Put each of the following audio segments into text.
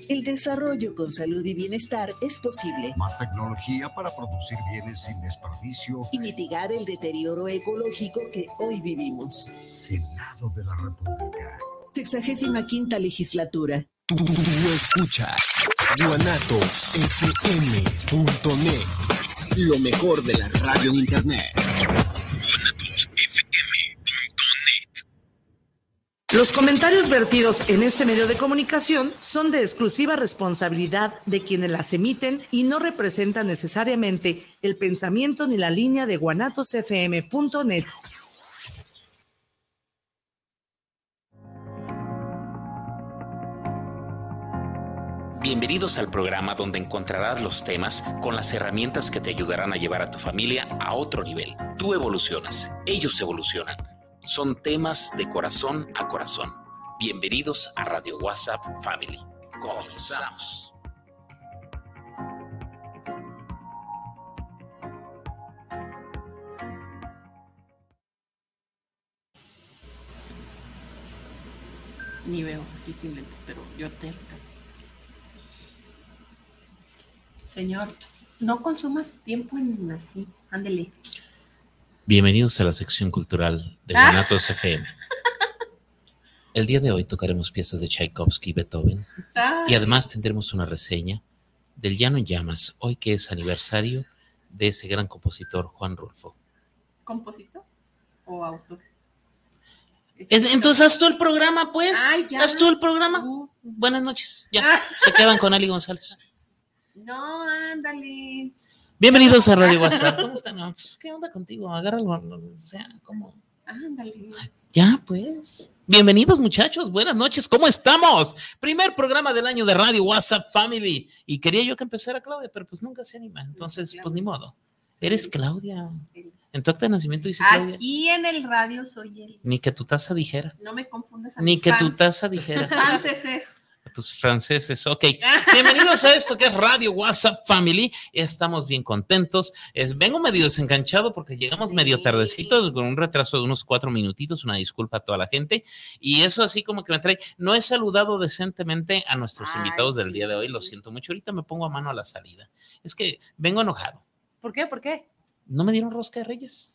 El desarrollo con salud y bienestar es posible. Más tecnología para producir bienes sin desperdicio y mitigar el deterioro ecológico que hoy vivimos. Senado de la República. 65ª legislatura. Tú escuchas guanatosfm.net. Lo mejor de la radio en internet. guanatosfm.net. Los comentarios vertidos en este medio de comunicación son de exclusiva responsabilidad de quienes las emiten y no representan necesariamente el pensamiento ni la línea de guanatosfm.net. Bienvenidos al programa donde encontrarás los temas con las herramientas que te ayudarán a llevar a tu familia a otro nivel. Tú evolucionas, ellos evolucionan. Son temas de corazón a corazón. Bienvenidos a Radio WhatsApp Family. Comenzamos. Ni veo así sin lentes, pero yo terca. Señor, no consuma su tiempo en así. Ándele. Bienvenidos a la sección cultural de Guanatos FM. El día de hoy tocaremos piezas de Tchaikovsky y Beethoven. Y además tendremos una reseña del Llano en Llamas, hoy que es aniversario de ese gran compositor Juan Rulfo. ¿Compositor o autor? Entonces haz tú el programa, pues. Ay, ya. Haz tú el programa. Buenas noches. Ya, se quedan con Ali González. No, ándale. Bienvenidos a Radio WhatsApp. ¿Cómo están? No, pues, ¿qué onda contigo? Agárralo. O sea, ¿cómo? Ándale. Ya, pues. Bienvenidos, muchachos. Buenas noches. ¿Cómo estamos? Primer programa del año de Radio WhatsApp Family. Y quería yo que empezara Claudia, pero pues nunca se anima. Entonces, pues ni modo. ¿Eres Claudia? En tu acta de nacimiento dice Claudia. Aquí en el radio soy él. Ni que tu taza dijera. No me confundas a Ni mis que fans. tu taza dijera. Franceses. A tus franceses, ok. Bienvenidos a esto que es Radio WhatsApp Family. Estamos bien contentos. Vengo medio desenganchado porque llegamos medio tardecito, con un retraso de unos 4 minutitos. Una disculpa a toda la gente. Y eso así como que me trae. No he saludado decentemente a nuestros invitados del día de hoy. Lo siento mucho. Ahorita me pongo a mano a la salida. Es que vengo enojado. ¿Por qué? ¿Por qué? ¿No me dieron rosca de Reyes?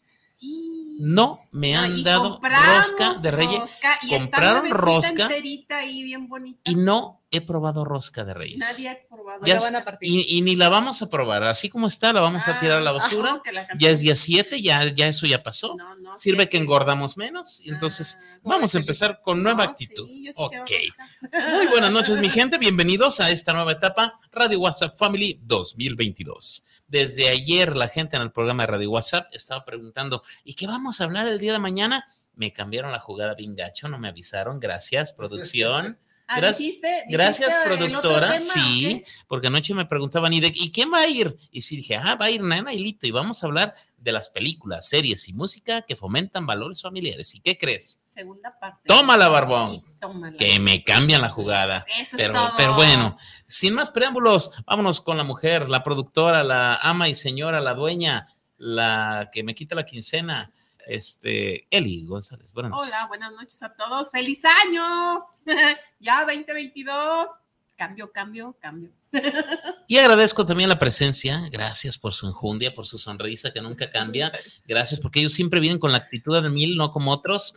No me han dado rosca de Reyes. Compraron rosca enterita ahí, bien bonita. Y no he probado rosca de Reyes. Nadie ha probado. Ya la van a partir. Y ni la vamos a probar. Así como está, la vamos a tirar a la basura. Ya es día 7, ya eso ya pasó. No, sirve 7. que engordamos menos. Y entonces vamos a empezar con nueva actitud. Sí, ok. Muy buenas noches, mi gente. Bienvenidos a esta nueva etapa, Radio WhatsApp Family 2022. Desde ayer la gente en el programa de Radio WhatsApp estaba preguntando, ¿y qué vamos a hablar el día de mañana? Me cambiaron la jugada bien gacho, no me avisaron. Gracias, producción. Gracias, productora. Sí, porque anoche me preguntaban, ¿y quién va a ir? Y sí dije, va a ir Nana y Lito, y vamos a hablar de las películas, series y música que fomentan valores familiares. ¿Y qué crees? Segunda parte. Tómala, Barbón. Tómala. Que me cambian la jugada. Eso pero bueno, sin más preámbulos, vámonos con la mujer, la productora, la ama y señora, la dueña, la que me quita la quincena, Eli González. Buenas noches. Hola, buenas noches a todos. ¡Feliz año! Ya 2022. Cambio. Y agradezco también la presencia. Gracias por su enjundia, por su sonrisa que nunca cambia. Gracias porque ellos siempre vienen con la actitud de 1000, no como otros.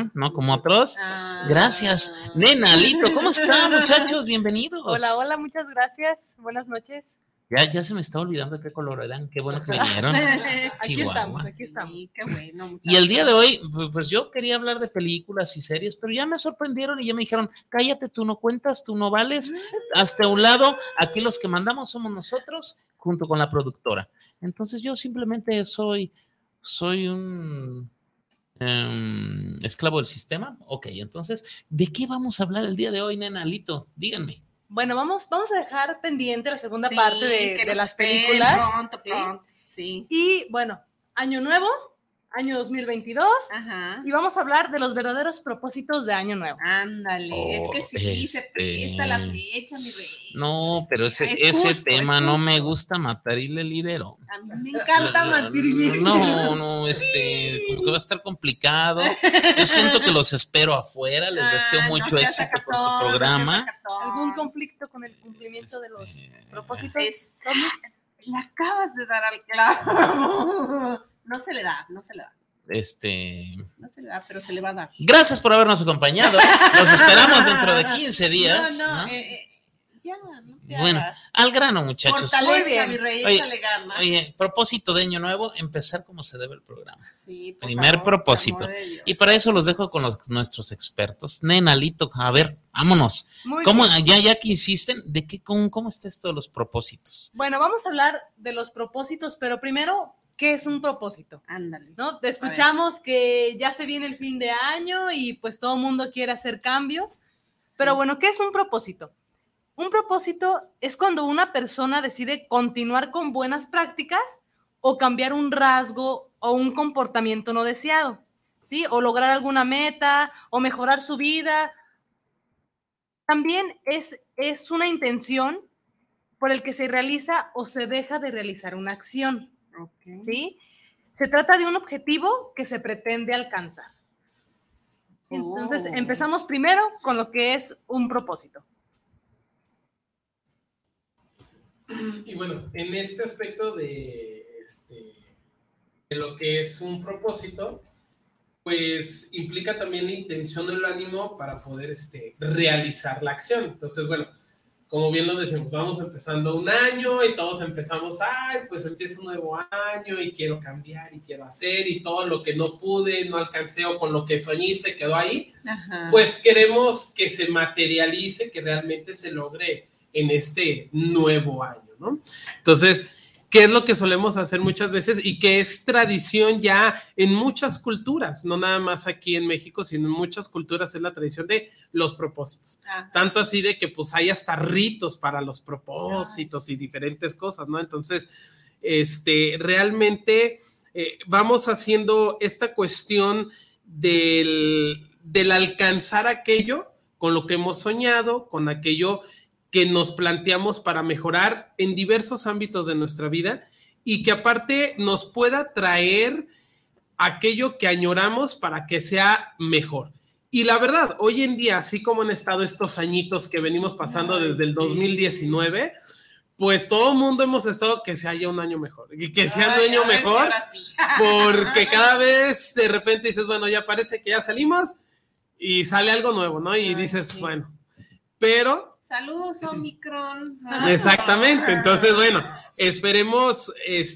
Gracias. Nena, Lito, ¿cómo están, muchachos? Bienvenidos. Hola, muchas gracias. Buenas noches. Ya se me está olvidando qué color eran. Qué bueno que vinieron. Aquí estamos. Sí, qué bueno. Y el día de hoy, pues yo quería hablar de películas y series, pero ya me sorprendieron y ya me dijeron, cállate, tú no cuentas, tú no vales. Hasta un lado, aquí los que mandamos somos nosotros, junto con la productora. Entonces yo simplemente soy un esclavo del sistema. Ok, entonces, ¿de qué vamos a hablar el día de hoy, nena, Lito? Díganme. Bueno, vamos a dejar pendiente la segunda parte de las películas. Pronto. Sí. Y bueno, año nuevo, año 2022. Ajá. Y vamos a hablar de los verdaderos propósitos de año nuevo. Ándale, es que sí, se presta la fecha, mi rey. No, pero ese justo, tema es no me justo. gusta matar y el lidero. A mí me encanta matar y No, como que va a estar complicado. Yo siento que los espero afuera, les deseo mucho éxito por su programa. ¿Algún conflicto con el cumplimiento de los propósitos? Le acabas de dar al clavo. No se le da. No se le da, pero se le va a dar. Gracias por habernos acompañado. Los esperamos dentro de 15 días. ¿No? Ya, no te bueno, hagas. Al grano, muchachos. Fortaleza, mi rey, échale ganas. Oye, propósito de año nuevo, empezar como se debe el programa. Sí, Primer propósito. Y para eso los dejo con nuestros expertos. Nena, Lito, a ver, vámonos. ¿Cómo, ya que insisten, cómo está esto de los propósitos? Bueno, vamos a hablar de los propósitos, pero primero, ¿qué es un propósito? Ándale. ¿No? Te escuchamos que ya se viene el fin de año y pues todo el mundo quiere hacer cambios. Sí. Pero bueno, ¿qué es un propósito? Un propósito es cuando una persona decide continuar con buenas prácticas o cambiar un rasgo o un comportamiento no deseado, ¿sí? O lograr alguna meta o mejorar su vida. También es una intención por el que se realiza o se deja de realizar una acción, okay. ¿Sí? Se trata de un objetivo que se pretende alcanzar. Entonces, empezamos primero con lo que es un propósito. Y bueno, en este aspecto de lo que es un propósito, pues implica también la intención del ánimo para poder realizar la acción. Entonces, bueno, como bien lo decimos, vamos empezando un año y todos empezamos, pues empieza un nuevo año y quiero cambiar y quiero hacer y todo lo que no pude, no alcancé o con lo que soñé y se quedó ahí, ajá, pues queremos que se materialice, que realmente se logre en este nuevo año, ¿no? Entonces, ¿qué es lo que solemos hacer muchas veces y que es tradición ya en muchas culturas? No nada más aquí en México, sino en muchas culturas es la tradición de los propósitos. Ajá. Tanto así de que pues hay hasta ritos para los propósitos y diferentes cosas, ¿no? Entonces, realmente vamos haciendo esta cuestión del alcanzar aquello con lo que hemos soñado, con aquello que nos planteamos para mejorar en diversos ámbitos de nuestra vida y que aparte nos pueda traer aquello que añoramos para que sea mejor. Y la verdad, hoy en día, así como han estado estos añitos que venimos pasando desde el 2019, pues todo el mundo hemos estado que se haya un año mejor y que sea un año mejor, porque cada vez de repente dices, bueno, ya parece que ya salimos y sale algo nuevo, ¿no? Y dices, bueno, pero... Saludos, Omicron. Exactamente. Entonces, bueno, esperemos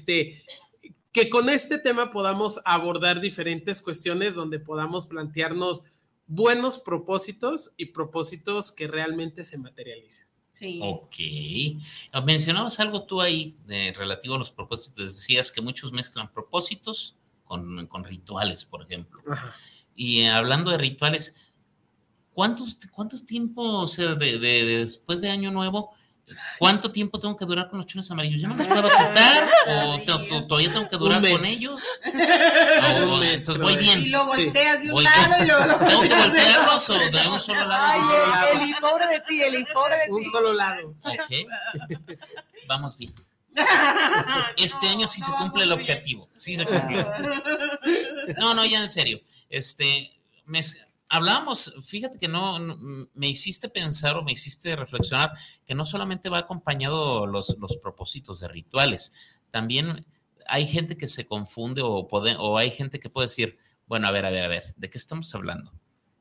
que con este tema podamos abordar diferentes cuestiones donde podamos plantearnos buenos propósitos y propósitos que realmente se materialicen. Sí. Ok. Mencionabas algo tú ahí relativo a los propósitos. Decías que muchos mezclan propósitos con rituales, por ejemplo. Ajá. Y hablando de rituales, ¿Cuántos tiempos después de Año Nuevo? ¿Cuánto tiempo tengo que durar con los chones amarillos? ¿Ya me los puedo quitar? ¿O todavía tengo que durar con ellos? Entonces voy bien. Y lo volteas de un lado y luego lo ¿Tengo que voltearlos o de un solo lado? Ay, Eli, pobre de ti. Un solo lado. Ok. Vamos bien. Este año sí se cumple el objetivo. Sí se cumplió. No, ya en serio. Hablábamos, fíjate que no me hiciste pensar o me hiciste reflexionar que no solamente va acompañado los propósitos de rituales, también hay gente que se confunde o hay gente que puede decir, bueno, a ver, ¿de qué estamos hablando?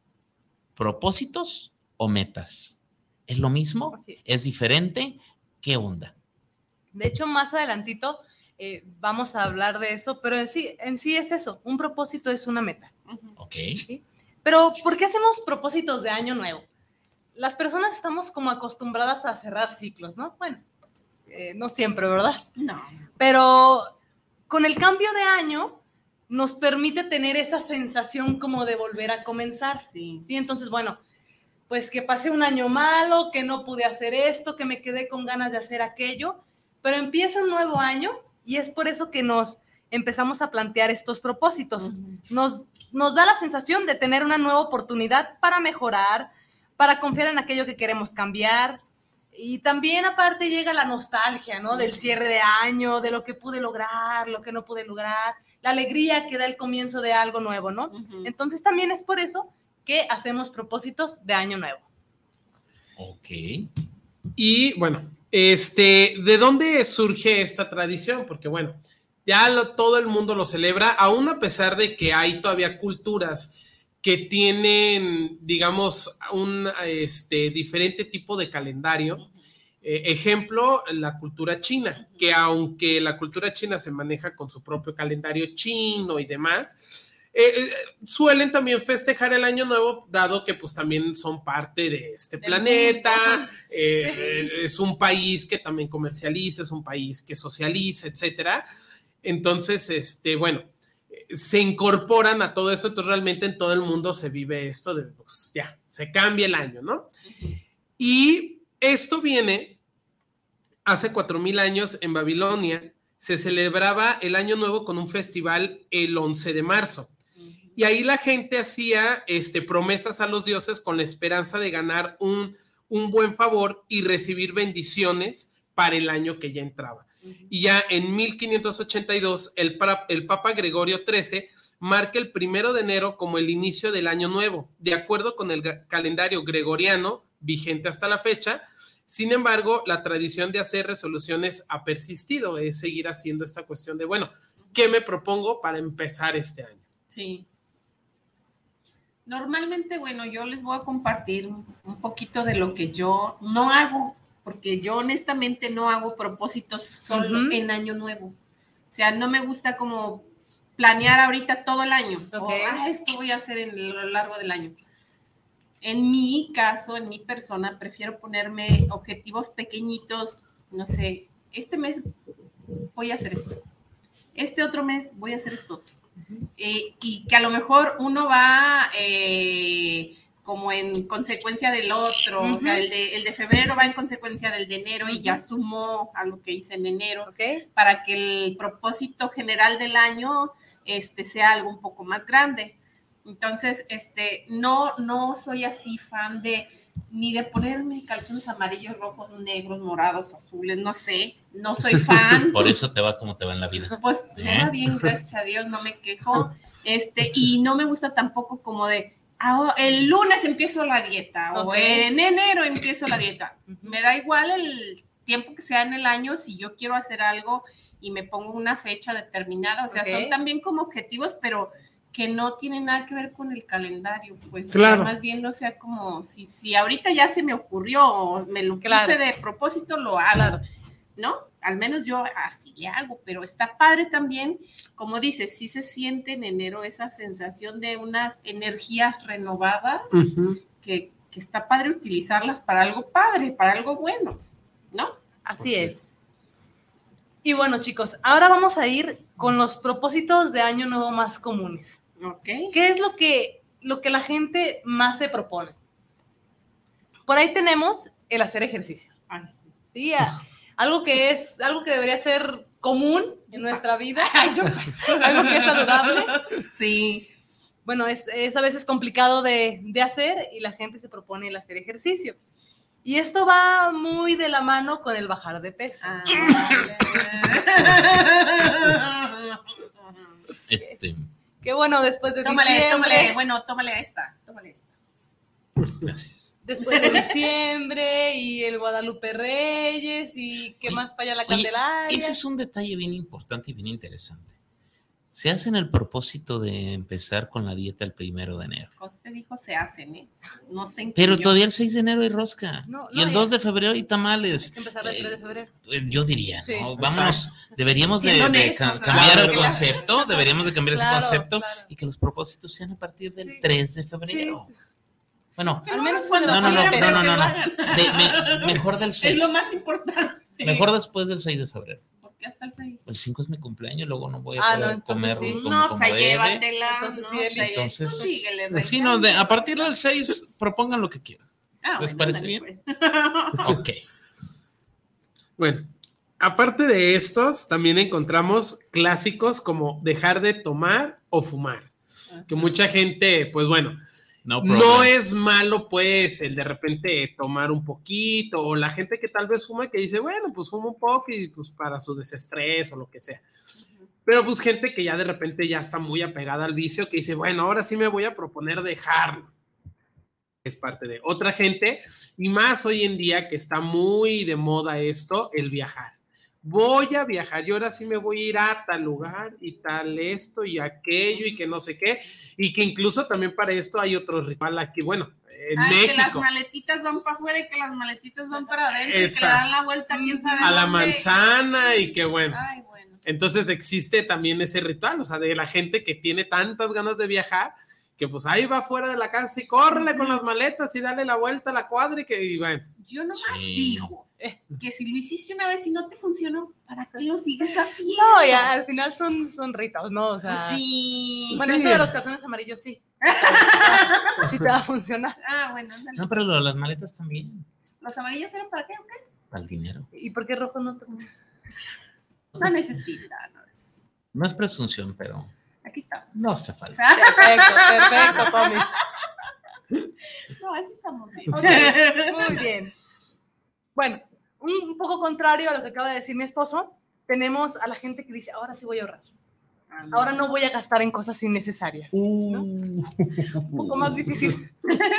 ¿Propósitos o metas? ¿Es lo mismo? ¿Es diferente? ¿Qué onda? De hecho, más adelantito vamos a hablar de eso, pero en sí es eso, un propósito es una meta. Ok. ¿Sí? Pero, ¿por qué hacemos propósitos de año nuevo? Las personas estamos como acostumbradas a cerrar ciclos, ¿no? Bueno, no siempre, ¿verdad? No. Pero con el cambio de año nos permite tener esa sensación como de volver a comenzar. Sí. Entonces, bueno, pues que pasé un año malo, que no pude hacer esto, que me quedé con ganas de hacer aquello, pero empieza un nuevo año y es por eso que nos empezamos a plantear estos propósitos. Nos da la sensación de tener una nueva oportunidad para mejorar, para confiar en aquello que queremos cambiar. Y también aparte llega la nostalgia, ¿no? Del cierre de año, de lo que pude lograr, lo que no pude lograr, la alegría que da el comienzo de algo nuevo, ¿no? Entonces también es por eso que hacemos propósitos de año nuevo. Ok. Y bueno, ¿de dónde surge esta tradición? Porque bueno, ya todo el mundo lo celebra, aún a pesar de que hay todavía culturas que tienen, digamos, un diferente tipo de calendario. Ejemplo, la cultura china, que aunque la cultura china se maneja con su propio calendario chino y demás, suelen también festejar el año nuevo, dado que pues también son parte de este planeta, es un país que también comercializa, es un país que socializa, etcétera. Entonces, bueno, se incorporan a todo esto, entonces realmente en todo el mundo se vive esto de, pues ya, se cambia el año, ¿no? Y esto viene hace 4,000 años en Babilonia, se celebraba el año nuevo con un festival el 11 de marzo. Y ahí la gente hacía promesas a los dioses con la esperanza de ganar un buen favor y recibir bendiciones para el año que ya entraba. Y ya en 1582, el Papa Gregorio XIII marca el 1 de enero como el inicio del año nuevo, de acuerdo con el calendario gregoriano vigente hasta la fecha. Sin embargo, la tradición de hacer resoluciones ha persistido, es seguir haciendo esta cuestión de, bueno, ¿qué me propongo para empezar este año? Sí. Normalmente, bueno, yo les voy a compartir un poquito de lo que yo no hago, porque yo honestamente no hago propósitos solo en año nuevo. O sea, no me gusta como planear ahorita todo el año. Esto voy a hacer en lo largo del año. En mi caso, en mi persona, prefiero ponerme objetivos pequeñitos. No sé, este mes voy a hacer esto. Este otro mes voy a hacer esto. Y que a lo mejor uno va como en consecuencia del otro, o sea, el de febrero va en consecuencia del de enero y ya sumó a lo que hice en enero, para que el propósito general del año sea algo un poco más grande. Entonces, no soy así fan ni de ponerme calzones amarillos, rojos, negros, morados, azules, no sé, no soy fan. Por eso te va como te va en la vida. Pues me va bien, gracias a Dios, no me quejo. Y no me gusta tampoco como de, el lunes empiezo la dieta, o en enero empiezo la dieta. Me da igual el tiempo que sea en el año, si yo quiero hacer algo y me pongo una fecha determinada, o sea, son también como objetivos, pero que no tienen nada que ver con el calendario, pues. Claro. O sea, más bien, o sea, como si ahorita ya se me ocurrió, o me lo puse de propósito, lo hago, ¿no? Al menos yo así le hago, pero está padre también, como dices, sí se siente en enero esa sensación de unas energías renovadas, que está padre utilizarlas para algo padre, para algo bueno, ¿no? Así es. Y bueno, chicos, ahora vamos a ir con los propósitos de año nuevo más comunes. ¿Qué es lo que la gente más se propone? Por ahí tenemos el hacer ejercicio. Sí, algo que debería ser común en nuestra vida. Algo que es saludable. Sí. Bueno, es a veces complicado de hacer y la gente se propone el hacer ejercicio. Y esto va muy de la mano con el bajar de peso. Que bueno, después de diciembre... Tómale esta. Gracias. Después de diciembre y el Guadalupe Reyes y qué más para allá la Candelaria. Ese es un detalle bien importante y bien interesante. Se hacen el propósito de empezar con la dieta el 1 de enero. Usted dijo se hacen, ¿eh? No sé en qué. Pero todavía el 6 de enero hay rosca. Y el 2 de febrero hay tamales. Hay que empezar el 3 de febrero. Yo diría, sí. ¿No? Vámonos, deberíamos de cambiar el concepto, deberíamos de cambiar ese concepto y que los propósitos sean a partir del 3 de febrero. Sí. Bueno, al menos cuando no. Mejor del 6. Es lo más importante. Mejor después del 6 de febrero. ¿Por qué hasta el 6? El 5 es mi cumpleaños, luego no voy a poder comer como llévatela. Entonces, sí, a partir del 6 propongan lo que quieran. ¿Les parece bien? Pues. Ok. Bueno, aparte de estos, también encontramos clásicos como dejar de tomar o fumar. Que mucha gente, pues bueno, no es malo, pues, el de repente tomar un poquito, o la gente que tal vez fuma que dice, bueno, pues fuma un poco y pues para su desestrés o lo que sea. Pero pues gente que ya de repente ya está muy apegada al vicio, que dice, bueno, ahora sí me voy a proponer dejarlo. Es parte de otra gente, y más hoy en día que está muy de moda esto, el viajar. Voy a viajar y ahora sí me voy a ir a tal lugar y tal esto y aquello y que no sé qué, y que incluso también para esto hay otro ritual aquí, bueno, en México. Que las maletitas van para afuera y que las maletitas van para adentro. Exacto. Y que le dan la vuelta, quién sabe a la manzana y que bueno. Ay, bueno. Entonces existe también ese ritual, o sea, de la gente que tiene tantas ganas de viajar, que pues ahí va fuera de la casa y córrele con las maletas y dale la vuelta a la cuadra y bueno. Yo nomás digo que si lo hiciste una vez y no te funcionó, ¿para qué lo sigues haciendo? No, ya al final son ritos, ¿no? O sea, sí. Bueno, eso de los calzones amarillos, sí. Sí te va a funcionar. Bueno. Dale. No, pero las maletas también. ¿Los amarillos eran para qué o qué? Para el dinero. ¿Y por qué rojo no te No necesita. No es presunción, pero... Aquí estamos. No hace falta. Perfecto, Tommy. No, así estamos bien. Okay, muy bien. Bueno, un poco contrario a lo que acaba de decir mi esposo, tenemos a la gente que dice, ahora sí voy a ahorrar. Ahora no voy a gastar en cosas innecesarias, ¿no? Un poco más difícil.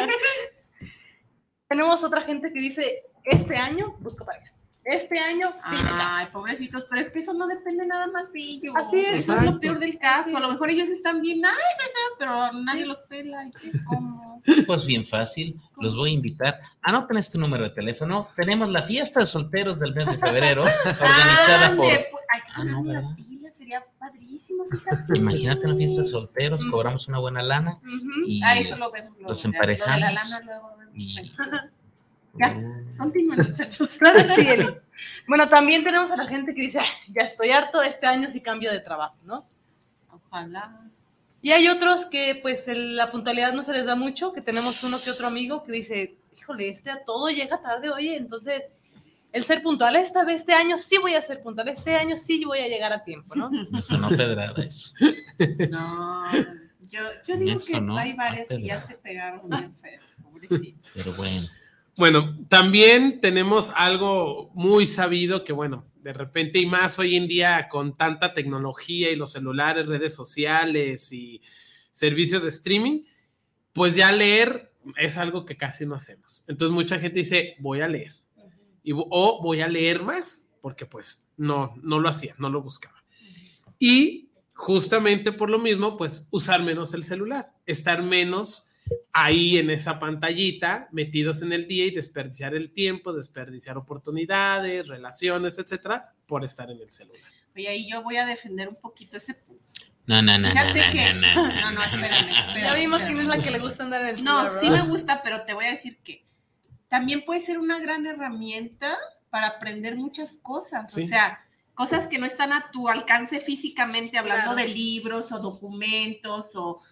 Tenemos otra gente que dice, este año busco pareja. Este año sí me caso. Ay, pobrecitos, pero es que eso no depende nada más de ellos. Así es. Eso es lo peor del caso. A lo mejor ellos están bien, pero nadie los pela. ¿Cómo? Pues bien fácil, los voy a invitar. Anoten este número de teléfono. Tenemos la fiesta de solteros del mes de febrero, organizada por... Hay que ponerme las pilas, sería padrísimo. Fíjate. Imagínate una fiesta de solteros, cobramos una buena lana y eso lo vemos. Los emparejamos. Lo de la lana luego vemos. Y... Ya, continúen, muchachos. Sí, Eli. Bueno, también tenemos a la gente que dice, ya estoy harto, este año sí cambio de trabajo, ¿no? Ojalá. Y hay otros que pues la puntualidad no se les da mucho, que tenemos uno que otro amigo que dice, híjole, a todo llega tarde, oye, entonces el ser puntual, este año sí voy a ser puntual, este año sí voy a llegar a tiempo, ¿no? Eso no pedrada, eso. No, yo digo eso que no, hay varias que ya te pegaron bien feo, pobrecito. Pero bueno. Bueno, también tenemos algo muy sabido que, bueno, de repente y más hoy en día con tanta tecnología y los celulares, redes sociales y servicios de streaming, pues ya leer es algo que casi no hacemos. Entonces mucha gente dice, voy a leer o voy a leer más, porque pues no lo hacía, no lo buscaba. Y justamente por lo mismo, pues usar menos el celular, estar menos ahí en esa pantallita, metidos en el día y desperdiciar el tiempo, desperdiciar oportunidades, relaciones, etcétera, por estar en el celular. Oye, ahí yo voy a defender un poquito ese punto. No, espérame. Ya vimos quién es la que le gusta andar en el celular. No, sí me gusta, pero te voy a decir que también puede ser una gran herramienta para aprender muchas cosas, sí. O sea, cosas que no están a tu alcance físicamente, hablando de libros o documentos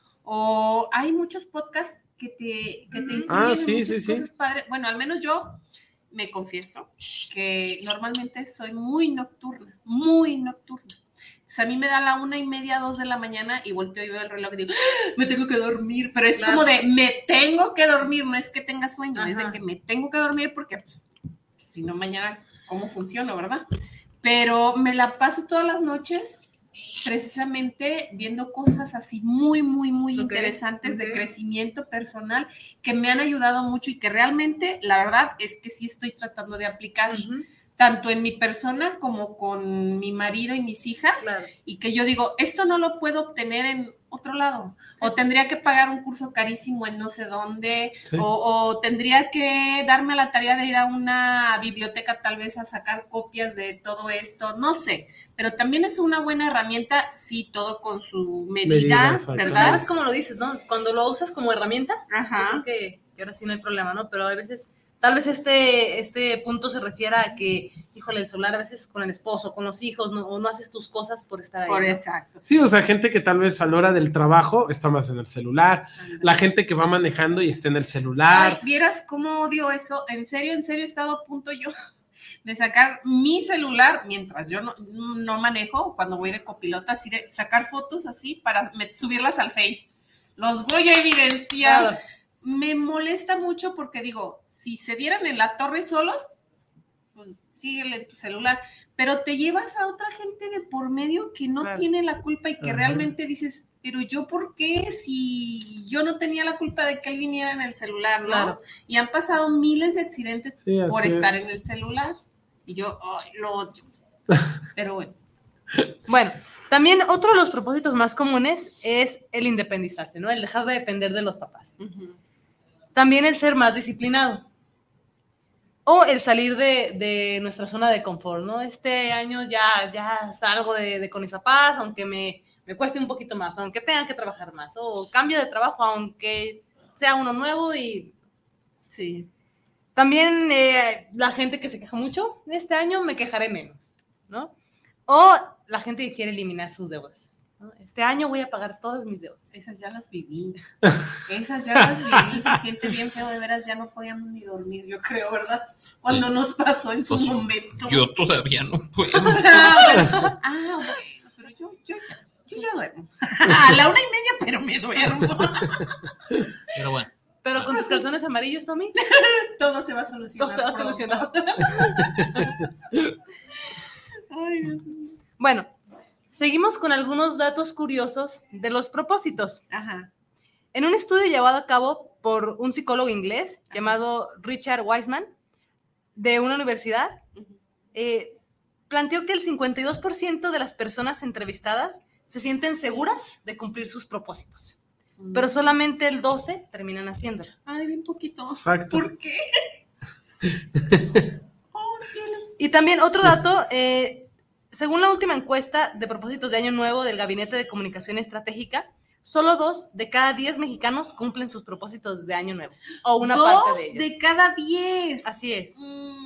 o hay muchos podcasts que te instruyen en muchas cosas padres. Bueno, al menos yo me confieso que normalmente soy muy nocturna. Entonces a mí me da la 1:30, 2 de la mañana y volteo y veo el reloj y digo, me tengo que dormir, pero es como de, me tengo que dormir, no es que tenga sueño, es de que me tengo que dormir porque pues, si no mañana, ¿cómo funciona, verdad? Pero me la paso todas las noches precisamente viendo cosas así muy interesantes de crecimiento personal que me han ayudado mucho y que realmente la verdad es que sí estoy tratando de aplicar tanto en mi persona como con mi marido y mis hijas, y que yo digo, esto no lo puedo obtener en otro lado, o tendría que pagar un curso carísimo en no sé dónde, o tendría que darme la tarea de ir a una biblioteca tal vez a sacar copias de todo esto, no sé, pero también es una buena herramienta, sí, todo con su medida, ¿verdad? Es como lo dices, ¿no? Cuando lo usas como herramienta, creo que ahora sí no hay problema, ¿no? Pero a veces... Tal vez este punto se refiera a que, híjole, el celular a veces con el esposo, con los hijos, no haces tus cosas por estar ahí. Exacto. Sí, o sea, gente que tal vez a la hora del trabajo está más en el celular, la gente que va manejando y está en el celular. Ay, ¿vieras cómo odio eso? En serio he estado a punto yo de sacar mi celular mientras yo no manejo, cuando voy de copilota, así de sacar fotos así para subirlas al Face. Los voy a evidenciar. Claro. Me molesta mucho porque digo, si se dieran en la torre solos, pues síguele tu celular, pero te llevas a otra gente de por medio que no tiene la culpa y que realmente dices, pero yo ¿por qué? Si yo no tenía la culpa de que él viniera en el celular, ¿no? Claro. Y han pasado miles de accidentes por estar en el celular. Y yo lo odio. Pero bueno. Bueno, también otro de los propósitos más comunes es el independizarse, ¿no? El dejar de depender de los papás. Uh-huh. También el ser más disciplinado. O el salir de nuestra zona de confort, ¿no? Este año ya salgo de con mis papás, aunque me cueste un poquito más, aunque tenga que trabajar más, o cambio de trabajo, aunque sea uno nuevo y... Sí. También la gente que se queja mucho, este año me quejaré menos, ¿no? O la gente que quiere eliminar sus deudas, ¿no? Este año voy a pagar todas mis deudas. Esas ya las viví. Se siente bien feo, de veras, ya no podíamos ni dormir, yo creo, ¿verdad? Cuando nos pasó en su momento. Yo todavía no puedo. Bueno, pero yo ya duermo. A la 1:30, pero me duermo. Pero bueno. Pero con tus calzones amarillos, Tommy. Todo se va a solucionar. Ay, Dios mío. Bueno, seguimos con algunos datos curiosos de los propósitos. Ajá. En un estudio llevado a cabo por un psicólogo inglés llamado Richard Wiseman, de una universidad, planteó que el 52% de las personas entrevistadas se sienten seguras de cumplir sus propósitos, pero solamente el 12% terminan haciéndolo. Ay, bien poquito. Exacto. ¿Por qué? Oh, cielos. Y también otro dato, según la última encuesta de propósitos de Año Nuevo del Gabinete de Comunicación Estratégica, solo 2 de cada 10 mexicanos cumplen sus propósitos de Año Nuevo, o una parte de ellos. 2 de cada 10. Así es.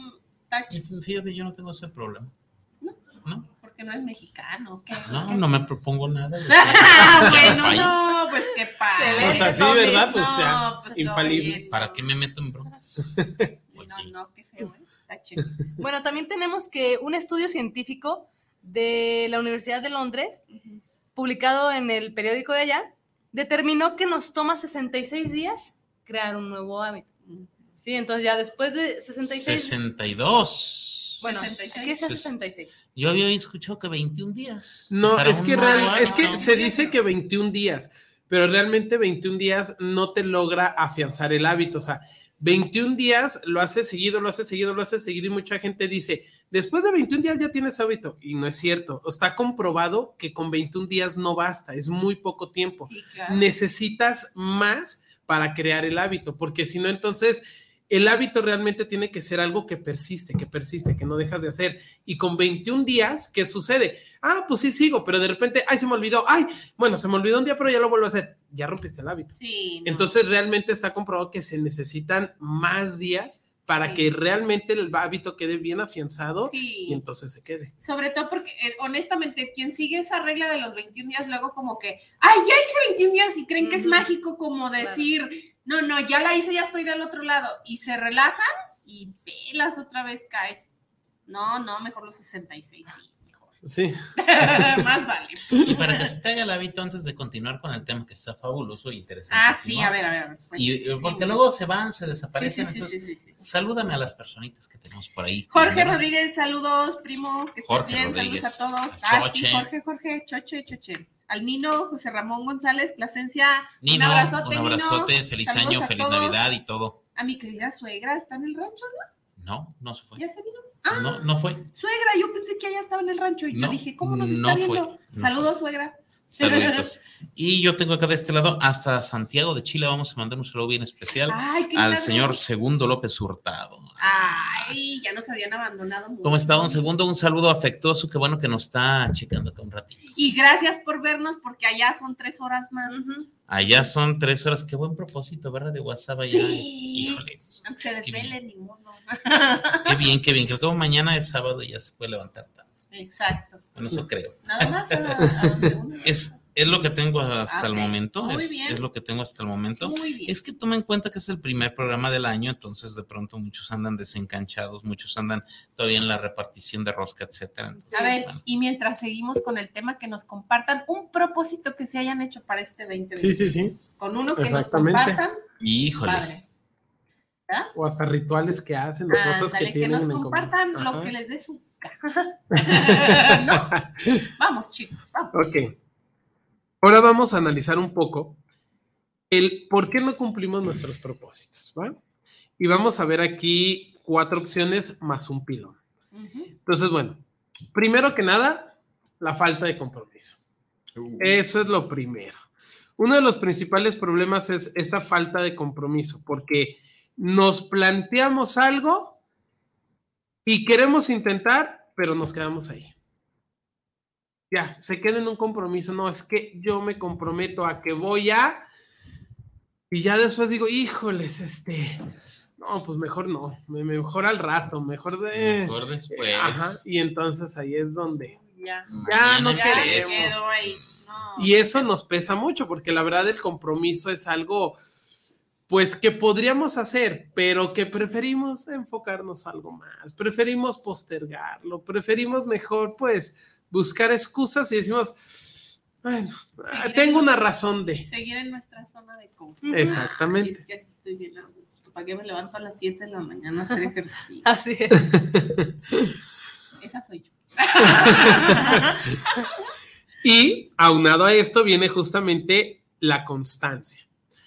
Fíjate, yo no tengo ese problema. ¿No? Porque no es mexicano. ¿Qué? No me propongo nada. Bueno, no, pues qué padre. Pues así, ¿verdad? Pues pues infalible. Oye, ¿Para qué me meto en broncas? No, qué feo, Está chido. Bueno, también tenemos que un estudio científico de la Universidad de Londres, publicado en el periódico de allá, determinó que nos toma 66 días crear un nuevo hábito. Sí, entonces ya después de 66... 62. Bueno, 66. ¿qué es 66? Yo había escuchado que 21 días. No, es que se dice que 21 días, pero realmente 21 días no te logra afianzar el hábito. O sea, 21 días lo haces seguido y mucha gente dice, después de 21 días ya tienes hábito. Y no es cierto. Está comprobado que con 21 días no basta, es muy poco tiempo. Sí, claro. Necesitas más para crear el hábito, porque si no, entonces... El hábito realmente tiene que ser algo que persiste, que no dejas de hacer. Y con 21 días, ¿qué sucede? Pues sí sigo, pero de repente, se me olvidó. Se me olvidó un día, pero ya lo vuelvo a hacer. Ya rompiste el hábito. Sí, no. Entonces, realmente está comprobado que se necesitan más días para que realmente el hábito quede bien afianzado y entonces se quede. Sobre todo porque, honestamente, quien sigue esa regla de los 21 días, luego como que, ya hice 21 días y creen que es mágico como decir... Claro. No, ya la hice, ya estoy del otro lado. Y se relajan y pelas otra vez caes. No, mejor los 66, sí, mejor. Sí. Más vale. Y para que se te haga el hábito, antes de continuar con el tema que está fabuloso e interesante. Sí, a ver. Pues, y porque luego se desaparecen. Entonces, salúdame a las personitas que tenemos por ahí. Jorge Rodríguez, saludos, primo. Que estés bien, Rodríguez, saludos a todos. Choche. Sí, Jorge, Choche. Al Nino, José Ramón González, Plasencia, Nino, un abrazote, Nino. Feliz año, feliz Navidad y todo. A mi querida suegra, ¿está en el rancho, no? No se fue. ¿Ya se vino? No fue. Suegra, yo pensé que ella estaba en el rancho y yo dije, ¿cómo nos está viendo? Saludos, suegra. Saluditos. Y yo tengo acá de este lado hasta Santiago de Chile. Vamos a mandar un saludo bien especial al señor Segundo López Hurtado. Ya nos habían abandonado mucho. ¿Cómo está, don Segundo? Un saludo afectuoso. Qué bueno que nos está checando acá un ratito. Y gracias por vernos, porque allá son 3 horas más. Allá son 3 horas. Qué buen propósito, ¿verdad? De WhatsApp allá. Híjole. Aunque se desvele, ni modo. Qué bien. Creo que mañana es sábado y ya se puede levantar tarde. Exacto. Bueno, eso creo. Nada más a donde uno. Es lo que tengo hasta el Ok, momento, muy es bien. lo que tengo hasta el momento. Muy bien. Es que toma en cuenta que es el primer programa del año, entonces de pronto muchos andan desencanchados, muchos andan todavía en la repartición de rosca, etcétera. Entonces, A ver, bueno. y mientras seguimos con el tema, que nos compartan un propósito que se hayan hecho para este 2020. Sí. Con uno que nos Exactamente. compartan, Híjole. padre. O hasta rituales que hacen, o cosas Ándale, que que tienen nos en común. compartan lo Ajá. que les dé su... ¿No? Vamos, chicos, vamos. Ok. Ahora vamos a analizar un poco el por qué no cumplimos nuestros propósitos, ¿va? Y vamos a ver aquí 4 opciones más un pilón. Ujú. Entonces, bueno, primero que nada, la falta de compromiso. Eso es lo primero. Uno de los principales problemas es esta falta de compromiso, porque nos planteamos algo y queremos intentar, pero nos quedamos ahí. Ya, se queda en un compromiso. No, es que yo me comprometo a que voy a... Y ya después digo, híjoles, no, pues mejor no, mejor al rato, mejor de... Mejor después. Ajá, y entonces ahí es donde... Ya. Ya no Mañana queremos. Quedó ahí. No. Y eso nos pesa mucho, porque la verdad el compromiso es algo, pues, que podríamos hacer, pero que preferimos enfocarnos algo más, preferimos postergarlo, preferimos mejor, pues, buscar excusas y decimos, bueno, tengo una razón de... Seguir en nuestra zona de confort. Exactamente. Y es que así estoy bien a gusto. ¿Para qué me levanto a las 7 de la mañana a hacer ejercicio? Así es. Esa soy yo. Y aunado a esto viene justamente la constancia.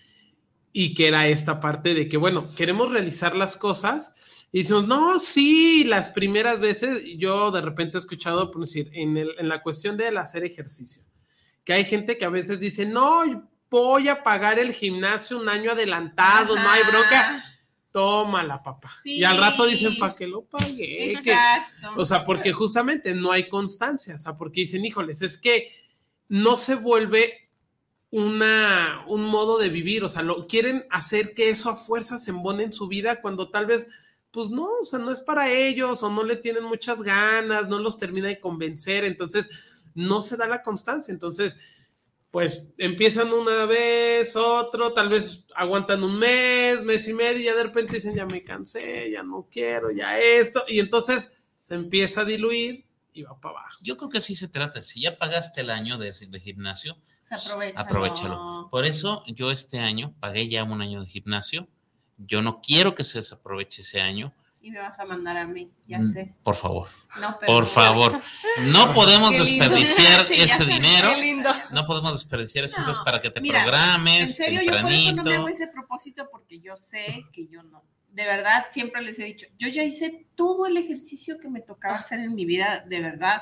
Y que era esta parte de que, bueno, queremos realizar las cosas y decimos, no, sí, las primeras veces yo de repente he escuchado, por decir, en la cuestión del hacer ejercicio, que hay gente que a veces dice, no, voy a pagar el gimnasio un año adelantado, no hay bronca. Tómala, papá. Sí. Y al rato dicen, ¿para qué lo pagué? Exacto. O sea, porque justamente no hay constancia, o sea, porque dicen, híjoles, es que no se vuelve un modo de vivir, o sea, quieren hacer que eso a fuerza se embone en su vida cuando tal vez, pues no, o sea, no es para ellos o no le tienen muchas ganas, no los termina de convencer, entonces no se da la constancia, entonces pues empiezan una vez, otro, tal vez aguantan un mes y medio y ya de repente dicen, ya me cansé, ya no quiero, ya esto, y entonces se empieza a diluir y va para abajo. Yo creo que así se trata. Si ya pagaste el año de gimnasio, Se aprovecha. aprovechalo. Por eso yo este año pagué ya un año de gimnasio. Yo no quiero que se desaproveche ese año. Y me vas a mandar a mí, ya sé. Por favor. No, pero Por favor. No podemos Qué lindo. desperdiciar Sí, ya ese sé, dinero. Qué lindo. No podemos desperdiciar eso. No, Entonces, para que te mira, programes En serio, yo por eso tempranito. no me hago ese propósito, porque yo sé que yo no. De verdad, siempre les he dicho, yo ya hice todo el ejercicio que me tocaba hacer en mi vida, de verdad.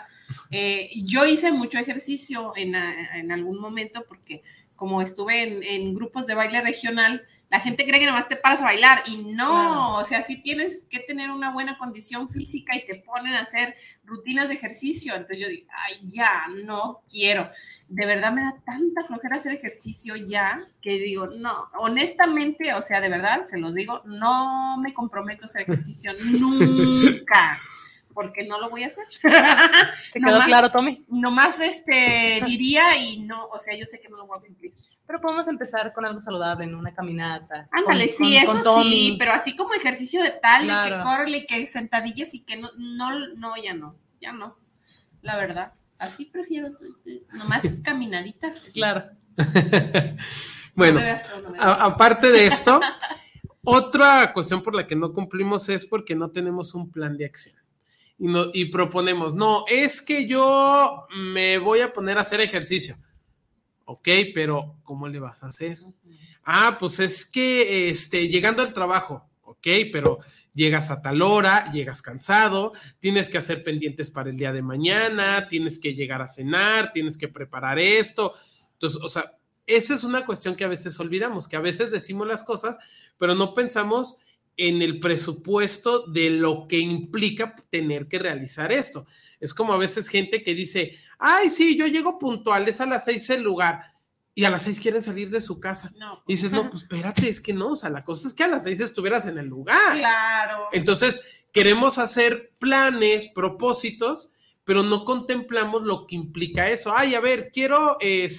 Yo hice mucho ejercicio en algún momento, porque como estuve en grupos de baile regional, la gente cree que nomás te paras a bailar y no, Claro. o sea, sí tienes que tener una buena condición física y te ponen a hacer rutinas de ejercicio. Entonces yo digo, ay, ya, no quiero. De verdad me da tanta flojera hacer ejercicio ya que digo, no, honestamente, o sea, de verdad, se los digo, no me comprometo a hacer ejercicio nunca, porque no lo voy a hacer. ¿Te quedó Nomás- claro, Tommy? Nomás diría y no, o sea, yo sé que no lo voy a cumplir. Pero podemos empezar con algo saludable, en una caminata. Ándale, con- sí, con- eso con Tommy. sí, pero así como ejercicio de tal, de que Claro. córrele y que sentadillas y que no, ya no, la verdad. Así prefiero nomás caminaditas. Claro. Bueno, No me veas feo, no me veas feo. aparte de esto, otra cuestión por la que no cumplimos es porque no tenemos un plan de acción. Y proponemos, no, es que yo me voy a poner a hacer ejercicio. Ok, pero ¿cómo le vas a hacer? Ah, pues es que llegando al trabajo, ok, pero llegas a tal hora, llegas cansado, tienes que hacer pendientes para el día de mañana, tienes que llegar a cenar, tienes que preparar esto. Entonces, o sea, esa es una cuestión que a veces olvidamos, que a veces decimos las cosas, pero no pensamos en el presupuesto de lo que implica tener que realizar esto. Es como a veces gente que dice, ay, sí, yo llego puntual, es a las 6 el lugar, y a las 6 quieren salir de su casa. No, Y dices, no, pues espérate, es que no, o sea, la cosa es que a las 6 estuvieras en el lugar. claro. Entonces, queremos hacer planes, propósitos, pero no contemplamos lo que implica eso. Ay, a ver, quiero,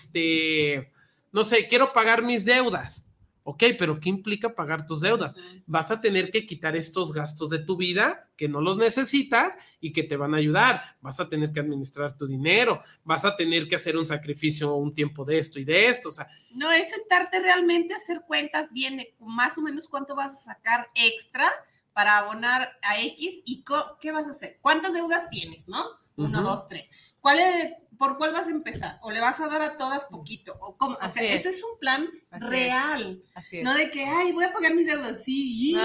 no sé, quiero pagar mis deudas. Ok, pero ¿qué implica pagar tus deudas? Vas a tener que quitar estos gastos de tu vida que no los necesitas y que te van a ayudar. Vas a tener que administrar tu dinero, vas a tener que hacer un sacrificio un tiempo de esto y de esto. O sea, no es sentarte realmente a hacer cuentas bien de más o menos cuánto vas a sacar extra para abonar a X y qué vas a hacer. ¿Cuántas deudas tienes, no? 1, 2, 3. ¿Por cuál vas a empezar? ¿O le vas a dar a todas poquito? ¿O cómo? O sea, ese es un plan real. Así es. No de que, ay, voy a pagar mis deudas. Sí.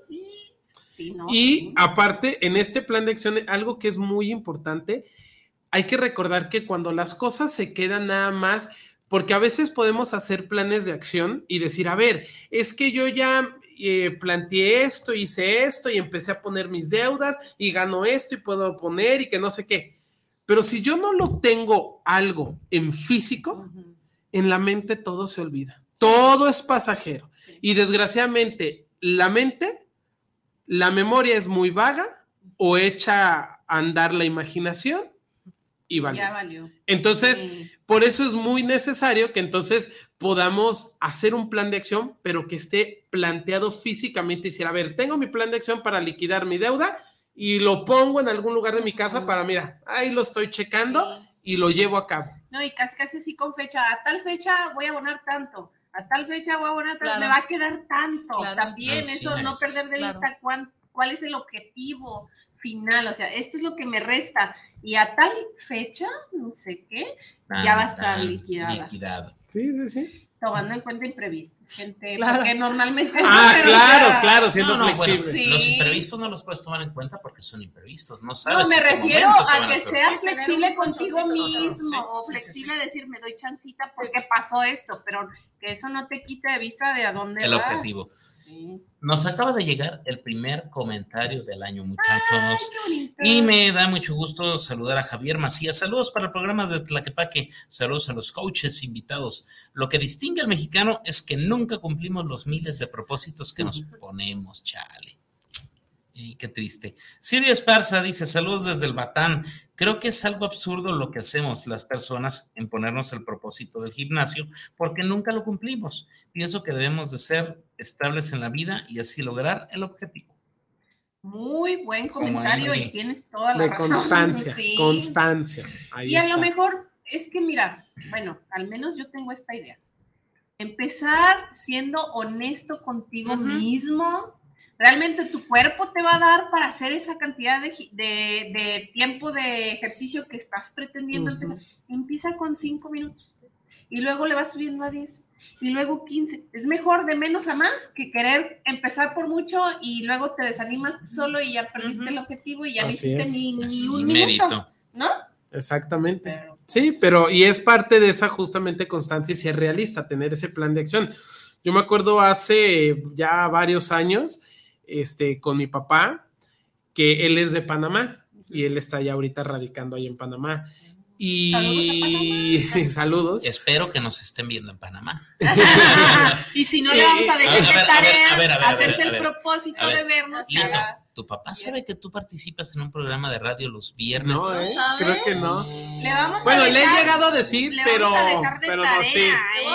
Sí, no. Y aparte, en este plan de acción, algo que es muy importante, hay que recordar que cuando las cosas se quedan nada más, porque a veces podemos hacer planes de acción y decir, a ver, es que yo ya planteé esto, hice esto y empecé a poner mis deudas y gano esto y puedo poner y que no sé qué. Pero si yo no lo tengo algo en físico, en la mente todo se olvida. Todo es pasajero. Y desgraciadamente, la memoria es muy vaga o echa a andar la imaginación y valió. Ya valió. Entonces, por eso es muy necesario que entonces podamos hacer un plan de acción, pero que esté planteado físicamente y decir, a ver, tengo mi plan de acción para liquidar mi deuda y lo pongo en algún lugar de mi casa para, mira, ahí lo estoy checando y lo llevo a cabo. No, y casi así con fecha, a tal fecha voy a abonar tanto, a tal fecha voy a abonar tanto, me va a quedar tanto. También eso, no perder de vista cuál es el objetivo final, o sea, esto es lo que me resta, y a tal fecha, no sé qué, ya va a estar liquidada. Sí. Tomando en cuenta imprevistos, gente, porque normalmente... Claro, siendo flexible. Bueno, los imprevistos no los puedes tomar en cuenta porque son imprevistos, no sabes. No, me refiero a que seas flexible contigo mismo, o flexible decir, me doy chancita porque pasó esto, pero que eso no te quite de vista de a dónde el vas. objetivo. Sí. Nos acaba de llegar el primer comentario del año, muchachos. Y me da mucho gusto saludar a Javier Macías. Saludos para el programa de Tlaquepaque. Saludos a los coaches invitados. Lo que distingue al mexicano es que nunca cumplimos los miles de propósitos que nos ponemos, chale. Y qué triste. Silvia Esparza dice, saludos desde el Batán. Creo que es algo absurdo lo que hacemos las personas en ponernos el propósito del gimnasio porque nunca lo cumplimos. Pienso que debemos de ser estables en la vida y así lograr el objetivo. Muy buen comentario y tienes toda la razón. Constancia. Y a lo mejor es que mira, bueno, al menos yo tengo esta idea. Empezar siendo honesto contigo mismo. Realmente tu cuerpo te va a dar para hacer esa cantidad de tiempo de ejercicio que estás pretendiendo empezar. Empieza con 5 minutos y luego le vas subiendo a 10 y luego 15. Es mejor de menos a más que querer empezar por mucho y luego te desanimas solo y ya perdiste el objetivo y ya no hiciste ni un minuto, ¿no? Exactamente. Sí, pero y es parte de esa justamente constancia y ser realista, tener ese plan de acción. Yo me acuerdo hace ya varios años con mi papá, que él es de Panamá y él está ya ahorita radicando ahí en Panamá. Y saludos. Espero que nos estén viendo en Panamá. Y si no, le vamos a dejar de tarea, hacerse el propósito de vernos. Lito, ¿tu papá sabe que tú participas en un programa de radio los viernes? No, creo que no. Le vamos bueno, a dejar, le he llegado a decir, pero tarea, no, sí.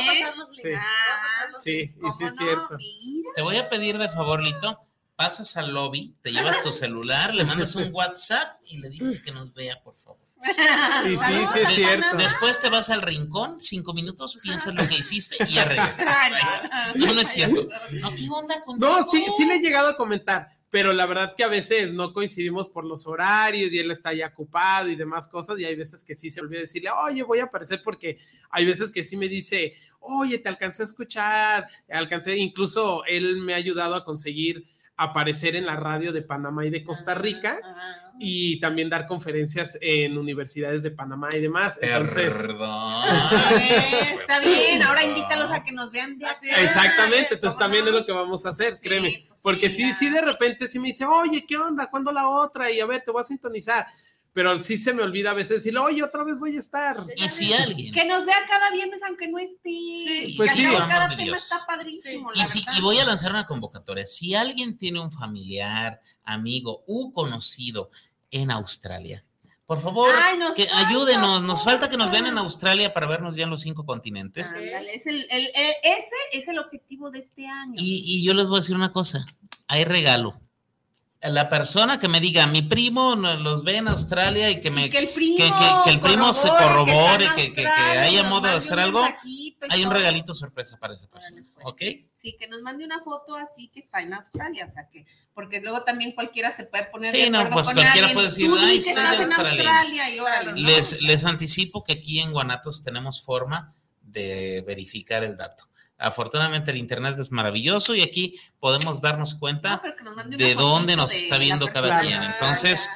Sí, es cierto. Te voy a pedir de favor, Lito, pasas al lobby, te llevas tu celular, le mandas un WhatsApp y le dices que nos vea, por favor. Y sí, es cierto. Después te vas al rincón, 5 minutos, piensas lo que hiciste y ya regresas. No es cierto. No, ¿qué onda contigo? No, sí le he llegado a comentar, pero la verdad que a veces no coincidimos por los horarios y él está ya ocupado y demás cosas, y hay veces que sí se olvida decirle, oye, voy a aparecer, porque hay veces que sí me dice, oye, te alcancé a escuchar, incluso él me ha ayudado a conseguir aparecer en la radio de Panamá y de Costa Rica y también dar conferencias en universidades de Panamá y demás. Entonces, está bien, ahora invítalos a que nos vean de acá. Exactamente, entonces también es lo que vamos a hacer, créeme, porque sí, de repente sí me dice, oye, ¿qué onda? ¿Cuándo la otra? Y a ver, te voy a sintonizar. Pero sí se me olvida a veces decirle, oye, otra vez voy a estar. Y si alguien... Que nos vea cada viernes aunque no esté. Sí, pues sí. Cada tema está padrísimo. Y voy a lanzar una convocatoria. Si alguien tiene un familiar, amigo u conocido en Australia, Por favor, Ay, nos que falta, ayúdenos. Nos falta que nos vean en Australia para vernos ya en los 5 continentes. Ándale, ese es el objetivo de este año. Y yo les voy a decir una cosa. Hay regalo. La persona que me diga, mi primo los ve en Australia y que el primo se corrobore, que haya modo de hacer algo, hay un regalito sorpresa para esa persona. Pues, ¿Ok? Sí, que nos mande una foto así que está en Australia, o sea que, porque luego también cualquiera se puede poner sí, de acuerdo pues con cualquiera alguien. puede decir, Tú ay, di que estoy estás de en Australia. Y órale, ¿no? Les anticipo que aquí en Guanatos tenemos forma de verificar el dato. Afortunadamente el internet es maravilloso y aquí podemos darnos cuenta de dónde nos está viendo cada quien. Entonces,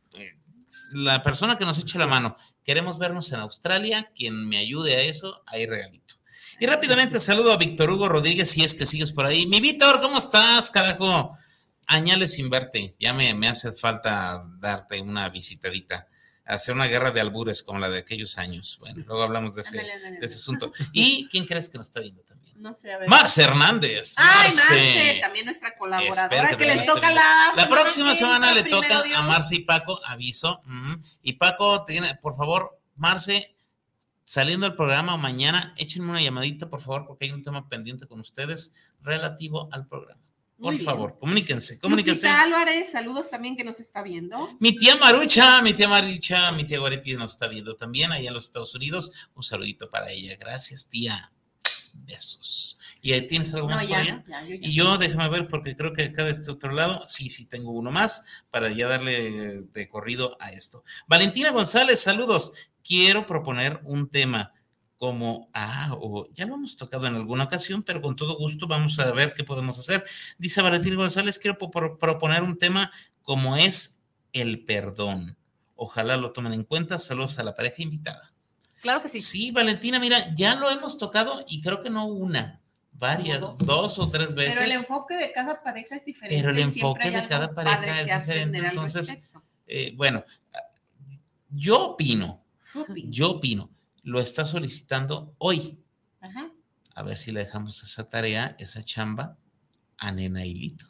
la persona que nos eche la mano, queremos vernos en Australia, quien me ayude a eso, hay regalito. Y rápidamente saludo a Víctor Hugo Rodríguez, si es que sigues por ahí. Mi Víctor, ¿cómo estás, carajo? Añales sin verte, ya me hace falta darte una visitadita. Hacer una guerra de albures como la de aquellos años. Bueno, luego hablamos de ese asunto. ¿Y quién crees que nos está viendo también? No sé, a ver. Marce Hernández. Ay, Marce, también nuestra colaboradora que les toca la próxima semana le toca a Marce y Paco, aviso. Y Paco, por favor, Marce, saliendo del programa o mañana, échenme una llamadita, por favor, porque hay un tema pendiente con ustedes relativo al programa. Por favor, comuníquense. Lupita Álvarez, saludos también que nos está viendo. Mi tía Marucha, mi tía Goretti nos está viendo también allá en los Estados Unidos. Un saludito para ella. Gracias, tía. Besos. ¿Y tienes algo más por allá? Y yo, déjame ver, porque creo que acá de este otro lado, sí tengo uno más para ya darle de corrido a esto. Valentina González, saludos. Quiero proponer un tema como, ya lo hemos tocado en alguna ocasión, pero con todo gusto vamos a ver qué podemos hacer. Dice Valentina González, quiero proponer un tema como es el perdón. Ojalá lo tomen en cuenta. Saludos a la pareja invitada. Claro que sí. Sí, Valentina, mira, ya lo hemos tocado y creo que no una, varias, 2 o 3 veces. Pero el enfoque de cada pareja es diferente. Pero el enfoque de cada pareja es diferente. Entonces, bueno, yo opino, lo está solicitando hoy. Ajá. A ver si le dejamos esa tarea, esa chamba a Nena y Lito.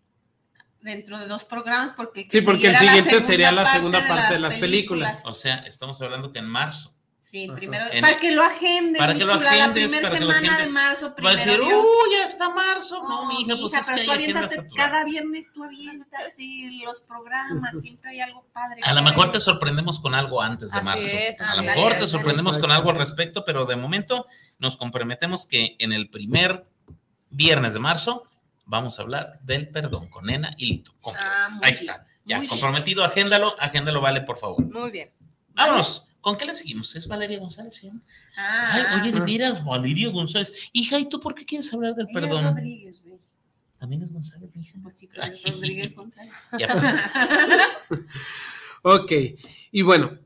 Dentro de 2 programas, porque porque el siguiente sería la segunda parte de las películas. O sea, estamos hablando que en marzo. Sí, primero, para que lo agendes. Para que lo agendes, la primera semana de marzo. Va a decir, ya está marzo. No, mi hija, pues es que hay agenda saturada. Cada viernes tú aviéntate los programas, siempre hay algo padre. A lo mejor te sorprendemos con algo antes de marzo. A lo mejor te sorprendemos con algo al respecto, pero de momento nos comprometemos que en el primer viernes de marzo vamos a hablar del perdón con Nena y Lito. Ahí está. Ya, comprometido, agéndalo, vale, por favor. Muy bien. Vámonos. ¿Con qué le seguimos? ¿Es Valeria González? ¿Sí? Ay, oye, de veras, Valeria González. Hija, ¿y tú por qué quieres hablar del perdón? Rodríguez, güey. ¿También es González, mi hija? Pues sí, pero es Rodríguez González. Ya pues. Ok, y bueno,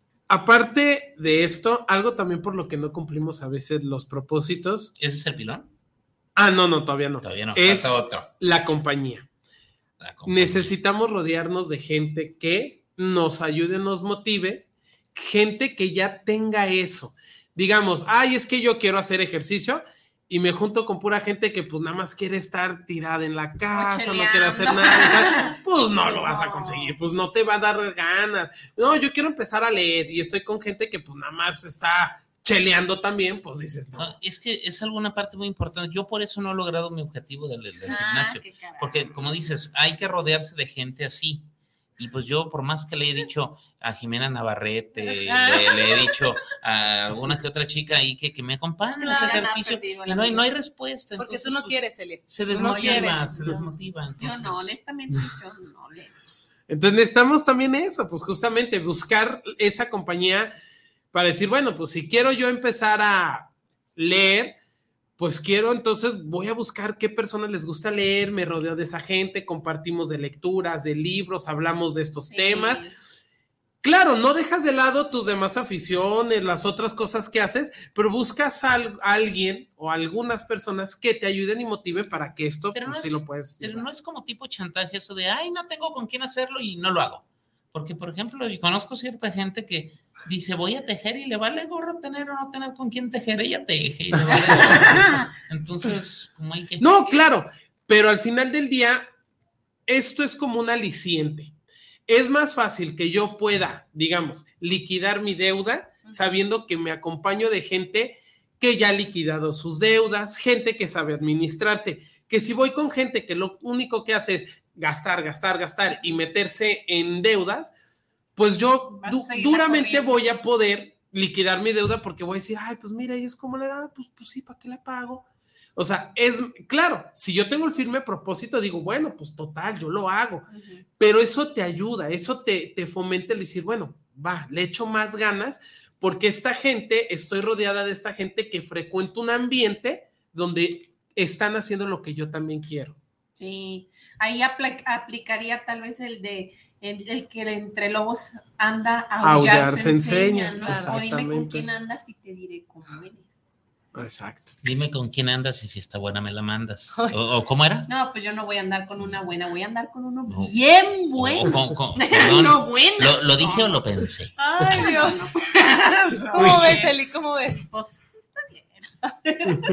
aparte de esto, algo también por lo que no cumplimos a veces los propósitos. ¿Ese es el pilón? No, todavía no. Todavía no, es falta otro. La compañía. Necesitamos rodearnos de gente que nos ayude, nos motive, gente que ya tenga eso. Digamos, es que yo quiero hacer ejercicio y me junto con pura gente que pues nada más quiere estar tirada en la casa, no quiere hacer nada, pues no lo vas a conseguir, pues no te va a dar ganas. No, yo quiero empezar a leer y estoy con gente que pues nada más está cheleando también, pues dices, no. Es que es alguna parte muy importante. Yo por eso no he logrado mi objetivo del gimnasio, porque como dices, hay que rodearse de gente así. Y pues yo, por más que le he dicho a Jimena Navarrete, le he dicho a alguna que otra chica ahí que me acompañe en ese ejercicio, y no hay respuesta. Porque entonces, tú no quieres, Elia. Se desmotiva. Entonces, yo no, honestamente, yo no le. Entonces necesitamos también eso, pues justamente buscar esa compañía para decir, bueno, pues si quiero yo empezar a leer, pues entonces voy a buscar qué personas les gusta leer, me rodeo de esa gente, compartimos de lecturas, de libros, hablamos de estos temas. Claro, no dejas de lado tus demás aficiones, las otras cosas que haces, pero buscas a alguien o algunas personas que te ayuden y motiven para que esto sí lo puedes llevar. Pero no es como tipo chantaje eso de, no tengo con quién hacerlo y no lo hago. Porque, por ejemplo, yo conozco cierta gente que dice, voy a tejer y le vale gorro tener o no tener con quién tejer, ella teje y le vale gorro. Entonces, como hay que... No, claro, pero al final del día, esto es como un aliciente. Es más fácil que yo pueda, digamos, liquidar mi deuda sabiendo que me acompaño de gente que ya ha liquidado sus deudas, gente que sabe administrarse, que si voy con gente que lo único que hace es gastar y meterse en deudas, pues yo duramente voy a poder liquidar mi deuda porque voy a decir, ay, pues mira, ellos cómo le dan, pues sí, ¿para qué la pago? O sea, es claro, si yo tengo el firme propósito, digo, bueno, pues total, yo lo hago, pero eso te ayuda, eso te fomenta el decir, bueno, va, le echo más ganas, porque estoy rodeada de esta gente que frecuenta un ambiente donde están haciendo lo que yo también quiero. Sí, ahí aplicaría tal vez el que entre lobos anda, aullar se enseña, ¿no? O dime con quién andas y te diré cómo eres. Exacto. Dime con quién andas y si está buena me la mandas. ¿O cómo era? No, pues yo no voy a andar con una buena, voy a andar con uno bien bueno. Perdón, no bueno. ¿Lo dije o lo pensé? Ay, Dios. ¿Cómo ves, Eli? ¿Cómo ves? Pues está bien.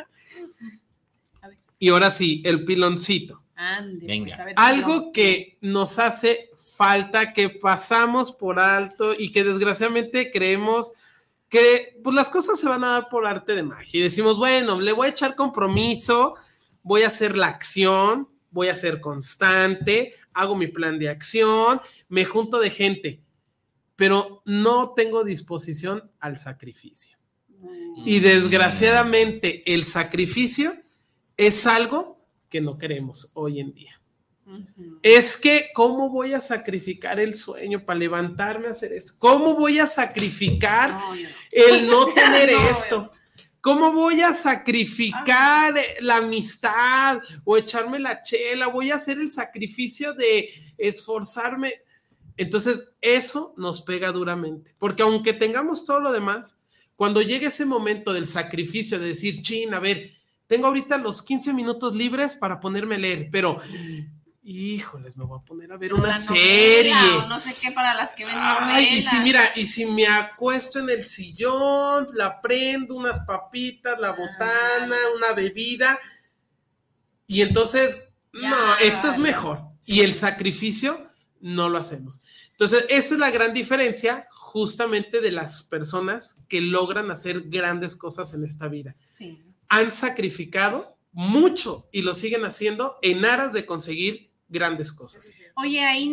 Y ahora sí, el piloncito. Ande, venga. Pues, algo que nos hace falta, que pasamos por alto y que desgraciadamente creemos que pues las cosas se van a dar por arte de magia. Y decimos, bueno, le voy a echar compromiso, voy a hacer la acción, voy a ser constante, hago mi plan de acción, me junto de gente, pero no tengo disposición al sacrificio. Y desgraciadamente el sacrificio es algo que no queremos hoy en día. Es que, ¿cómo voy a sacrificar el sueño para levantarme a hacer esto? ¿Cómo voy a sacrificar el no tener esto? ¿Cómo voy a sacrificar la amistad o echarme la chela? Voy a hacer el sacrificio de esforzarme. Entonces, eso nos pega duramente, porque aunque tengamos todo lo demás, cuando llegue ese momento del sacrificio, de decir, chin, a ver, tengo ahorita los 15 minutos libres para ponerme a leer, pero híjoles, me voy a poner a ver una serie. O no sé qué para las que ven novelas. Ay, y si me acuesto en el sillón, la prendo, unas papitas, la botana, una bebida, y entonces, esto es mejor. Sí. Y el sacrificio no lo hacemos. Entonces, esa es la gran diferencia justamente de las personas que logran hacer grandes cosas en esta vida. Sí. Han sacrificado mucho y lo siguen haciendo en aras de conseguir grandes cosas. Oye, ahí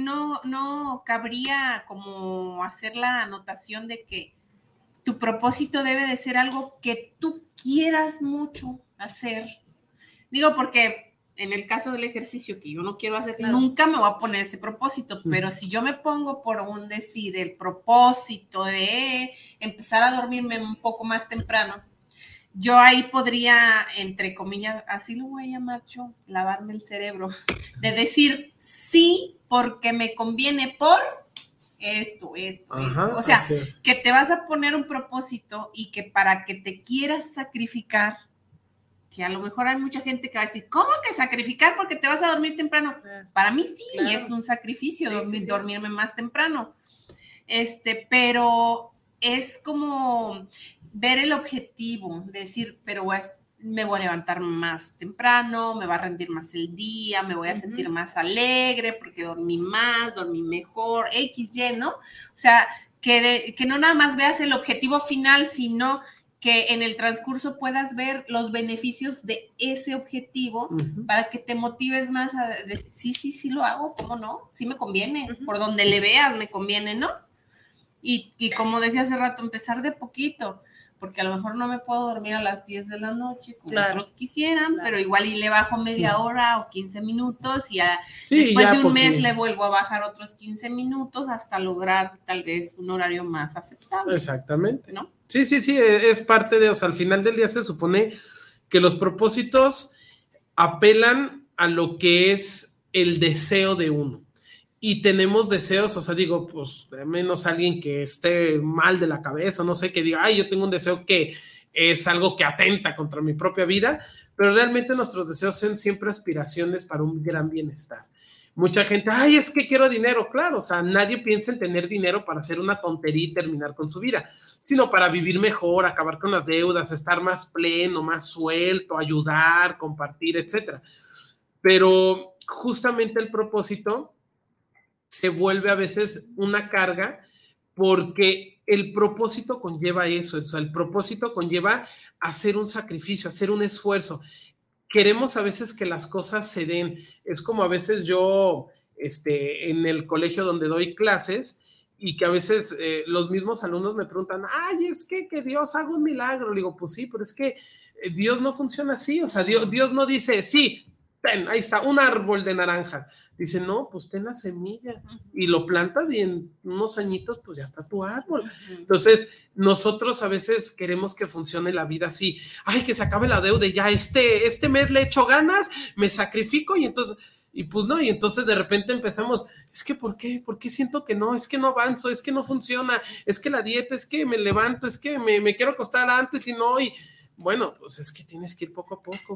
no cabría como hacer la anotación de que tu propósito debe de ser algo que tú quieras mucho hacer. Digo, porque en el caso del ejercicio que yo no quiero hacer, nunca me voy a poner ese propósito, pero si yo me pongo por decir el propósito de empezar a dormirme un poco más temprano, yo ahí podría, entre comillas, así lo voy a llamar yo, lavarme el cerebro, de decir sí porque me conviene por esto. Ajá, o sea, que te vas a poner un propósito y que para que te quieras sacrificar, que a lo mejor hay mucha gente que va a decir, ¿cómo que sacrificar porque te vas a dormir temprano? Para mí sí, es un sacrificio dormirme más temprano. Pero es como ver el objetivo, decir, pero me voy a levantar más temprano, me va a rendir más el día, me voy a sentir más alegre porque dormí más, dormí mejor, XY, ¿no? O sea, que no nada más veas el objetivo final, sino que en el transcurso puedas ver los beneficios de ese objetivo para que te motives más a decir, sí lo hago, ¿cómo no? Sí me conviene, por donde le veas me conviene, ¿no? Y como decía hace rato, empezar de poquito, porque a lo mejor no me puedo dormir a las 10 de la noche, como otros quisieran, pero igual y le bajo media hora o 15 minutos y después de un mes le vuelvo a bajar otros 15 minutos hasta lograr tal vez un horario más aceptable. Exactamente. ¿No? Sí, es parte de, o sea, al final del día se supone que los propósitos apelan a lo que es el deseo de uno. Y tenemos deseos, o sea, digo, pues, de menos alguien que esté mal de la cabeza, no sé, que diga, ay, yo tengo un deseo que es algo que atenta contra mi propia vida, pero realmente nuestros deseos son siempre aspiraciones para un gran bienestar. Mucha gente, ay, es que quiero dinero, claro, o sea, nadie piensa en tener dinero para hacer una tontería y terminar con su vida, sino para vivir mejor, acabar con las deudas, estar más pleno, más suelto, ayudar, compartir, etcétera. Pero justamente el propósito se vuelve a veces una carga porque el propósito conlleva eso, o sea, el propósito conlleva hacer un sacrificio, hacer un esfuerzo. Queremos a veces que las cosas se den. Es como a veces yo, en el colegio donde doy clases, y que a veces los mismos alumnos me preguntan, ay, es que Dios haga un milagro. Le digo, pues sí, pero es que Dios no funciona así. O sea, Dios no dice, sí, ten, ahí está, un árbol de naranjas. Dice, no, pues ten la semilla y lo plantas y en unos añitos pues ya está tu árbol. Entonces, nosotros a veces queremos que funcione la vida así. Ay, que se acabe la deuda y ya este mes le echo ganas, me sacrifico y entonces... Y pues no, y entonces de repente empezamos, es que ¿por qué? ¿Por qué siento que no? Es que no avanzo, es que no funciona, es que la dieta, es que me levanto, es que me quiero acostar antes y no, y bueno, pues es que tienes que ir poco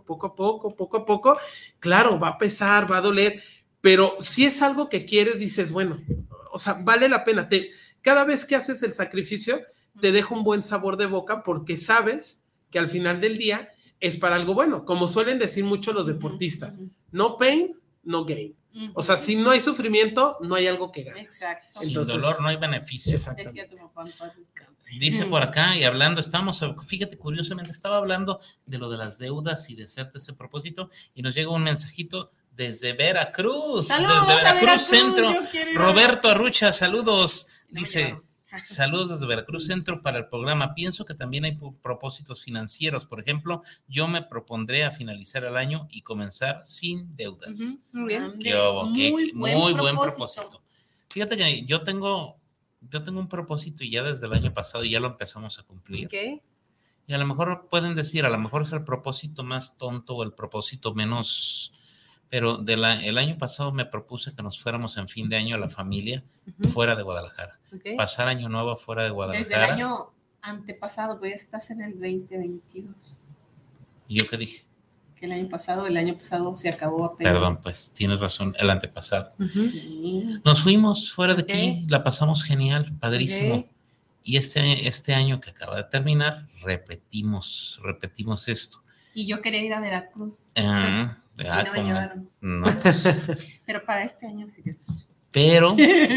a poco. Claro, va a pesar, va a doler, pero si es algo que quieres, dices, bueno, o sea, vale la pena. Cada vez que haces el sacrificio, te deja un buen sabor de boca porque sabes que al final del día es para algo bueno, como suelen decir mucho los deportistas, no pain, no gain. O sea, si no hay sufrimiento, no hay algo que ganes. Exacto. Sin dolor no hay beneficio. Decía tu papá, Dice por acá, y hablando, fíjate, curiosamente, estaba hablando de lo de las deudas y de hacerte ese propósito, y nos llega un mensajito desde Veracruz, saludos, desde Veracruz Centro. Roberto Arrucha, saludos. Dice, saludos desde Veracruz Centro para el programa. Pienso que también hay propósitos financieros. Por ejemplo, yo me propondré a finalizar el año y comenzar sin deudas. Muy bien. Muy buen propósito. Fíjate que yo tengo un propósito y ya desde el año pasado ya lo empezamos a cumplir. Okay. Y a lo mejor pueden decir, a lo mejor es el propósito más tonto o el propósito menos... Pero el año pasado me propuse que nos fuéramos en fin de año a la familia fuera de Guadalajara. Okay. Pasar año nuevo fuera de Guadalajara. Desde el año antepasado, pues ya estás en el 2022. ¿Y yo qué dije? Que el año pasado se acabó apenas. Perdón, pues tienes razón, el antepasado. Sí. Nos fuimos fuera de aquí, la pasamos genial, padrísimo. Okay. Y este año que acaba de terminar, repetimos esto. Y yo quería ir a Veracruz. Y no me llevaron. No, pues. Pero para este año sí, Dios. Pero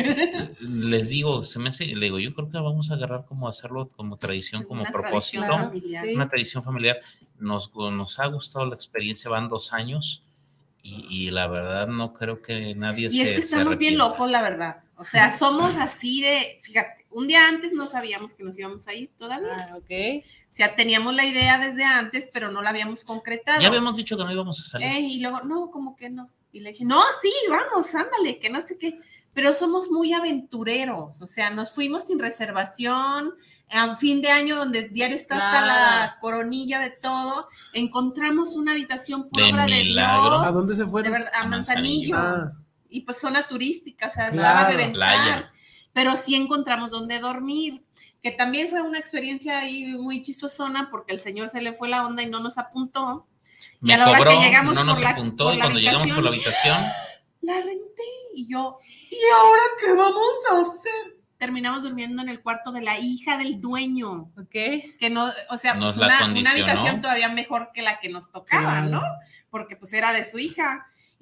les digo, yo creo que vamos a agarrar como hacerlo como tradición, como propósito, una tradición familiar. Nos ha gustado la experiencia, van 2 años y la verdad no creo que nadie y es que estamos bien locos, la verdad. O sea, somos así de, fíjate, un día antes no sabíamos que nos íbamos a ir todavía. Okay. O sea, teníamos la idea desde antes, pero no la habíamos concretado. Ya habíamos dicho que no íbamos a salir. Y luego, no, como que no. Y le dije, no, sí, vamos, ándale, que no sé qué. Pero somos muy aventureros, o sea, nos fuimos sin reservación, a fin de año donde diario está hasta la coronilla de todo, encontramos una habitación por obra de Dios. ¿A dónde se fueron? De verdad, a Manzanillo. Y pues zona turística, o sea, estaba a reventar. Playa. Pero sí encontramos donde dormir, que también fue una experiencia ahí muy chistosona porque el señor se le fue la onda y no nos apuntó. Me cobró, no nos apuntó y cuando llegamos por la habitación la renté y yo, ¿y ahora qué vamos a hacer? Terminamos durmiendo en el cuarto de la hija del dueño. Ok. Que no, o sea, pues una habitación todavía mejor que la que nos tocaba, ¿no? Porque pues era de su hija.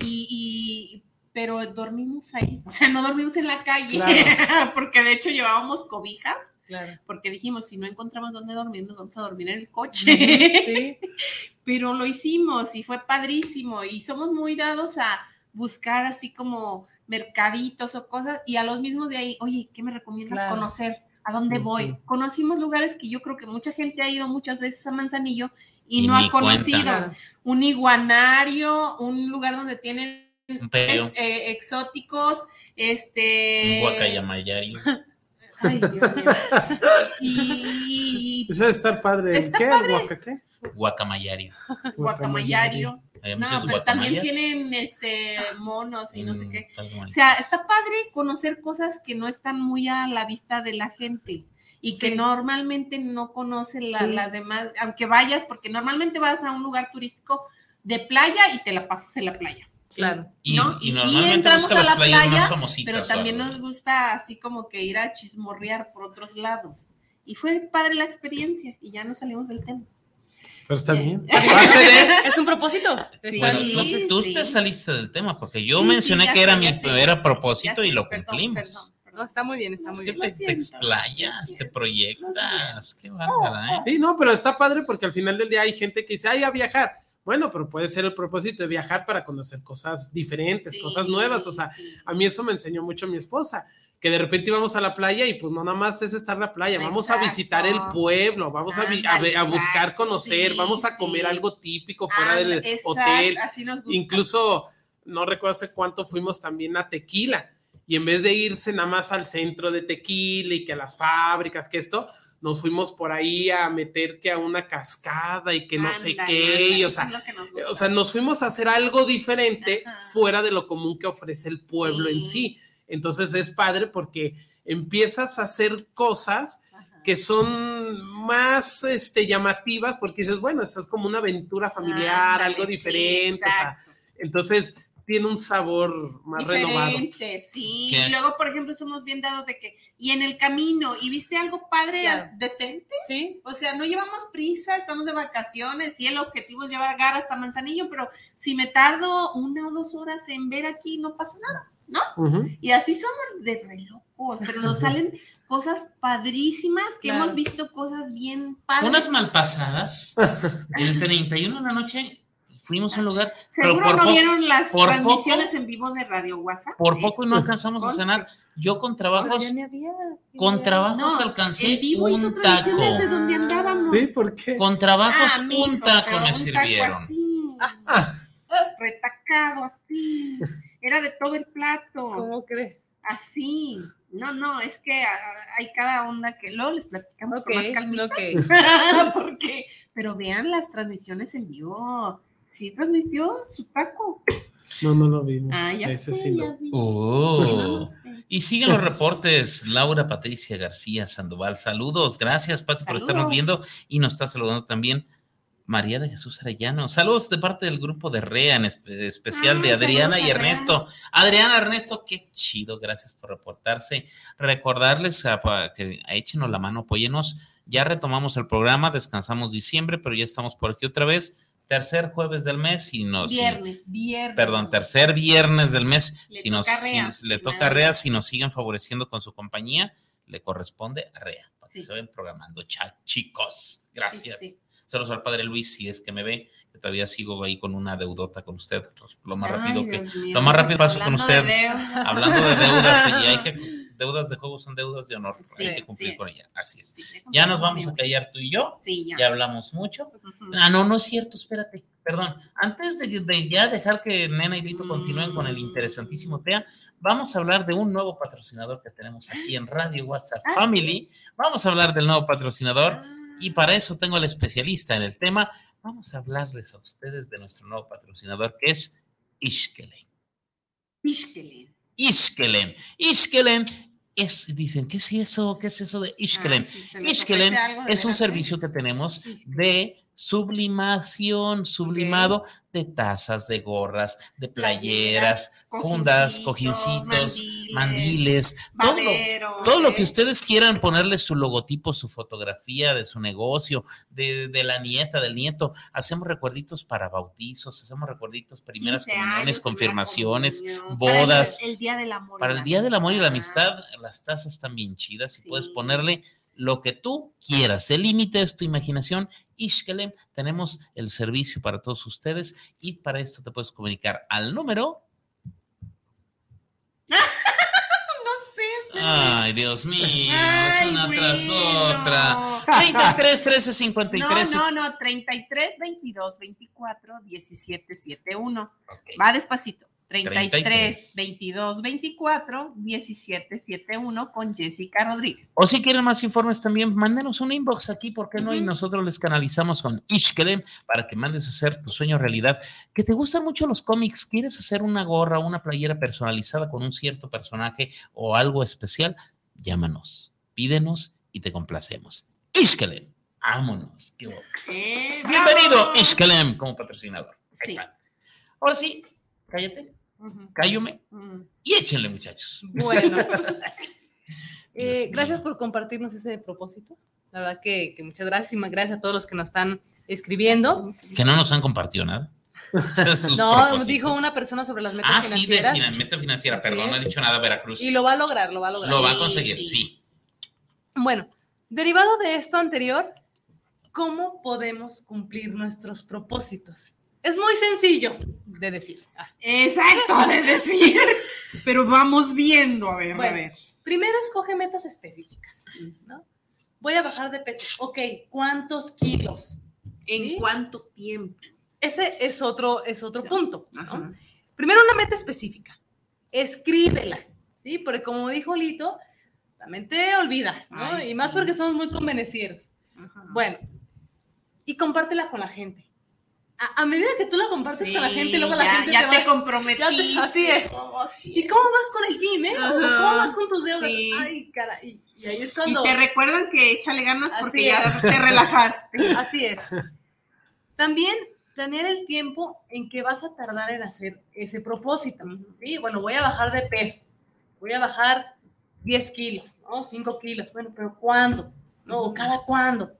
Pero dormimos ahí, o sea, no dormimos en la calle, porque de hecho llevábamos cobijas, porque dijimos, si no encontramos dónde dormir, nos vamos a dormir en el coche. Sí. Pero lo hicimos y fue padrísimo y somos muy dados a buscar así como mercaditos o cosas y a los mismos de ahí, oye, ¿qué me recomiendas conocer? ¿A dónde voy? Conocimos lugares que yo creo que mucha gente ha ido muchas veces a Manzanillo y no ha conocido. Un iguanario, un lugar donde tienen exóticos, un guacayamayario. Ay, Dios mío. Y eso debe estar padre. ¿Está ¿Qué? Padre? ¿Qué? Guacamayario. Guacamayario. No, pero también tienen monos y no sé qué. O sea, está padre conocer cosas que no están muy a la vista de la gente y que normalmente no conocen la demás, aunque vayas, porque normalmente vas a un lugar turístico de playa y te la pasas en la playa. Claro. Y, ¿no? y normalmente sí entramos a la playa, más famositas, pero también nos gusta así como que ir a chismorrear por otros lados. Y fue padre la experiencia y ya no salimos del tema. Pero está bien. Es un propósito. Sí, Bueno, tú sí. te saliste del tema porque yo Sí, mencioné sí, ya que era sé, mi ya sé, primer ya sé, propósito ya y sé, lo perdón, cumplimos. No, está muy bien, está Es muy que bien. te explayas, te proyectas. Qué bárbara, ¿eh? Sí, no, pero está padre porque al final del día hay gente que dice, ay, a viajar. Bueno, pero puede ser el propósito de viajar para conocer cosas diferentes, Sí, cosas nuevas. O sea, sí. a mí eso me enseñó mucho mi esposa, que de repente íbamos a la playa y pues no nada más es estar en la playa, vamos a Exacto. visitar el pueblo, vamos Ándale, a buscar exacto, conocer, sí, vamos a comer sí. algo típico fuera del Exacto, hotel. así nos gusta. Incluso, no recuerdo hace cuánto fuimos también a Tequila y en vez de irse nada más al centro de Tequila y que a las fábricas, que esto, nos fuimos por ahí a meter que a una cascada y que no sé Ándale, qué, ándale, y, eso es lo que nos gusta. o sea, nos fuimos a hacer algo diferente Ajá. fuera de lo común que ofrece el pueblo Sí. en sí. Entonces es padre porque empiezas a hacer cosas Ajá. que son más llamativas porque dices, bueno, esto es como una aventura familiar, Ándale, algo sí, diferente, o sea, exacto. entonces tiene un sabor más renovado. Diferente, sí. ¿Qué? Y luego, por ejemplo, somos bien dados de que, y en el camino, y viste algo padre, Claro. detente. Sí. O sea, no llevamos prisa, estamos de vacaciones, y el objetivo es llevar Gar hasta Manzanillo, pero si me tardo 1 o 2 horas en ver aquí, no pasa nada, ¿no? Ujú. Y así somos de re locos, pero nos salen cosas padrísimas, que Claro. hemos visto cosas bien padres. Unas malpasadas. El 31 de la noche fuimos a un lugar. pero Seguro por no poco- vieron las por transmisiones poco- en vivo de Radio WhatsApp. Por poco y no alcanzamos a Conste. cenar. Yo con trabajos, Con No, alcancé en vivo hizo un transmisiones taco. de donde andábamos. Sí, ¿por qué? Con trabajos, mijo, un taco pero me un sirvieron. Taco así, retacado así. Era de todo el plato. ¿Cómo crees? Así. No, es que hay cada onda que luego les platicamos con más calmita. Ok. Porque, pero vean las transmisiones en vivo. Sí transmitió su taco. No lo vimos. Ah, ya Ese sé, sí no. ya vi. Oh. Y siguen los reportes. Laura Patricia García Sandoval. Saludos. Gracias, Pati, por estarnos Saludos. viendo. Y nos está saludando también María de Jesús Arellano. Saludos de parte del grupo de REA, en especial de Adriana saludos y a Ernesto. Adriana, Ernesto, qué chido. Gracias por reportarse. Recordarles que échenos la mano, apóyenos. Ya retomamos el programa, descansamos diciembre, pero ya estamos por aquí otra vez. Tercer jueves del mes y tercer viernes del mes. Le toca a REA, si nos siguen favoreciendo con su compañía, le corresponde a REA. Para que se vayan programando. Chicos, gracias. Sí. Saludos al padre Luis, si es que me ve, que todavía sigo ahí con una deudota con usted. Lo más rápido paso con usted. Hablando de deudas, y hay que deudas de juego son deudas de honor. Sí, hay que cumplir sí, con ella. Así es. Sí, Ya nos vamos a callar tú y yo. Sí, Ya hablamos mucho. No es cierto, espérate. Perdón. Antes de ya dejar que Nena y Lito continúen con el interesantísimo TEA, vamos a hablar de un nuevo patrocinador que tenemos aquí en Radio WhatsApp Family. Vamos a hablar del nuevo patrocinador y para eso tengo al especialista en el tema. Vamos a hablarles a ustedes de nuestro nuevo patrocinador que es Ishkelen. Ishkelen dicen, ¿qué es eso? ¿Qué es eso de Ishkelen? Ishkelen es un servicio que tenemos de sublimado de tazas, de gorras, de playeras, fundas, cojincitos, mandiles, todo lo que ustedes quieran ponerle su logotipo, su fotografía de su negocio, de la nieta, del nieto. Hacemos recuerditos para bautizos, hacemos recuerditos, primeras comuniones, confirmaciones, bodas. Para el Día del Amor. Para el Día del Amor y la Amistad, las tazas están bien chidas y puedes ponerle lo que tú quieras. El límite es tu imaginación. Ishkelen, tenemos el servicio para todos ustedes y para esto te puedes comunicar al número. No sé. Ay, Dios mío, es una tras otra. 33 13 53. No, 33 22 24 17 71. Okay. Va despacito. 33 22 24 17 71 con Jessica Rodríguez. O si quieren más informes también, mándenos un inbox aquí, ¿por qué no? Y nosotros les canalizamos con Ishkelen para que mandes a hacer tu sueño realidad. Que te gustan mucho los cómics, ¿quieres hacer una gorra, una playera personalizada con un cierto personaje o algo especial? Llámanos, pídenos y te complacemos. Ishkelen, vámonos. Bienvenido Ishkelen como patrocinador. Sí. Ahora sí, cállate. Cállame y échenle, muchachos. Bueno, gracias por compartirnos ese propósito. La verdad que muchas gracias y gracias a todos los que nos están escribiendo. Que no nos han compartido nada. No, propósitos. dijo una persona sobre las metas financieras. Sí, de meta financiera, Así perdón, no he dicho nada, Veracruz. Y lo va a lograr, lo va a lograr. Lo va a conseguir, sí. Bueno, derivado de esto anterior, ¿cómo podemos cumplir nuestros propósitos? Es muy sencillo de decir. Exacto, de decir. Pero vamos viendo, a ver, Bueno, a ver. Primero escoge metas específicas, ¿no? Voy a bajar de peso. Ok, ¿cuántos kilos? ¿En ¿Sí? cuánto tiempo? Ese es otro punto, ¿no? Ajá. Primero una meta específica. Escríbela, ¿sí? Porque como dijo Lito, la mente olvida, ¿no? Ay, y más sí. porque somos muy convenencieros. Ajá. Bueno, y compártela con la gente. A medida que tú la compartes Sí, con la gente, luego la gente ya te va- comprometiste. así es. Oh, sí. ¿Y cómo vas con el gym, eh? O Ajá. ¿cómo vas con tus deudas? Sí. Ay, cara. Y ahí es Y cuando... te recuerdan que échale ganas Así porque es. ya te relajaste. Así es. También planear el tiempo en que vas a tardar en hacer ese propósito. ¿Sí? Bueno, voy a bajar de peso. Voy a bajar 10 kilos, ¿no? 5 kilos. Bueno, pero ¿cuándo? ¿No? ¿Cada cuándo?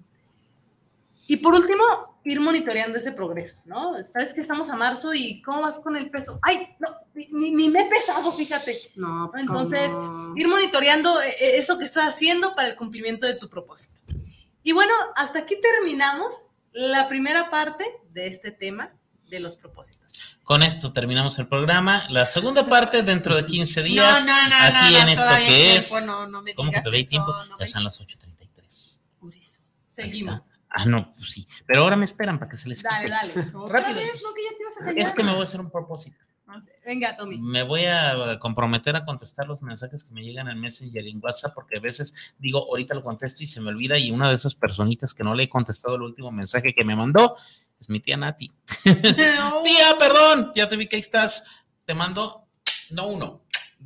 Y por último, ir monitoreando ese progreso, ¿no? Sabes que estamos a marzo y ¿cómo vas con el peso? Ay, no, ni me he pesado, fíjate. No, pues Entonces, ¿cómo? ir monitoreando eso que estás haciendo para el cumplimiento de tu propósito. Y bueno, hasta aquí terminamos la primera parte de este tema de los propósitos. Con esto terminamos el programa. La segunda parte dentro de 15 días. Aquí en esto todavía que hay es. tiempo, no me ¿Cómo que digas todavía hay eso, tiempo? no Ya me- son las 8:33. Por eso. Ahí Seguimos. está. No, pues sí. Pero ahora me esperan para que se les quite. Dale, dale. ¿Otra Rápido, vez? pues. ¿No que ya te ibas a callar? Es que me voy a hacer un propósito. Venga, Tommy. Me voy a comprometer a contestar los mensajes que me llegan en Messenger y en WhatsApp, porque a veces digo, ahorita lo contesto y se me olvida, y una de esas personitas que no le he contestado el último mensaje que me mandó es mi tía Nati. No. Tía, perdón, ya te vi que ahí estás. Te mando, no uno,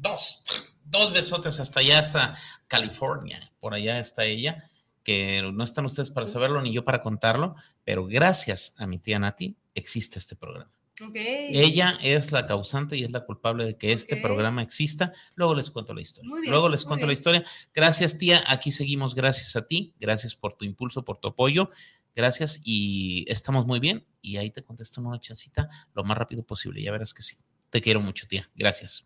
dos besotes hasta allá, hasta California. Por allá está ella, que no están ustedes para saberlo ni yo para contarlo, pero gracias a mi tía Nati existe este programa. Ok. Ella es la causante y es la culpable de que este Ok. programa exista. Luego les cuento la historia. Muy bien, Luego les muy cuento bien. la historia. Gracias, tía. Aquí seguimos. Gracias a ti. Gracias por tu impulso, por tu apoyo. Gracias y estamos muy bien. Y ahí te contesto en una chancita lo más rápido posible. Ya verás que sí. Te quiero mucho, tía. Gracias.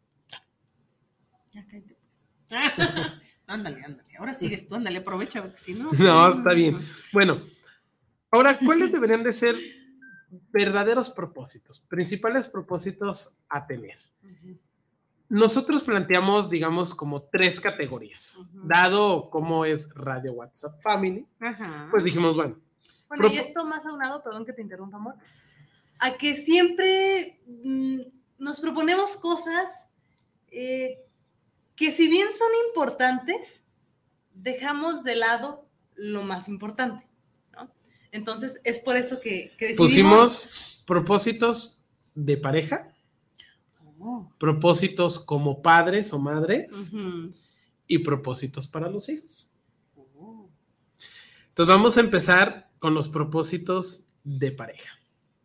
Ya cállate, pues. Ándale. Ahora sigues tú, ándale, aprovecha, porque si no. No, está bien. Bueno, ahora, ¿cuáles deberían de ser verdaderos propósitos, principales propósitos a tener? Nosotros planteamos, digamos, como 3 categorías. Dado cómo es Radio WhatsApp Family, Ajá. pues dijimos, bueno, Bueno, y esto más aunado, perdón que te interrumpa, amor, a que siempre nos proponemos cosas que si bien son importantes, dejamos de lado lo más importante, ¿no? Entonces, es por eso que decidimos... pusimos propósitos de pareja, Oh. propósitos como padres o madres Ujú. y propósitos para los hijos. Oh. Entonces vamos a empezar con los propósitos de pareja.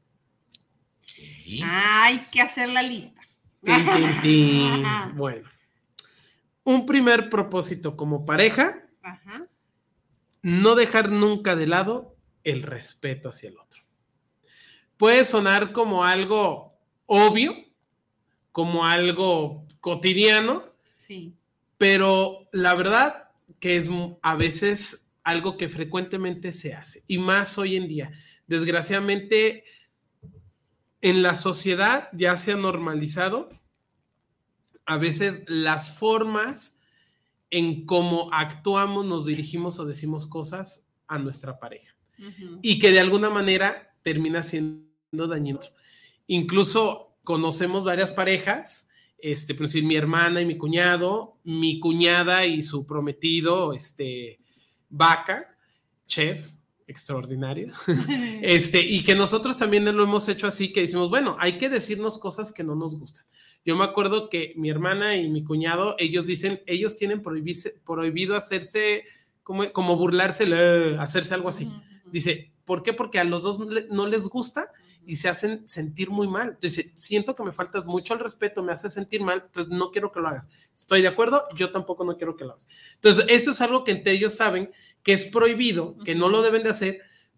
Sí. Hay que hacer la lista. Tin, tin, tin. Bueno, un primer propósito como pareja, Ajá. no dejar nunca de lado el respeto hacia el otro. Puede sonar como algo obvio, como algo cotidiano, Sí. pero la verdad que es a veces algo que frecuentemente se hace, y más hoy en día. Desgraciadamente, en la sociedad ya se ha normalizado a veces las formas en cómo actuamos, nos dirigimos o decimos cosas a nuestra pareja, Ujú. y que de alguna manera termina siendo dañino. Incluso conocemos varias parejas, por decir, mi hermana y mi cuñado, mi cuñada y su prometido, Vaca, chef extraordinario, y que nosotros también lo hemos hecho así, que decimos, bueno, hay que decirnos cosas que no nos gustan. Yo me acuerdo que mi hermana y mi cuñado, ellos dicen, ellos tienen prohibido hacerse, como burlarse, hacerse algo así. Dice, ¿por qué? Porque a los dos no les gusta y se hacen sentir muy mal. Entonces, siento que me faltas mucho el respeto, me hace sentir mal, entonces no quiero que lo hagas. ¿Estoy de acuerdo? Yo tampoco no quiero que lo hagas. Entonces, eso es algo que entre ellos saben que es prohibido, que no lo deben de hacer,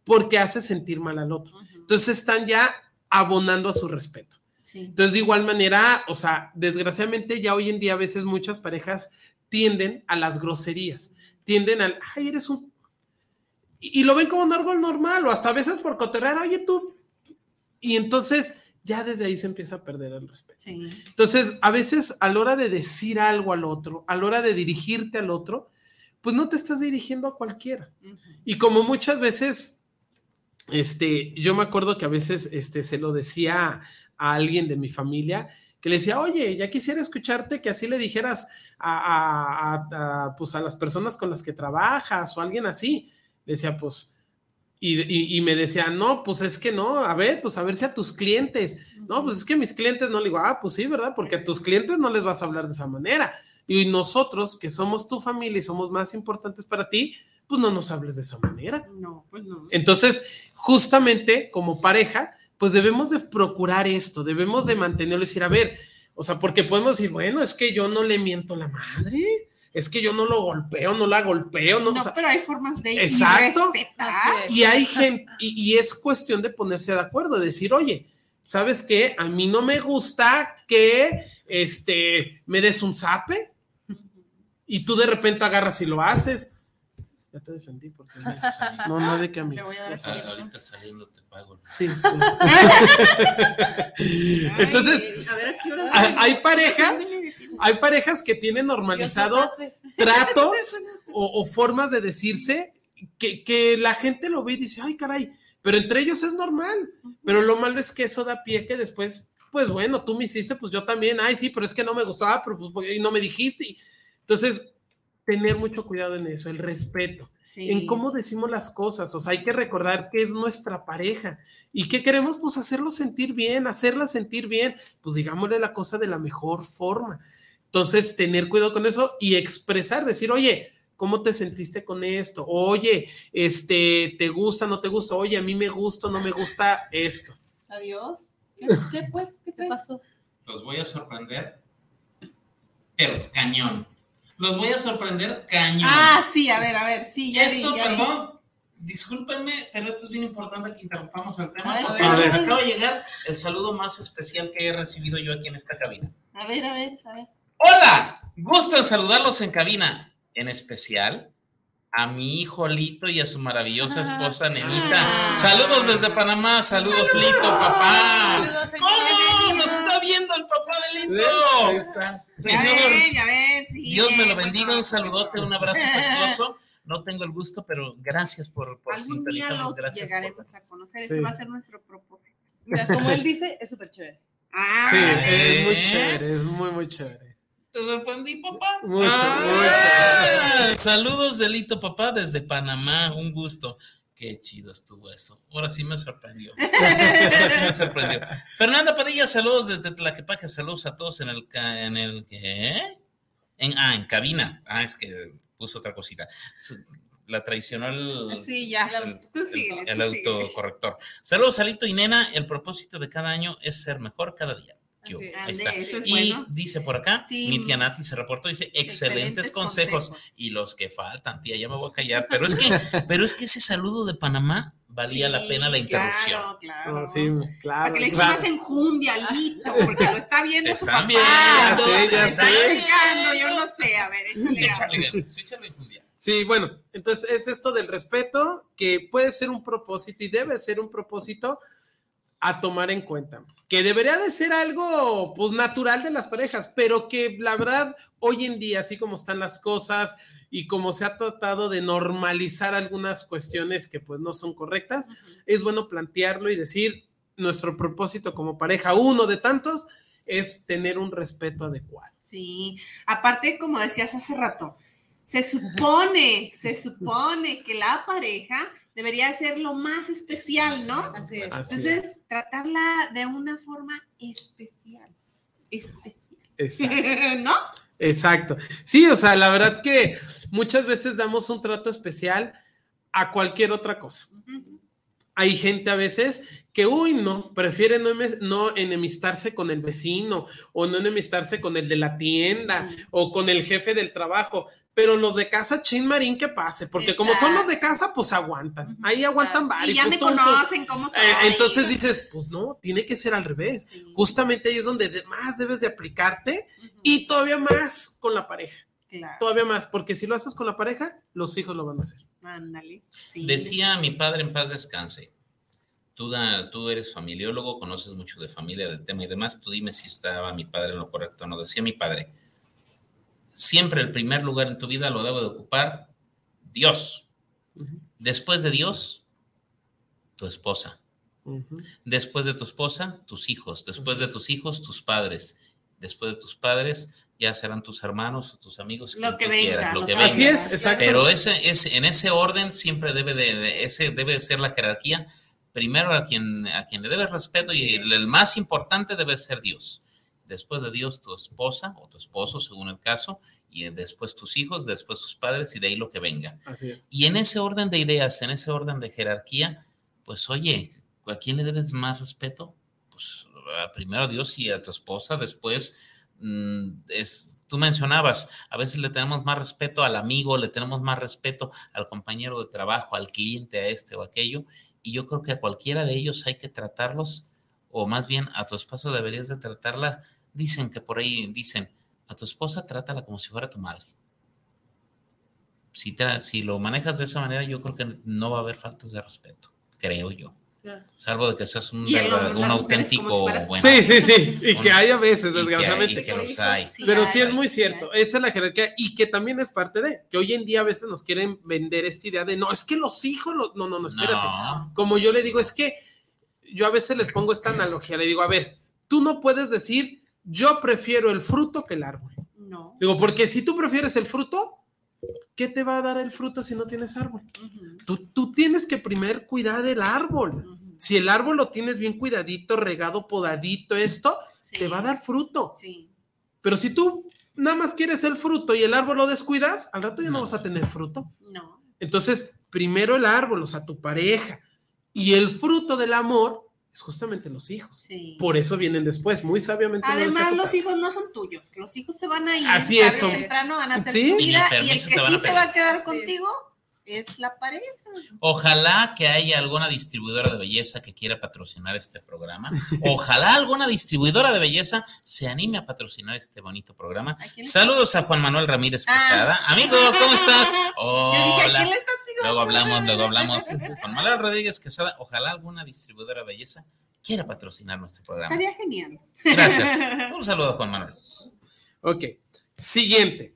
porque hace sentir mal al otro. Entonces están ya abonando a su respeto. Sí. Entonces, de igual manera, o sea, desgraciadamente ya hoy en día a veces muchas parejas tienden a las groserías, tienden al, ay, eres un... Y lo ven como algo normal, o hasta a veces por cotorrear, oye, tú... Y entonces ya desde ahí se empieza a perder el respeto. Sí. Entonces, a veces a la hora de decir algo al otro, a la hora de dirigirte al otro, pues no te estás dirigiendo a cualquiera. Y como muchas veces, yo me acuerdo que a veces se lo decía a alguien de mi familia, que le decía, oye, ya quisiera escucharte que así le dijeras pues a las personas con las que trabajas o alguien así. Le decía, pues... Y me decía, no, pues es que no, a ver si a tus clientes, no, pues es que mis clientes no, le digo, pues sí, ¿verdad? Porque a tus clientes no les vas a hablar de esa manera. Y nosotros, que somos tu familia y somos más importantes para ti, pues no nos hables de esa manera. No, pues no. Entonces, justamente como pareja, pues debemos de procurar esto, debemos de mantenerlo y decir, a ver, o sea, porque podemos decir, bueno, es que yo no le miento a la madre, es que yo no lo golpeo, no la golpeo. No, o sea, pero hay formas de exacto, respetar. Y hay gente, y es cuestión de ponerse de acuerdo, de decir, oye, ¿sabes qué? A mí no me gusta que me des un zape y tú de repente agarras y lo haces. Ya te defendí porque no de que a mí. Ahorita saliendo te pago. Sí. Entonces, a ver, ¿a qué hora hay parejas que tienen normalizado tratos o formas de decirse que la gente lo ve y dice, ay, caray, pero entre ellos es normal. Pero lo malo es que eso da pie que después, pues bueno, tú me hiciste, pues yo también, ay, sí, pero es que no me gustaba, pero pues, y no me dijiste. Entonces, tener mucho cuidado en eso, el respeto, en cómo decimos las cosas. O sea, hay que recordar que es nuestra pareja y que queremos, pues, hacerla sentir bien, pues digámosle la cosa de la mejor forma. Entonces, tener cuidado con eso y expresar, decir, oye, ¿cómo te sentiste con esto? Oye, ¿te gusta, no te gusta? Oye, a mí me gusta, no me gusta esto. Adiós. ¿Qué pues? ¿Qué pasó? Los voy a sorprender, pero cañón. Los voy a sorprender cañón. Sí, a ver, sí, ya perdón, discúlpenme, pero esto es bien importante que interrumpamos el tema, porque a nos ver. acaba de llegar el saludo más especial que he recibido yo aquí en esta cabina. A ver. ¡Hola! Gusto en saludarlos en cabina, en especial a mi hijo Lito y a su maravillosa esposa Nenita. Saludos desde Panamá, saludos Lito, papá. ¿Cómo? Nos está viendo el papá de Lito. Señor, ya ves, sí, Dios me lo bendiga, un saludote, un abrazo afectuoso. No tengo el gusto, pero gracias por algún día sintonizarnos. Lo Gracias llegaremos a conocer, ese va a ser nuestro propósito. Mira, como él dice, es súper chévere. Sí, es muy chévere, es muy, muy chévere. ¿Te sorprendí, papá? Mucho. Saludos de Lito, papá, desde Panamá, un gusto. Qué chido estuvo eso. Ahora sí me sorprendió. Fernanda Padilla, saludos desde Tlaquepaque, saludos a todos en ¿qué? En cabina. Es que puso otra cosita. La traicionó el autocorrector. Saludos a Lito y Nena, el propósito de cada año es ser mejor cada día. Ahí está. Eso es y bueno. dice por acá, mi tía Nati se reportó, dice, excelentes consejos. Y los que faltan, tía, ya me voy a callar, pero es que ese saludo de Panamá valía la pena la interrupción. Claro. Sí, claro. Para que le eche más enjundia al Lito, porque lo está viendo su papá. Está viendo, yo no sé, a ver, échale enjundia. Sí, bueno, entonces es esto del respeto, que puede ser un propósito y debe ser un propósito a tomar en cuenta, que debería de ser algo pues natural de las parejas, pero que la verdad hoy en día, así como están las cosas y como se ha tratado de normalizar algunas cuestiones que pues no son correctas, es bueno plantearlo y decir, nuestro propósito como pareja, uno de tantos, es tener un respeto adecuado. Sí, aparte como decías hace rato, se supone que la pareja debería ser lo más especial, ¿no? Así es. Entonces, tratarla de una forma especial. Exacto. ¿No? Exacto. Sí, o sea, la verdad que muchas veces damos un trato especial a cualquier otra cosa. Hay gente a veces que, prefiere no enemistarse con el vecino o no enemistarse con el de la tienda o con el jefe del trabajo. Pero los de casa, chin marín, que pase, porque como son los de casa, pues aguantan. Ahí aguantan varios. Y ya me conocen cómo soy. Entonces dices, pues no, tiene que ser al revés. Sí. Justamente ahí es donde más debes de aplicarte y todavía más con la pareja. Claro. Todavía más, porque si lo haces con la pareja, los hijos lo van a hacer. Ándale. Sí. Decía mi padre, en paz descanse, tú eres familiólogo, conoces mucho de familia, del tema y demás, tú dime si estaba mi padre en lo correcto o no. Decía mi padre, siempre el primer lugar en tu vida lo debe de ocupar Dios. Después de Dios, tu esposa. Después de tu esposa, tus hijos. Después de tus hijos, tus padres. Después de tus padres, ya serán tus hermanos, tus amigos, lo que venga. Así es, exacto. Pero en ese orden siempre debe de ser la jerarquía. Primero a quien le debes respeto y el más importante debe ser Dios. Después de Dios, tu esposa o tu esposo, según el caso, y después tus hijos, después tus padres y de ahí lo que venga. Así es. Y en ese orden de ideas, en ese orden de jerarquía, pues oye, ¿a quién le debes más respeto? Pues primero a Dios y a tu esposa, después tú mencionabas, a veces le tenemos más respeto al amigo, le tenemos más respeto al compañero de trabajo, al cliente, a este o aquello, y yo creo que a cualquiera de ellos hay que tratarlos, o más bien a tu esposa deberías de tratarla, dicen que por ahí dicen, a tu esposa trátala como si fuera tu madre. Si lo manejas de esa manera, yo creo que no va a haber faltas de respeto, creo yo. Salvo de que seas un auténtico bueno. Sí. Y que hay a veces, desgraciadamente. Que los hay. Pero sí es muy cierto. Esa es la jerarquía y que también es parte de que hoy en día a veces nos quieren vender esta idea de no, es que los hijos, no, espérate. No. Como yo le digo, es que yo a veces les pongo esta analogía. Le digo, a ver, tú no puedes decir yo prefiero el fruto que el árbol. No. Digo, porque si tú prefieres el fruto, ¿qué te va a dar el fruto si no tienes árbol? Tú tienes que primero cuidar el árbol. Si el árbol lo tienes bien cuidadito, regado, podadito, te va a dar fruto. Sí. Pero si tú nada más quieres el fruto y el árbol lo descuidas, al rato ya no vas a tener fruto. No. Entonces, primero el árbol, o sea, tu pareja. Y el fruto del amor es justamente los hijos. Sí. Por eso vienen después, muy sabiamente. Además, los hijos no son tuyos. Los hijos se van a ir. Así es. Temprano van a hacer su vida y el que sí se va a quedar contigo es la pareja. Ojalá que haya alguna distribuidora de belleza que quiera patrocinar este programa. Ojalá alguna distribuidora de belleza se anime a patrocinar este bonito programa. Saludos a Juan Manuel Ramírez Quesada. Amigo, ¿cómo estás? Hola. Luego hablamos. Juan Manuel Rodríguez Quesada, ojalá alguna distribuidora de belleza quiera patrocinar nuestro programa. Estaría genial. Gracias. Un saludo a Juan Manuel. Ok. Siguiente.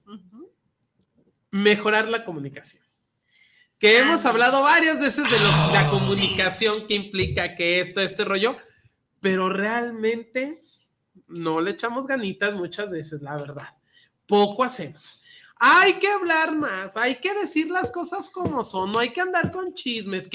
Mejorar la comunicación. Que hemos hablado varias veces de la comunicación que implica que este rollo, pero realmente no le echamos ganitas muchas veces, la verdad. Poco hacemos. Hay que hablar más, hay que decir las cosas como son, no hay que andar con chismes,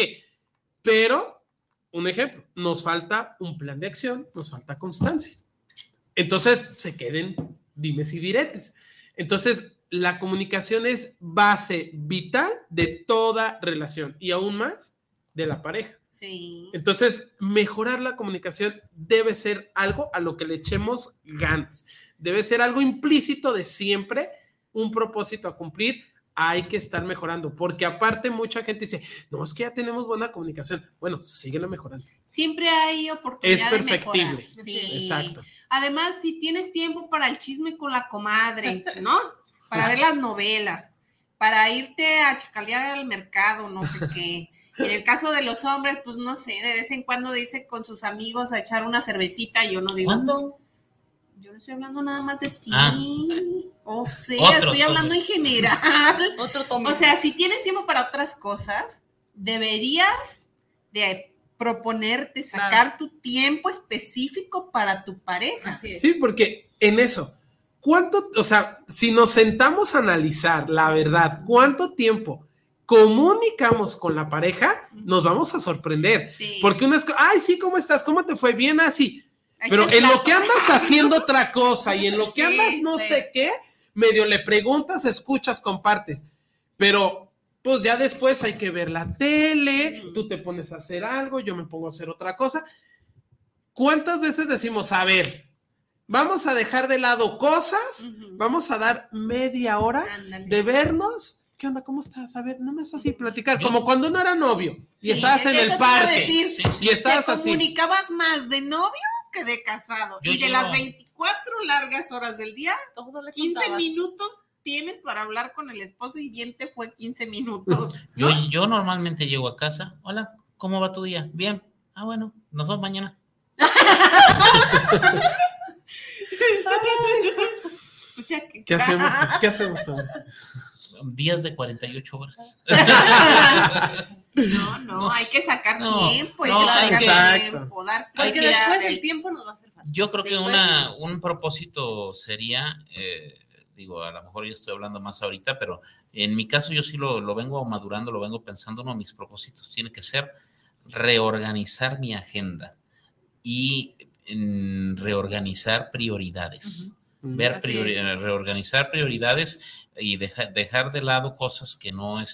pero, un ejemplo, nos falta un plan de acción, nos falta constancia. Entonces, se queden dimes y diretes. Entonces, la comunicación es base vital de toda relación y aún más de la pareja. Sí. Entonces, mejorar la comunicación debe ser algo a lo que le echemos ganas. Debe ser algo implícito de siempre, un propósito a cumplir. Hay que estar mejorando, porque aparte mucha gente dice, no, es que ya tenemos buena comunicación. Bueno, síguela mejorando. Siempre hay oportunidad es perfectible. De mejorar. Sí. Exacto. Además, si tienes tiempo para el chisme con la comadre, ¿no? Para ver las novelas, para irte a chacalear al mercado, no sé qué. En el caso de los hombres, pues no sé, de vez en cuando de irse con sus amigos a echar una cervecita, yo no digo. ¿Cuándo? Yo no estoy hablando nada más de ti. O sea, Otros estoy hablando en general. Otro tomo. O sea, si tienes tiempo para otras cosas, deberías de proponerte sacar tu tiempo específico para tu pareja. Así es. Sí, porque en eso, si nos sentamos a analizar la verdad, ¿cuánto tiempo comunicamos con la pareja? Nos vamos a sorprender. Sí. Porque uno es, ay, sí, ¿cómo estás? ¿Cómo te fue? Bien, así. Pero en lo que andas haciendo otra cosa y en lo que andas no sé qué, medio le preguntas, escuchas, compartes. Pero pues ya después hay que ver la tele, tú te pones a hacer algo, yo me pongo a hacer otra cosa. ¿Cuántas veces decimos, a ver, vamos a dejar de lado cosas, vamos a dar media hora de vernos? ¿Qué onda? ¿Cómo estás? A ver, no me haces así platicar. Como cuando uno era novio y estabas en el parque y estabas así. Te comunicabas más de novio que de casado. Y de las 24 largas horas del día, 15 minutos tienes para hablar con el esposo y bien te fue 15 minutos. ¿No? Yo normalmente llego a casa. Hola, ¿cómo va tu día? Bien. Ah, bueno, nos vemos mañana. ¿Qué hacemos? ¿Qué hacemos tú? Días de 48 horas. No, hay que sacar tiempo. Porque después el tiempo nos va a hacer falta. Yo creo que un propósito sería, digo, a lo mejor yo estoy hablando más ahorita, pero en mi caso yo sí lo vengo madurando, lo vengo pensando. Uno de mis propósitos tiene que ser reorganizar mi agenda y reorganizar prioridades. Reorganizar prioridades y dejar de lado cosas que no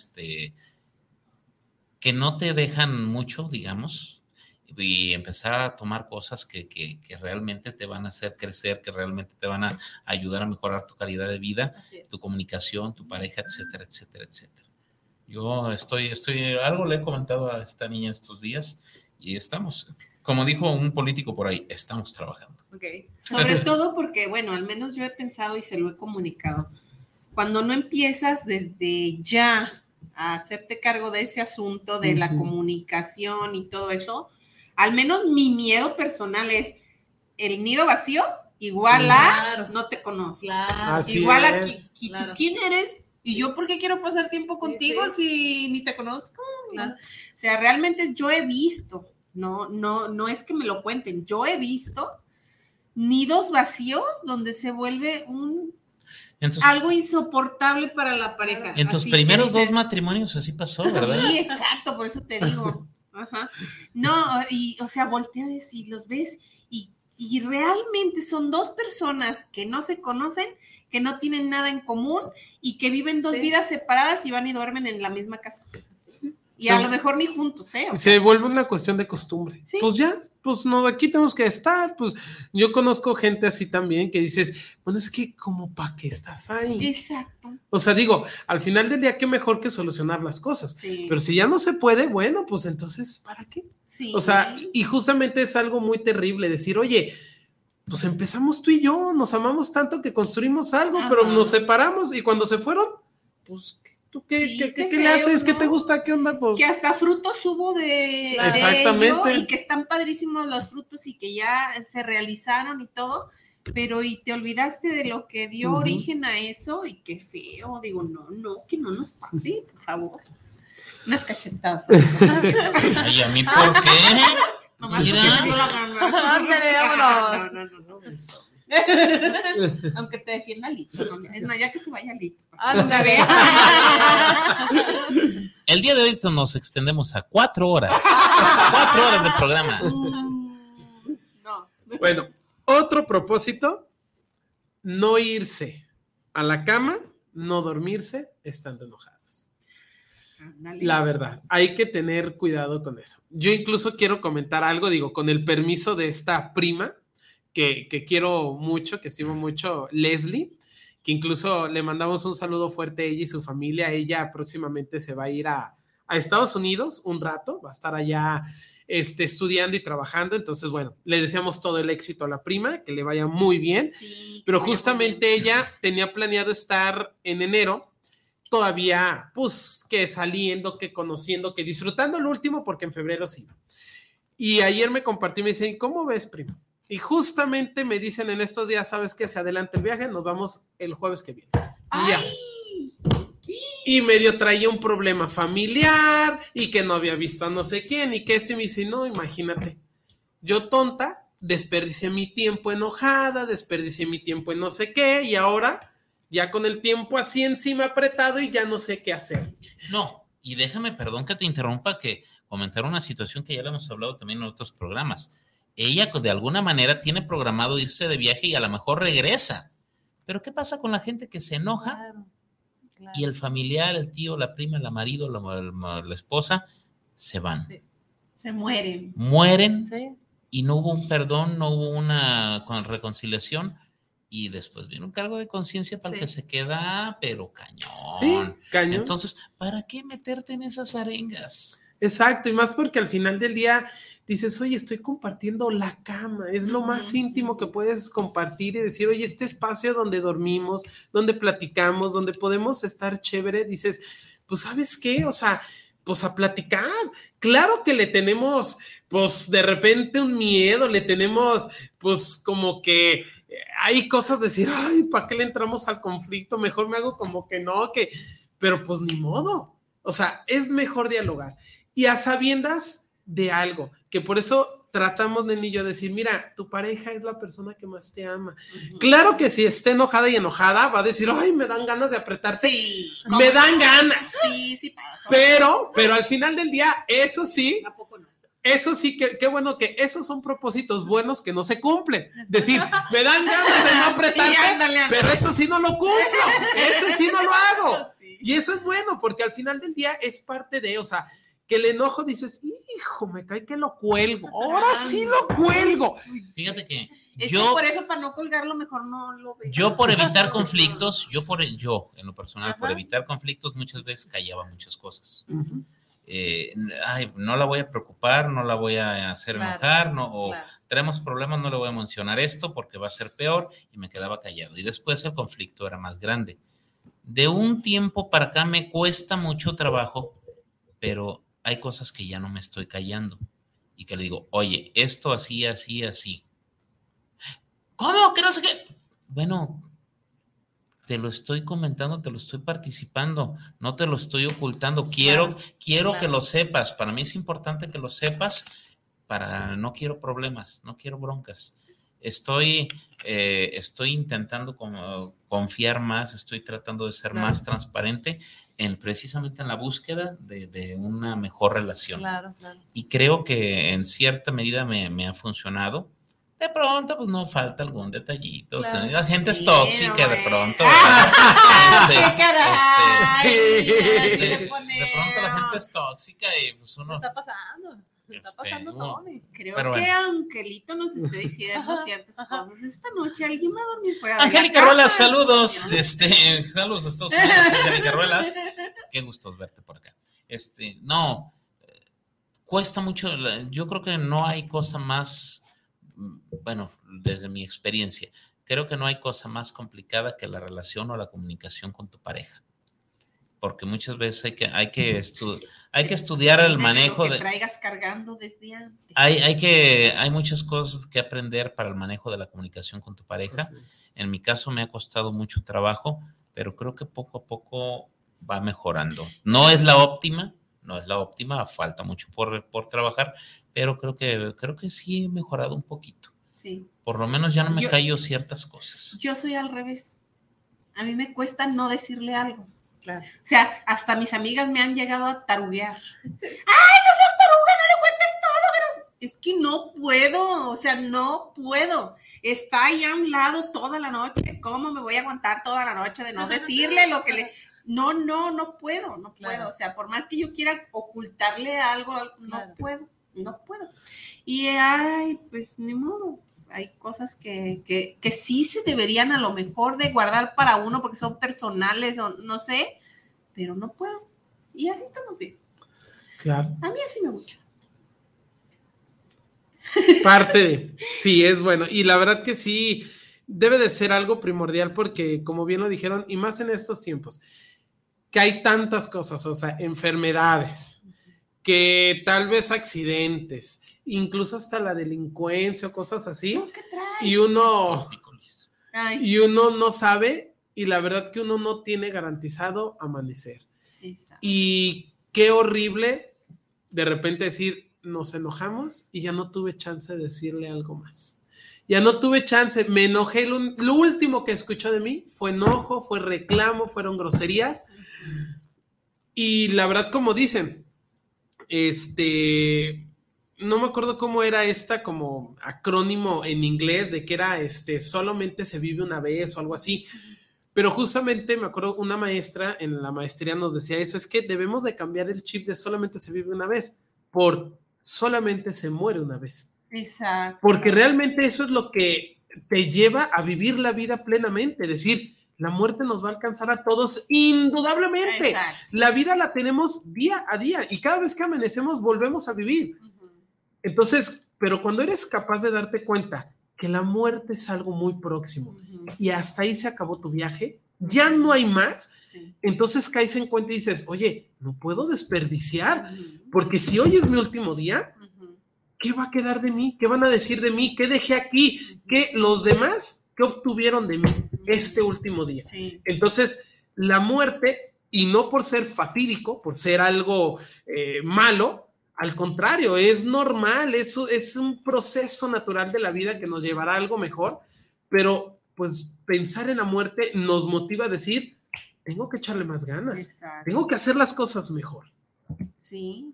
te dejan mucho, digamos, y empezar a tomar cosas que realmente te van a hacer crecer, que realmente te van a ayudar a mejorar tu calidad de vida, tu comunicación, tu pareja, etcétera, etcétera, etcétera. Yo algo le he comentado a esta niña estos días y estamos, como dijo un político por ahí, estamos trabajando. Okay. Sobre todo porque, bueno, al menos yo he pensado y se lo he comunicado. Cuando no empiezas desde ya a hacerte cargo de ese asunto, de la comunicación y todo eso, al menos mi miedo personal es el nido vacío igual a no te conozco. Igual a ¿quién eres? ¿Y yo por qué quiero pasar tiempo contigo si ni te conozco? O sea, realmente yo he visto, no es que me lo cuenten, yo he visto nidos vacíos donde se vuelve algo insoportable para la pareja. En tus primeros 2 matrimonios así pasó, ¿verdad? Sí, exacto, por eso te digo. Ajá. No, y o sea, volteas y los ves y realmente son 2 personas que no se conocen, que no tienen nada en común y que viven 2 vidas separadas y van y duermen en la misma casa. Sí. Y a lo mejor ni juntos, ¿eh? Se vuelve una cuestión de costumbre. ¿Sí? Pues ya, pues no, aquí tenemos que estar. Pues yo conozco gente así también que dices, bueno, es que como para qué estás ahí. Exacto. O sea, digo, al final del día, qué mejor que solucionar las cosas. Sí. Pero si ya no se puede, bueno, pues entonces, ¿para qué? Sí. O sea, y justamente es algo muy terrible decir, oye, pues empezamos tú y yo, nos amamos tanto que construimos algo, pero nos separamos y cuando se fueron, pues ¿tú qué le haces? ¿no? ¿Qué te gusta? ¿Qué onda? Pues? Que hasta frutos hubo de ello y que están padrísimos los frutos y que ya se realizaron y todo, pero y te olvidaste de lo que dio origen a eso y qué feo. Digo, no, que no nos pase, por favor. Unas cachetadas. Ay, ¿a mí por qué? Mira. No. Aunque te defienda Lito, ¿no? Es más, ya que se vaya Lito. El día de hoy nos extendemos a 4 horas. 4 horas de programa. No. Bueno, otro propósito, no irse a la cama, no dormirse estando enojados. La verdad, hay que tener cuidado con eso. Yo incluso quiero comentar algo, digo, con el permiso de esta prima, que quiero mucho, que estimo mucho, Leslie, que incluso le mandamos un saludo fuerte a ella y su familia. Ella próximamente se va a ir a Estados Unidos un rato, va a estar allá estudiando y trabajando. Entonces, bueno, le deseamos todo el éxito a la prima, que le vaya muy bien. Sí, pero justamente ella tenía planeado estar en enero, todavía, pues, que saliendo, que conociendo, que disfrutando lo último, porque en febrero sí. Y ayer me compartió y me dicen, ¿cómo ves, prima? Y justamente me dicen en estos días, ¿sabes qué? Se adelanta el viaje, nos vamos el jueves que viene. Y ya. Y medio traía un problema familiar y que no había visto a no sé quién y que esto, y me dice, no, imagínate, yo tonta, desperdicié mi tiempo enojada, desperdicié mi tiempo en no sé qué y ahora ya con el tiempo así encima apretado y ya no sé qué hacer. No, y déjame, perdón que te interrumpa, que comentar una situación que ya le hemos hablado también en otros programas. Ella de alguna manera tiene programado irse de viaje y a lo mejor regresa. Pero ¿qué pasa con la gente que se enoja Claro. y el familiar, el tío, la prima, el marido, la esposa, se van. Sí. Se mueren. Mueren Sí. y no hubo un perdón, no hubo una reconciliación y después viene un cargo de conciencia para el Sí. que se queda, pero cañón. Sí, cañón. Entonces, ¿para qué meterte en esas arengas? Exacto, y más porque al final del día dices, oye, estoy compartiendo la cama, es lo más íntimo que puedes compartir y decir, oye, este espacio donde dormimos, donde platicamos, donde podemos estar chévere, dices, pues, ¿sabes qué? O sea, pues a platicar. Claro que le tenemos, pues, de repente un miedo, le tenemos, pues, como que hay cosas de decir, ay, ¿para qué le entramos al conflicto? Mejor me hago como que no, pero pues ni modo. O sea, es mejor dialogar. Y a sabiendas de algo, que por eso tratamos, Neni y yo, decir, mira, tu pareja es la persona que más te ama. Claro que si está enojada y enojada, va a decir, ay, me dan ganas de apretarte. Sí. Me dan ganas. Sí pasa. Pero al final del día, eso sí, ¿A poco no? eso sí, qué bueno que esos son propósitos buenos que no se cumplen. Decir, me dan ganas de no apretarte, Sí, ándale. pero eso sí no lo cumplo, eso sí no lo hago. Sí. Y eso es bueno, porque al final del día es parte de, o sea, que el enojo dices, hijo, me cae que lo cuelgo, ahora sí lo cuelgo. Fíjate que Es yo... que por eso, para no colgarlo, mejor no lo veo. Yo por evitar conflictos, yo en lo personal, por Ajá. evitar conflictos muchas veces callaba muchas cosas. Ay, no la voy a preocupar, no la voy a hacer Claro, enojar, no, o claro. tenemos problemas, no le voy a mencionar esto porque va a ser peor, y me quedaba callado. Y después el conflicto era más grande. De un tiempo para acá me cuesta mucho trabajo, pero hay cosas que ya no me estoy callando y que le digo, oye, esto así, así, así. ¿Cómo? Que no sé qué. Bueno, te lo estoy comentando, te lo estoy participando, no te lo estoy ocultando. Quiero que lo sepas. Para mí es importante que lo sepas. No quiero problemas, no quiero broncas. Estoy intentando confiar más, estoy tratando de ser más transparente precisamente en la búsqueda de una mejor relación. Claro. Y creo que en cierta medida me ha funcionado. De pronto, pues no falta algún detallito. Claro. La gente es Sí, tóxica no, de pronto. ¡Qué caray! De pronto la gente es tóxica y pues ¿Qué uno... está pasando? Está pasando, Tommy. Creo Pero que bueno. Angelito nos esté diciendo ciertas cosas. Esta noche alguien va a dormir fuera de Angélica la Ruelas, casa. saludos. Saludos a Estados Unidos, Angélica Ruelas. Qué gusto verte por acá. No, cuesta mucho. Yo creo que no hay cosa más, bueno, desde mi experiencia, creo que no hay cosa más complicada que la relación o la comunicación con tu pareja. Porque muchas veces hay que estudiar el manejo lo que de... traigas cargando desde antes. Hay muchas cosas que aprender para el manejo de la comunicación con tu pareja. Entonces, En mi caso me ha costado mucho trabajo, pero creo que poco a poco va mejorando. No es la óptima, falta mucho por trabajar, pero creo que sí he mejorado un poquito. Sí. Por lo menos ya no me callo ciertas cosas. Yo soy al revés. A mí me cuesta no decirle algo. Claro. O sea, hasta mis amigas me han llegado a taruguear. ¡Ay, no seas taruga, no le cuentes todo! Es que no puedo, o sea, no puedo. Está ahí a un lado toda la noche. ¿Cómo me voy a aguantar toda la noche de no decirle lo que le... No puedo. Claro. O sea, por más que yo quiera ocultarle algo, Claro. no puedo. Y, ay, pues, ni modo. Hay cosas que sí se deberían a lo mejor de guardar para uno porque son personales o no sé, pero no puedo. Y así estamos bien. claro. A mí así me gusta. Sí, es bueno. Y la verdad que sí, debe de ser algo primordial porque, como bien lo dijeron, y más en estos tiempos, que hay tantas cosas, o sea, enfermedades, que tal vez accidentes, incluso hasta la delincuencia o cosas así, ¿Qué traes? y uno Ay, no sabe, y la verdad que uno no tiene garantizado amanecer. esa. Y qué horrible de repente decir, nos enojamos y ya no tuve chance de decirle algo más. Ya no tuve chance, me enojé, lo último que escuchó de mí fue enojo, fue reclamo, fueron groserías. Y la verdad, como dicen, no me acuerdo cómo era como acrónimo en inglés de que era solamente se vive una vez o algo así. Pero justamente me acuerdo una maestra en la maestría nos decía eso, es que debemos de cambiar el chip de solamente se vive una vez por solamente se muere una vez. Exacto. Porque realmente eso es lo que te lleva a vivir la vida plenamente, es decir, la muerte nos va a alcanzar a todos indudablemente. Exacto. La vida la tenemos día a día y cada vez que amanecemos volvemos a vivir. Entonces, pero cuando eres capaz de darte cuenta que la muerte es algo muy próximo y hasta ahí se acabó tu viaje, ya no hay más, entonces caes en cuenta y dices, oye, no puedo desperdiciar, porque si hoy es mi último día, ¿qué va a quedar de mí? ¿Qué van a decir de mí? ¿Qué dejé aquí? ¿Qué los demás, qué obtuvieron de mí este último día? Sí. Entonces, la muerte, y no por ser fatídico, por ser algo malo, al contrario, es normal, eso es un proceso natural de la vida que nos llevará a algo mejor, pero pues pensar en la muerte nos motiva a decir, tengo que echarle más ganas, Exacto. tengo que hacer las cosas mejor. Sí.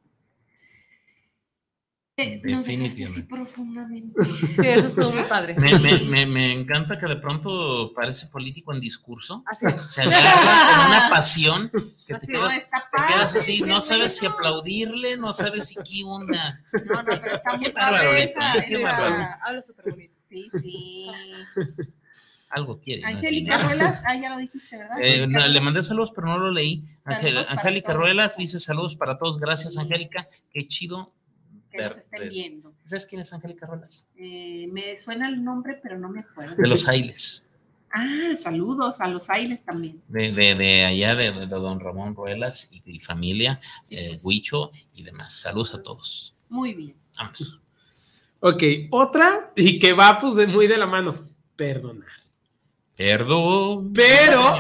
Definitivamente. Así profundamente. Sí, eso estuvo muy padre. Me encanta que de pronto parece político en discurso. Así es. Se agarra con una pasión que Así te quedas así, no sabes si aplaudirle, no sabes si qué onda. No, pero está muy Qué bárbaro, padre Leti, qué bárbaro. Habla súper bonito. Sí. Algo quiere. ¿no? Angélica Sí. Ruelas, ya lo dijiste, ¿verdad? No, le mandé saludos, pero no lo leí. Saludos para Angélica todos. Ruelas dice saludos para todos. Gracias, Angélica. Qué chido. Que nos estén viendo. ¿Sabes quién es Angélica Ruelas? Me suena el nombre, pero no me acuerdo. De los Ailes. Saludos a los Ailes también. De allá, de don Ramón Ruelas y familia, Sí, Huicho y demás. Saludos a todos. Muy bien. Vamos. Ok, otra, y que va pues muy de la mano, perdonar. Perdón. Pero,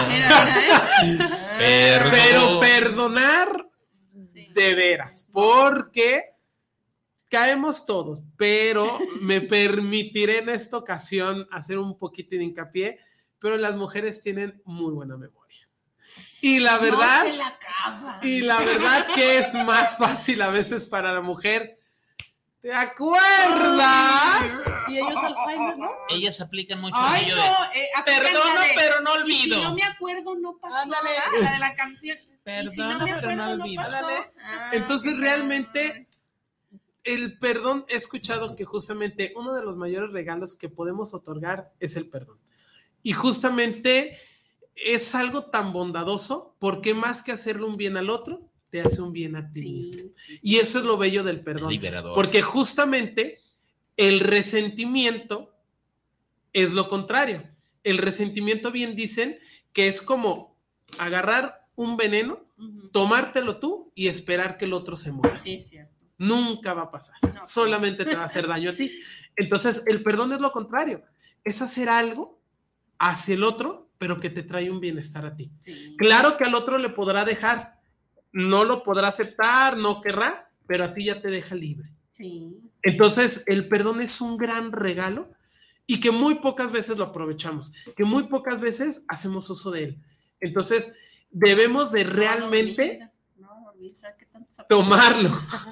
Perdón. perdonar de veras, porque caemos todos, pero me permitiré en esta ocasión hacer un poquito de hincapié, pero las mujeres tienen muy buena memoria. Y la verdad, No se la acaba. y la verdad que es más fácil a veces para la mujer. ¿Te acuerdas? Y ellos Alzheimer, ¿no? Ellas aplican mucho Ay, aquello no, de perdono, pero no y si olvido. no me acuerdo, no pasó. Ándale. La de la canción. Perdona, Y si no me pero no acuerdo, olvido. pasó. Entonces qué realmente el perdón, he escuchado que justamente uno de los mayores regalos que podemos otorgar es el perdón. Y justamente es algo tan bondadoso porque más que hacerle un bien al otro, te hace un bien a ti mismo. Y eso es lo bello del perdón. Liberador. Porque justamente el resentimiento es lo contrario. El resentimiento, bien dicen, que es como agarrar un veneno, tomártelo tú y esperar que el otro se muera. Sí, es cierto. Nunca va a pasar. No. Solamente te va a hacer daño a ti. Entonces, el perdón es lo contrario. Es hacer algo hacia el otro, pero que te trae un bienestar a ti. Sí. Claro que al otro le podrá dejar, no lo podrá aceptar, no querrá, pero a ti ya te deja libre. Sí. Entonces, el perdón es un gran regalo y que muy pocas veces lo aprovechamos, que muy pocas veces hacemos uso de él. Entonces, debemos de realmente tomarlo.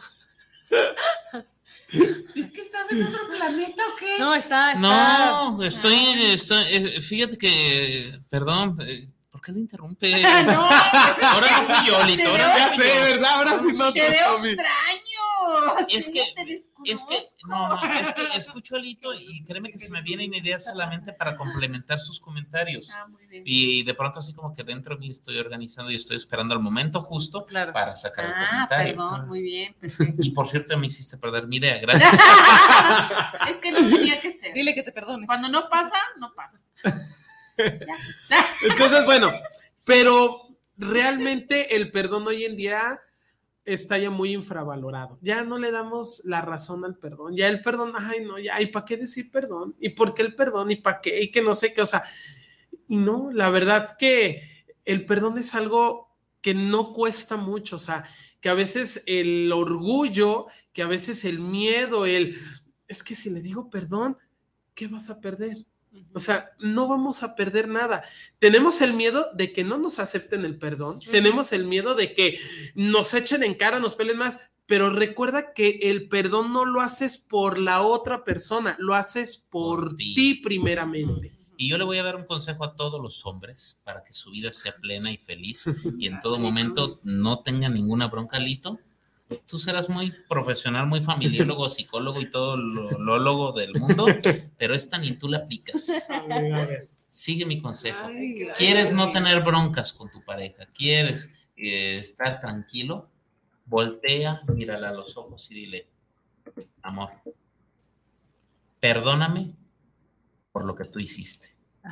¿Es que estás en otro planeta o qué? No, está. No, fíjate que, perdón, ¿por qué lo interrumpes? No, Ahora no soy yo, Lito, ahora Ya no sé, soy yo. ¿verdad? Ahora sí no te veo extraño. Es que, Sí, te desconozco. es que escucho a Lito y créeme que se me vienen ideas a la mente para complementar sus comentarios. Muy bien. Y de pronto así como que dentro de mí estoy organizando y estoy esperando el momento justo para sacar el comentario. Perdón, muy bien. Perfecto. Y por cierto, me hiciste perder mi idea, gracias. Es que no tenía que ser. Dile que te perdone. Cuando no pasa, no pasa. Entonces, bueno, pero realmente el perdón hoy en día está ya muy infravalorado. Ya no le damos la razón al perdón. Ya el perdón, ay, no, ya, ¿y para qué decir perdón? ¿Y por qué el perdón? ¿Y para qué? Y que no sé qué, o sea, y no, la verdad que el perdón es algo que no cuesta mucho, o sea, que a veces el orgullo, que a veces el miedo, es que si le digo perdón, ¿qué vas a perder? O sea, no vamos a perder nada. Tenemos el miedo de que no nos acepten el perdón, tenemos el miedo de que nos echen en cara, nos peleen más, pero recuerda que el perdón no lo haces por la otra persona, lo haces por ti primeramente. Y yo le voy a dar un consejo a todos los hombres para que su vida sea plena y feliz y en todo momento no tenga ninguna bronca, Lito. Tú serás muy profesional, muy familiólogo, psicólogo y todo lo del mundo, pero esta ni tú la aplicas. A ver. Sigue mi consejo. ¿Quieres no tener broncas con tu pareja? ¿Quieres estar tranquilo? Voltea, mírala a los ojos y dile, amor, perdóname por lo que tú hiciste.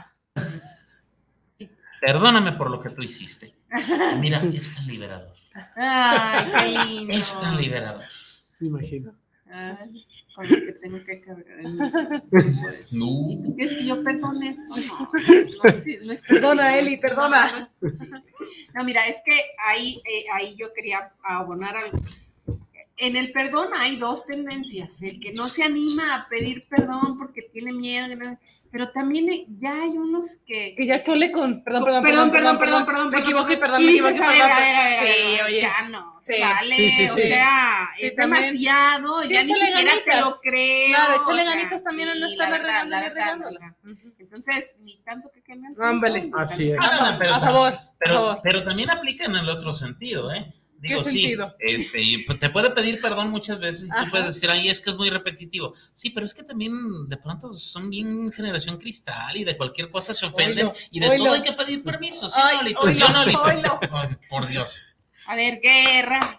Perdóname por lo que tú hiciste. Mira, es tan liberador. Ay, qué lindo. Es tan liberador. Me imagino. Ay, con lo que tengo que cargar en mi vida. No. Es que yo perdone esto. No es Perdona, posible. Eli, perdona. No, es posible. No, mira, es que ahí yo quería abonar algo. En el perdón hay dos tendencias. El que no se anima a pedir perdón porque tiene miedo, pero también ya hay unos que ya chole con perdón. Me equivoqué, perdón. Y Me dices, equivoqué, a ver, Sí, oye. ya no, Sí. vale, Sí. o sea, Sí, es también. demasiado, Sí, ya ni échale siquiera ganitas. te lo creo. Claro, échale o sea, ganitas también a no sí, estarla la verdad, regándola. Entonces, ni tanto que quemen. Ándale. Así es. Pero, A favor. pero también aplica en el otro sentido, ¿eh? Digo, ¿Qué sí, sentido? Te puede pedir perdón muchas veces y tú Ajá. puedes decir, ay, es que es muy repetitivo. Sí, pero es que también de pronto son bien generación cristal y de cualquier cosa se ofenden y de todo hay que pedir permiso, ¿sí o no, Lito? ¿Sí o no, Lito? Ay, por Dios. A ver, guerra.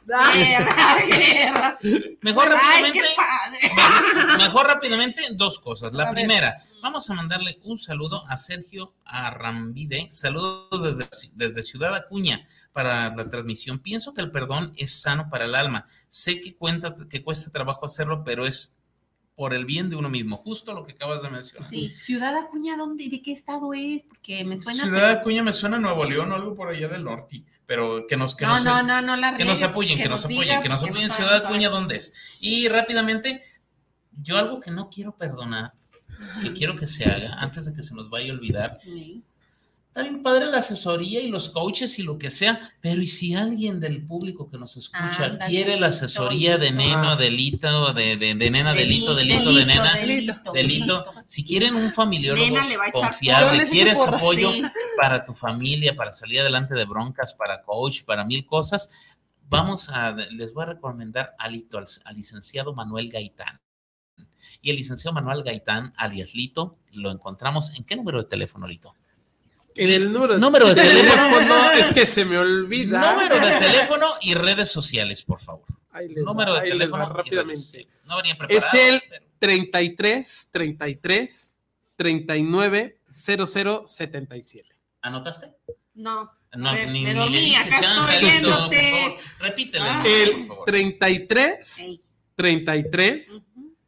Mejor Ay, qué rápidamente, padre. mejor rápidamente, dos cosas. La A ver. primera, vamos a mandarle un saludo a Sergio Arrambide. Saludos desde Ciudad Acuña para la transmisión. Pienso que el perdón es sano para el alma. Sé que cuesta trabajo hacerlo, pero es por el bien de uno mismo. Justo lo que acabas de mencionar. Sí, Ciudad Acuña, ¿dónde? ¿De qué estado es? Porque me suena. Ciudad Acuña me suena a Nuevo León o algo por allá del norte. Pero que nos No, la que nos riegues, apoyen, que nos diga, apoyen porque no Ciudad sabemos Acuña, saber. ¿dónde es? Y rápidamente, yo algo que no quiero perdonar, que quiero que se haga antes de que se nos vaya a olvidar. Sí. Está bien padre la asesoría y los coaches y lo que sea, pero ¿y si alguien del público que nos escucha Ándale, quiere la asesoría de neno, delito, de nena, delito, de nena, delito? Si quieren un familiólogo Nena le va a echar confiable, porras. quieres Porras, apoyo sí. para tu familia, para salir adelante de broncas, para coach, para mil cosas, les voy a recomendar al licenciado Manuel Gaitán. Y el licenciado Manuel Gaitán, alias Lito, lo encontramos. ¿En qué número de teléfono, Lito? En el Número de teléfono. Es que se me olvida. Número de teléfono y redes sociales, por favor. Ahí les Número va, de ahí les teléfono va y redes rápidamente. sociales. No venía preparado. Es el pero 33 33 39 00 77. ¿anotaste? No. No, A ver, ni me le dormí, diste acá chance, estoy Lito, por viéndote. favor. Repítele, Ah. por El favor. 33 Ey. 33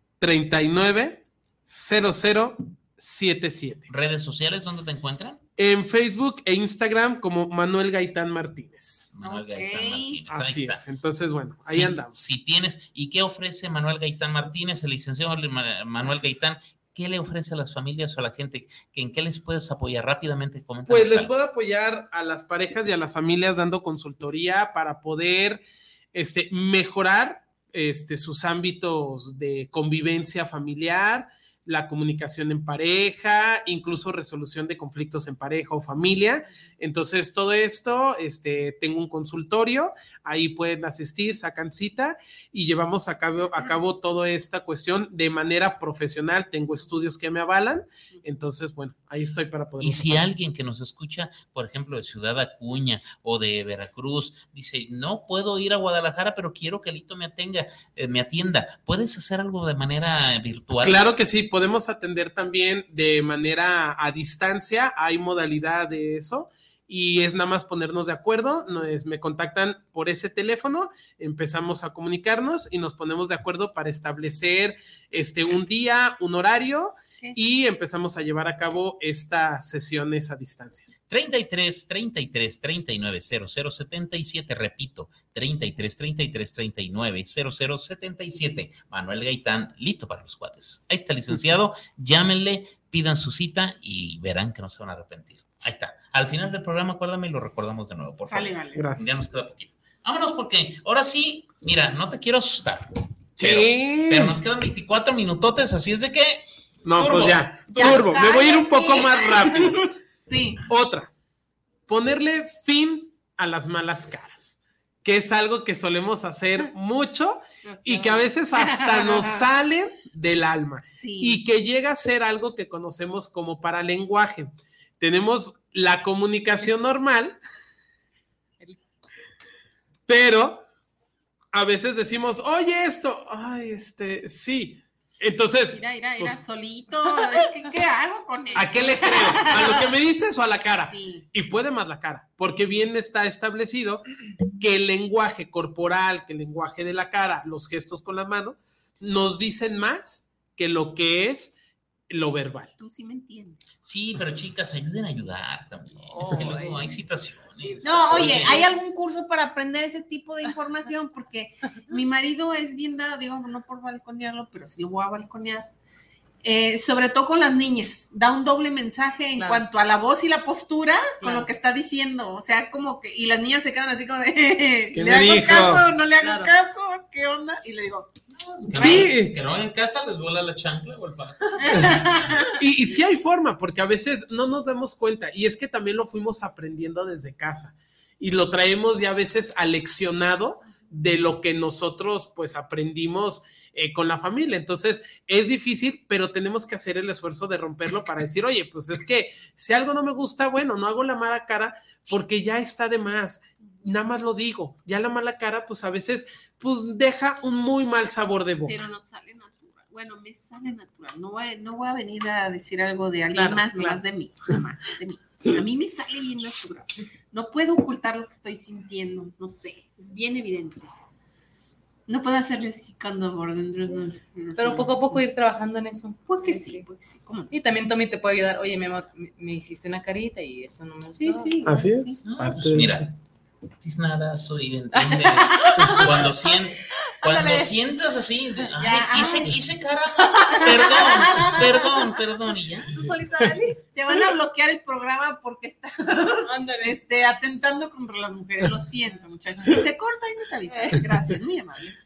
39 00 77. ¿Redes sociales dónde te encuentran? En Facebook e Instagram como Manuel Gaitán Martínez. Manuel Ok. Gaitán Martínez. Ahí Así está. es. Entonces, bueno, ahí Si, andamos. si tienes, ¿y qué ofrece Manuel Gaitán Martínez, el licenciado Manuel Gaitán? ¿Qué le ofrece a las familias o a la gente? ¿En qué les puedes apoyar rápidamente? Coméntanos Pues les algo. puedo apoyar a las parejas y a las familias dando consultoría para poder mejorar sus ámbitos de convivencia familiar, la comunicación en pareja, incluso resolución de conflictos en pareja o familia. Entonces, todo esto, tengo un consultorio, ahí pueden asistir, sacan cita y llevamos a cabo toda esta cuestión de manera profesional. Tengo estudios que me avalan, entonces, bueno, ahí estoy para poder. Y si alguien que nos escucha, por ejemplo, de Ciudad Acuña o de Veracruz, dice, no puedo ir a Guadalajara, pero quiero que Lito me atienda, ¿puedes hacer algo de manera virtual? Claro que sí, podemos atender también de manera a distancia, hay modalidad de eso y es nada más ponernos de acuerdo, me contactan por ese teléfono, empezamos a comunicarnos y nos ponemos de acuerdo para establecer un día, un horario y empezamos a llevar a cabo estas sesiones a distancia. 33 33 39 00 77, repito, 33 33 39 00 77. Manuel Gaitán, Lito para los cuates. Ahí está el licenciado, llámenle, pidan su cita y verán que no se van a arrepentir. Ahí está. Al final del programa, acuérdame y lo recordamos de nuevo, por favor. Vale. Gracias. Ya nos queda poquito. Vámonos porque ahora sí, mira, no te quiero asustar, Sí. pero nos quedan 24 minutotes, así es de que No, Turbo. pues ya. Ya, Turbo. Me voy a ir un cállate. poco más rápido. Sí. Otra. Ponerle fin a las malas caras, que es algo que solemos hacer mucho y que a veces hasta nos sale del alma. Sí. Y que llega a ser algo que conocemos como paralenguaje. Tenemos la comunicación normal, pero a veces decimos, oye, esto, ay, sí. Entonces, Mira, pues, solito. Es que, ¿qué hago con eso? ¿a qué le creo? ¿A lo que me dices o a la cara? Sí. Y puede más la cara, porque bien está establecido que el lenguaje corporal, que el lenguaje de la cara, los gestos con la mano, nos dicen más que lo que es lo verbal. Tú sí me entiendes. Sí, pero chicas, ayuden a ayudar también. Es que luego hay situaciones. No, oye, ¿hay algún curso para aprender ese tipo de información? Porque mi marido es bien dado, digo, no por balconearlo, pero sí lo voy a balconear. Sobre todo con las niñas, da un doble mensaje en cuanto a la voz y la postura con lo que está diciendo. O sea, como que, y las niñas se quedan así como de, ¿Qué ¿le me hago dijo? caso? ¿No le hago caso? ¿Qué onda? Y le digo, Que no en casa les vuela la chancla o el fajo. Y sí hay forma, porque a veces no nos damos cuenta, y es que también lo fuimos aprendiendo desde casa, y lo traemos ya a veces aleccionado de lo que nosotros pues aprendimos con la familia. Entonces es difícil, pero tenemos que hacer el esfuerzo de romperlo para decir, oye, pues es que si algo no me gusta, bueno, no hago la mala cara porque ya está de más, nada más lo digo, ya la mala cara pues a veces pues deja un muy mal sabor de boca. pero no sale natural. Bueno, me sale natural. No voy a venir a decir algo de alguien más, nomás de mí. Nomás de mí. A mí me sale bien natural. No puedo ocultar lo que estoy sintiendo. No sé. Es bien evidente. No puedo hacerle así cuando por dentro. Pero poco a poco ir trabajando en eso. Pues que sí. ¿Cómo no? Y también Tommy te puede ayudar. Oye, mi amor, me hiciste una carita y eso no me gustó. Sí. Así es. No, Parte pues de mira, es nada, soy entiende. Cuando sientas así, hice cara, perdón, y ya. Tú solita, Dali. Te van a bloquear el programa porque estás atentando contra las mujeres. Lo siento, muchachos. Si se corta, ahí nos avisa. Gracias, muy amable.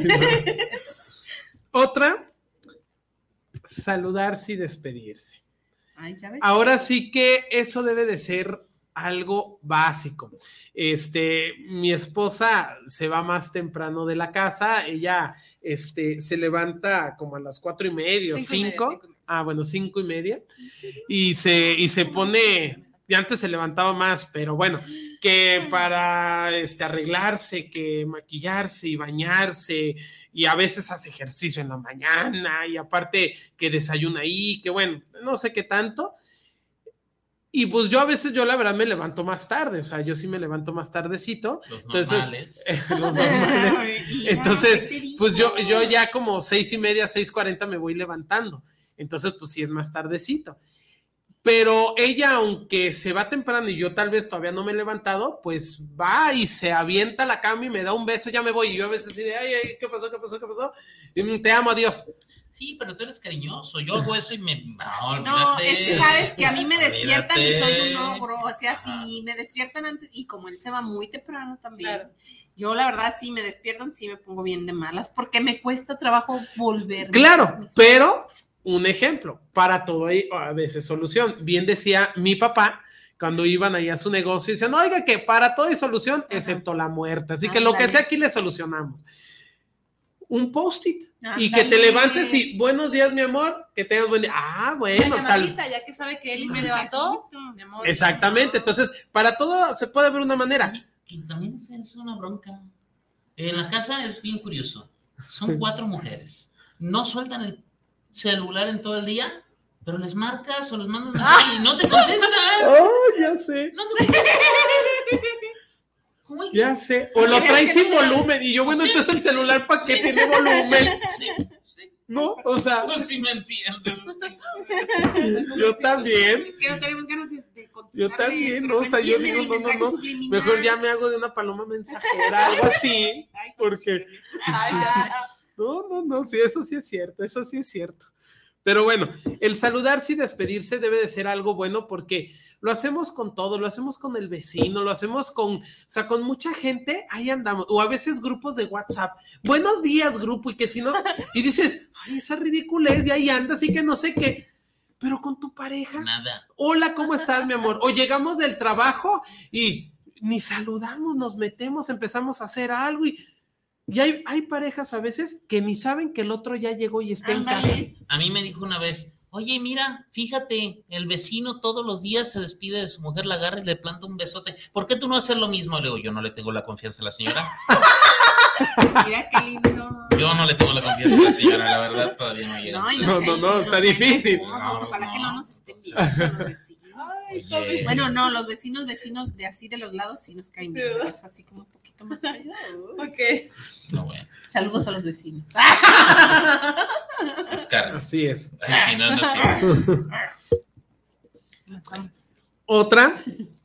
Otra, saludarse y despedirse. Ay, ya ves. Ahora sí que eso debe de ser algo básico. Mi esposa se va más temprano de la casa, ella se levanta como a las 4:30 o 5. Ah, bueno, 5:30. Y se pone, y antes se levantaba más, pero bueno, que para arreglarse, que maquillarse y bañarse, y a veces hace ejercicio en la mañana, y aparte que desayuna ahí, que bueno, no sé qué tanto. Y pues yo a veces, la verdad me levanto más tarde, o sea, yo sí me levanto más tardecito. Los normales. normales. Entonces, pues yo ya como 6:30, 6:40 me voy levantando. Entonces, pues sí es más tardecito. Pero ella, aunque se va temprano y yo tal vez todavía no me he levantado, pues va y se avienta a la cama y me da un beso, ya me voy. Y yo a veces digo, ay, ¿qué pasó? Y te amo, adiós. Sí, pero tú eres cariñoso. Yo hago eso y No, es que sabes que a mí me despiertan y soy un ogro. O sea, si me despiertan antes, y como él se va muy temprano también, claro. Yo la verdad, si me despiertan, sí me pongo bien de malas, porque me cuesta trabajo volver. Claro, pero un ejemplo, para todo hay a veces solución. Bien decía mi papá, cuando iban ahí a su negocio, y decían, oiga, que para todo hay solución, excepto la muerte. Así que lo que sea aquí le solucionamos. Un post-it y que te levantes y buenos días, mi amor, que tengas buen día. Ah, bueno, tal. Ya que sabe que él me levantó, mi amor. Exactamente, entonces para todo se puede ver una manera. Y también es una bronca. En la casa es bien curioso. Son 4 mujeres. No sueltan el celular en todo el día, pero les marcas o les mandas un mensaje y no te contestan. Oh, ya sé. No te contestan. Ya sé, o lo traen sin volumen y yo, bueno, sí, entonces el celular para qué tiene volumen. Sí. ¿No? O sea, tú sí me entiendes. Yo también. Es que no tenemos ganas de contestar. Yo también, ¿no? O sea, yo digo, no. Mejor ya me hago de una paloma mensajera, algo así, porque no, sí, eso sí es cierto. Pero bueno, el saludarse y despedirse debe de ser algo bueno porque lo hacemos con todo, lo hacemos con el vecino, lo hacemos con mucha gente, ahí andamos, o a veces grupos de WhatsApp, buenos días grupo, y que si no, y dices, ay, esa ridiculez, y ahí andas y que no sé qué, pero con tu pareja, nada. Hola, ¿cómo estás, mi amor? O llegamos del trabajo y ni saludamos, nos metemos, empezamos a hacer algo y hay parejas a veces que ni saben que el otro ya llegó y está en casa. A mí me dijo una vez, oye, mira, fíjate, el vecino todos los días se despide de su mujer, la agarra y le planta un besote. ¿Por qué tú no haces lo mismo? Le digo, yo no le tengo la confianza a la señora. Mira qué lindo. Yo no le tengo la confianza a la señora, la verdad, todavía no llega. No, está difícil. Ojalá que no nos estén viendo. Oye. Bueno, no, los vecinos de así de los lados sí nos caen bien, es así como un poquito más para allá. Ok. No, bueno. Saludos a los vecinos. Oscar. Así es. Ay, no. Otra,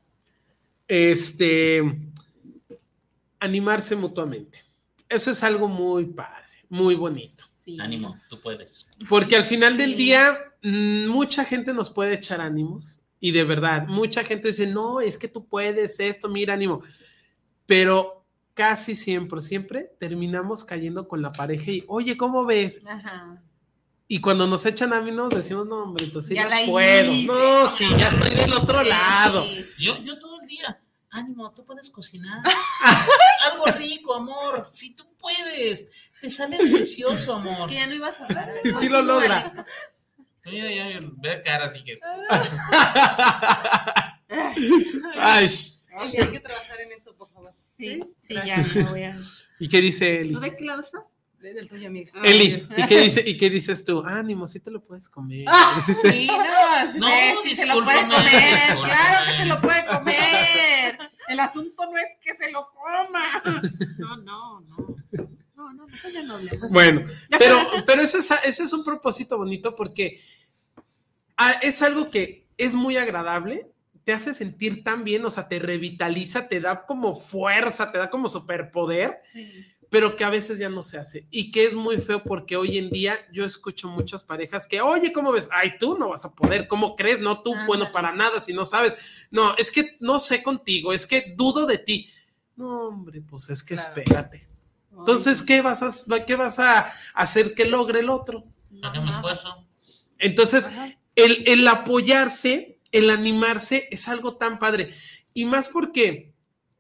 animarse mutuamente. Eso es algo muy padre, muy bonito. Sí. Ánimo, tú puedes. Porque al final del día, mucha gente nos puede echar ánimos. Y de verdad, mucha gente dice, no, es que tú puedes esto, mira, ánimo. Pero casi siempre terminamos cayendo con la pareja y, oye, ¿cómo ves? Ajá. Y cuando nos echan ánimos decimos, no, hombre, entonces ya no puedo. No, sí, ya estoy del otro lado. Yo todo el día, ánimo, tú puedes cocinar. Algo rico, amor. Si tú puedes. Te sale delicioso, amor. Que ya no ibas a hablar. Y sí lo logra. Mira, ya ve cara así que esto. Ay. Eli, hay que trabajar en eso, por favor. Sí, ya me voy a. ¿Y qué dice Eli? ¿Tú de qué lado estás? Del tuyo, amiga. Eli, ¿y qué dices tú? Ánimo, sí te lo puedes comer. Sí, sí se lo puede comer. Claro que se lo puede comer. El asunto no es que se lo coma. No, pues ya no hablemos. Bueno, pero eso es un propósito bonito porque es algo que es muy agradable, te hace sentir tan bien, o sea, te revitaliza, te da como fuerza, te da como superpoder, pero que a veces ya no se hace y que es muy feo porque hoy en día yo escucho muchas parejas que, oye, ¿cómo ves? Ay, tú no vas a poder, ¿cómo crees? No, tú, bueno, para nada, si no sabes. No, es que no sé contigo, es que dudo de ti. No, hombre, pues es que espérate. Entonces, ¿qué vas a hacer que logre el otro? Hagamos esfuerzo. Entonces, el apoyarse, el animarse es algo tan padre. Y más porque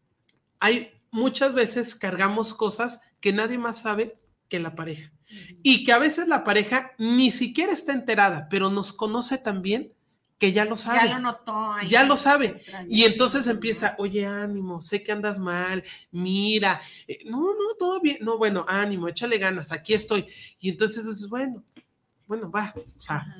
muchas veces cargamos cosas que nadie más sabe que la pareja. Y que a veces la pareja ni siquiera está enterada, pero nos conoce tan bien que ya lo sabe. Ya lo notó. Ya lo sabe. Y entonces empieza, oye, ánimo, sé que andas mal, mira, no, todo bien, no, bueno, ánimo, échale ganas, aquí estoy. Y entonces dices, bueno, va, o sea,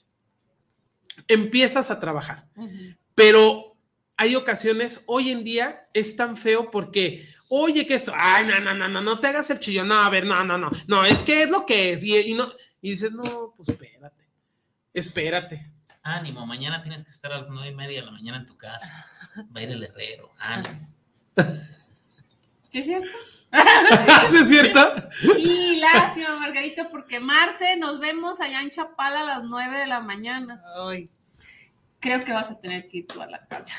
empiezas a trabajar. Pero hay ocasiones, hoy en día es tan feo porque, oye, que esto, ay, no te hagas el chillón, no, a ver, no, es que es lo que es. Y dices, no, pues espérate. Ánimo, mañana tienes que estar a las 9:30 de la mañana en tu casa. Va a ir el herrero, ánimo. ¿Sí es cierto? ¿Sí es cierto? Y lástima, Margarito, porque Marce, nos vemos allá en Chapala a las 9 de la mañana. Ay. Creo que vas a tener que ir tú a la casa.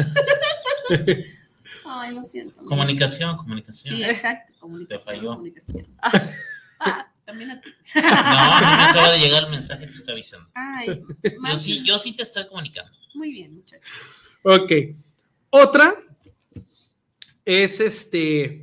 Ay, lo siento. Comunicación. Sí, exacto. Te falló. Comunicación. También a ti. No, me acaba de llegar el mensaje, te estoy avisando. Ay, yo sí te estoy comunicando. Muy bien, muchachos. Ok. Otra es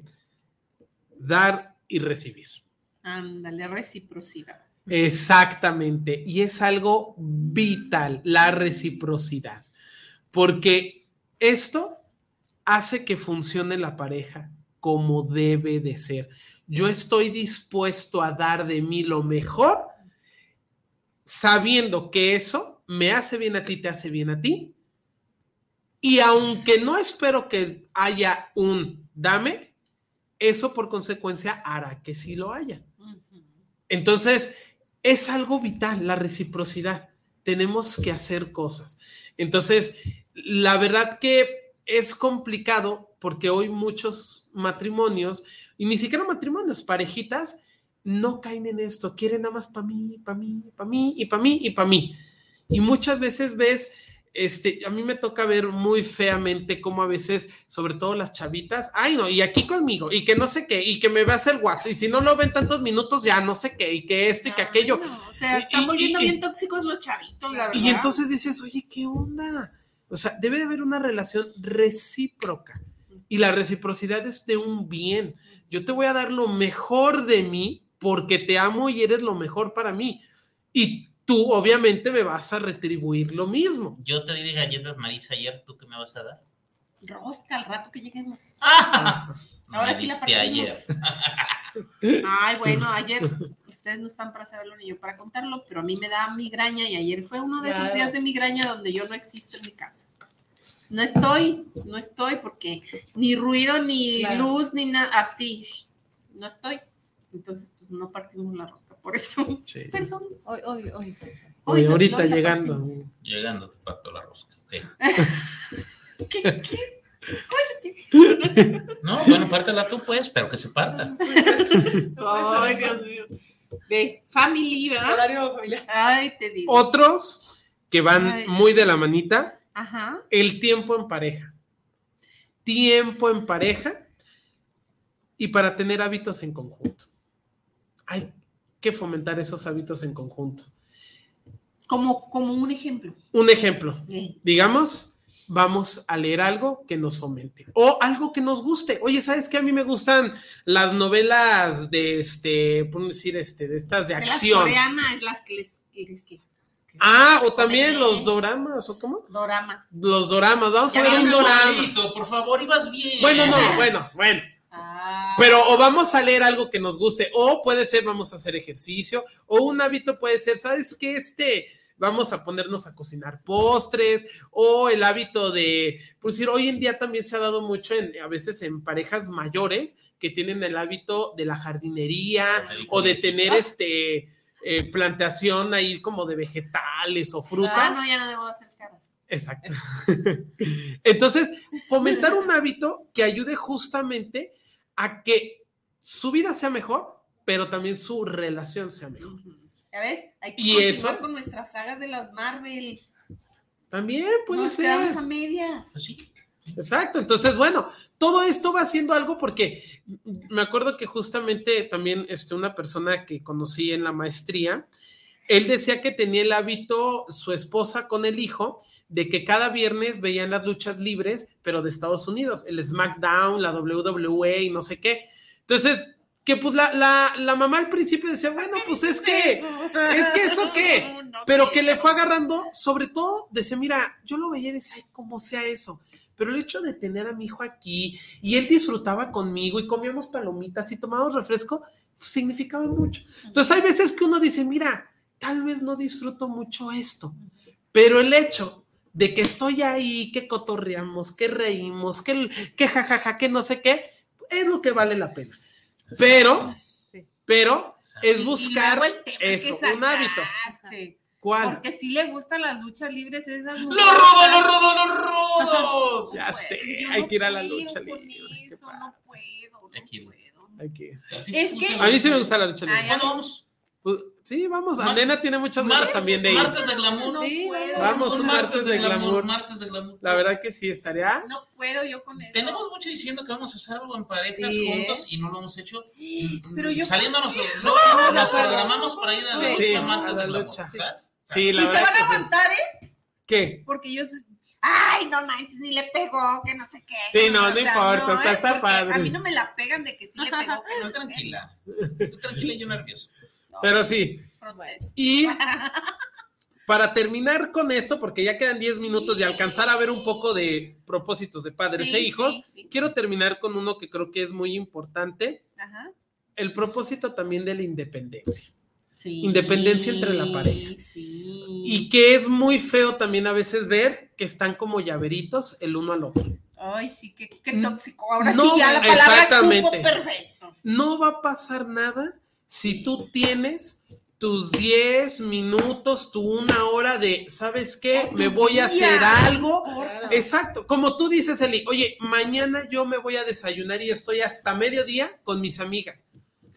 dar y recibir. Ándale, reciprocidad. Exactamente. Y es algo vital, la reciprocidad. Porque esto hace que funcione la pareja como debe de ser. Yo estoy dispuesto a dar de mí lo mejor, sabiendo que eso me hace bien a ti, te hace bien a ti. Y aunque no espero que haya un dame, eso por consecuencia hará que sí lo haya. Entonces, es algo vital, la reciprocidad. Tenemos que hacer cosas. Entonces, la verdad que es complicado porque hoy muchos matrimonios, y ni siquiera matrimonios, parejitas, no caen en esto, quieren nada más para mí, para mí, para mí, y para mí, y para mí. Y muchas veces ves, a mí me toca ver muy feamente cómo a veces, sobre todo las chavitas, ay no, y aquí conmigo, y que no sé qué, y que me veas el WhatsApp, y si no lo ven tantos minutos, ya no sé qué, y que esto y que aquello. No, o sea, están volviendo bien tóxicos los chavitos, la verdad. Y entonces dices, oye, ¿qué onda? O sea, debe de haber una relación recíproca. Y la reciprocidad es de un bien. Yo te voy a dar lo mejor de mí porque te amo y eres lo mejor para mí. Y tú, obviamente, me vas a retribuir lo mismo. Yo te di de galletas Marisa ayer, ¿tú qué me vas a dar? Rosca al rato que lleguemos. Ahora sí la partimos. Ayer. Ay, bueno, ayer ustedes no están para saberlo ni yo para contarlo, pero a mí me da migraña y ayer fue uno de esos días de migraña donde yo no existo en mi casa. No estoy porque ni ruido, ni luz, ni nada, así, no estoy. Entonces, pues, no partimos la rosca, por eso. Sí. Perdón. Hoy ahorita llegando. Llegando te parto la rosca. Okay. ¿Qué es? No, bueno, pártela tú pues, pero que se parta. Ay, Dios mío. De family, ¿verdad? Horario familiar. Ay, te digo. Otros que van muy de la manita. Ajá. El tiempo en pareja. Tiempo en pareja y para tener hábitos en conjunto. Hay que fomentar esos hábitos en conjunto. Como un ejemplo. Un ejemplo. Digamos, vamos a leer algo que nos fomente o algo que nos guste. Oye, ¿sabes qué? A mí me gustan las novelas de ¿cómo decir? De estas de acción. Las coreanas es las que les o también los doramas, ¿o cómo? Doramas. Los doramas, vamos a ver un dorama. Por favor, ibas bien. Bueno. Pero o vamos a leer algo que nos guste, o puede ser vamos a hacer ejercicio, o un hábito puede ser, ¿sabes qué? Vamos a ponernos a cocinar postres, o el hábito de, por decir, hoy en día también se ha dado mucho a veces en parejas mayores que tienen el hábito de la jardinería, o de tener plantación ahí como de vegetales o frutas. No, ya no debo hacer caras. Exacto. Entonces, fomentar un hábito que ayude justamente a que su vida sea mejor, pero también su relación sea mejor. ¿Ya ves? Hay que continuar con nuestras sagas de las Marvel. También puede ser. Nos quedamos a medias. Pues sí. Exacto, entonces bueno, todo esto va haciendo algo porque me acuerdo que justamente también una persona que conocí en la maestría, él decía que tenía el hábito, su esposa con el hijo, de que cada viernes veían las luchas libres, pero de Estados Unidos, el SmackDown, la WWE y no sé qué. Entonces, que pues la mamá al principio decía, bueno, pues es que eso qué, pero que le fue agarrando, sobre todo decía, mira, yo lo veía y decía, ay, ¿cómo sea eso? Pero el hecho de tener a mi hijo aquí y él disfrutaba conmigo y comíamos palomitas y tomábamos refresco, significaba mucho. Entonces hay veces que uno dice, mira, tal vez no disfruto mucho esto, pero el hecho de que estoy ahí, que cotorreamos, que reímos, que jajaja, que no sé qué, es lo que vale la pena. Pero es buscar eso, un hábito. ¿Cuál? Porque sí le gustan las luchas libres esas mujeres. ¡Los rudos! Ya sé, hay que ir a la lucha libre. No puedo. Hay que ir. Es que a mí sí me gusta la lucha libre. Vamos. Sí, vamos. Andena tiene muchas ganas también de ir. Martes de glamour. No puedo. Vamos, un martes de glamour. Martes de glamour. La verdad que sí, estaría. No puedo yo con eso. Tenemos mucho diciendo que vamos a hacer algo en parejas juntos y no lo hemos hecho. Pero yo saliéndonos, nos programamos para ir a la lucha martes de glamour. ¿Sabes? Sí, la y verdad. se van a aguantar, ¿Qué? Porque yo. Ay, no manches, ni le pegó, que no sé qué. Sí, no importa, está padre. A mí no me la pegan de que sí le pegó, que no tranquila. Tú tranquila y yo nervioso. Pero sí. Y para terminar con esto, porque ya quedan 10 minutos de alcanzar a ver un poco de propósitos de padres e hijos, quiero terminar con uno que creo que es muy importante. Ajá. El propósito también de la independencia. Independencia entre la pareja. Y que es muy feo también a veces ver que están como llaveritos el uno al otro. Ay, sí, qué tóxico. Ahora no, sí ya la palabra exactamente. cupo perfecto. No va a pasar nada si tú tienes tus 10 minutos, tu 1 hora de, ¿sabes qué? Me voy a hacer algo. Exacto. Como tú dices, Eli, oye, mañana yo me voy a desayunar y estoy hasta mediodía con mis amigas.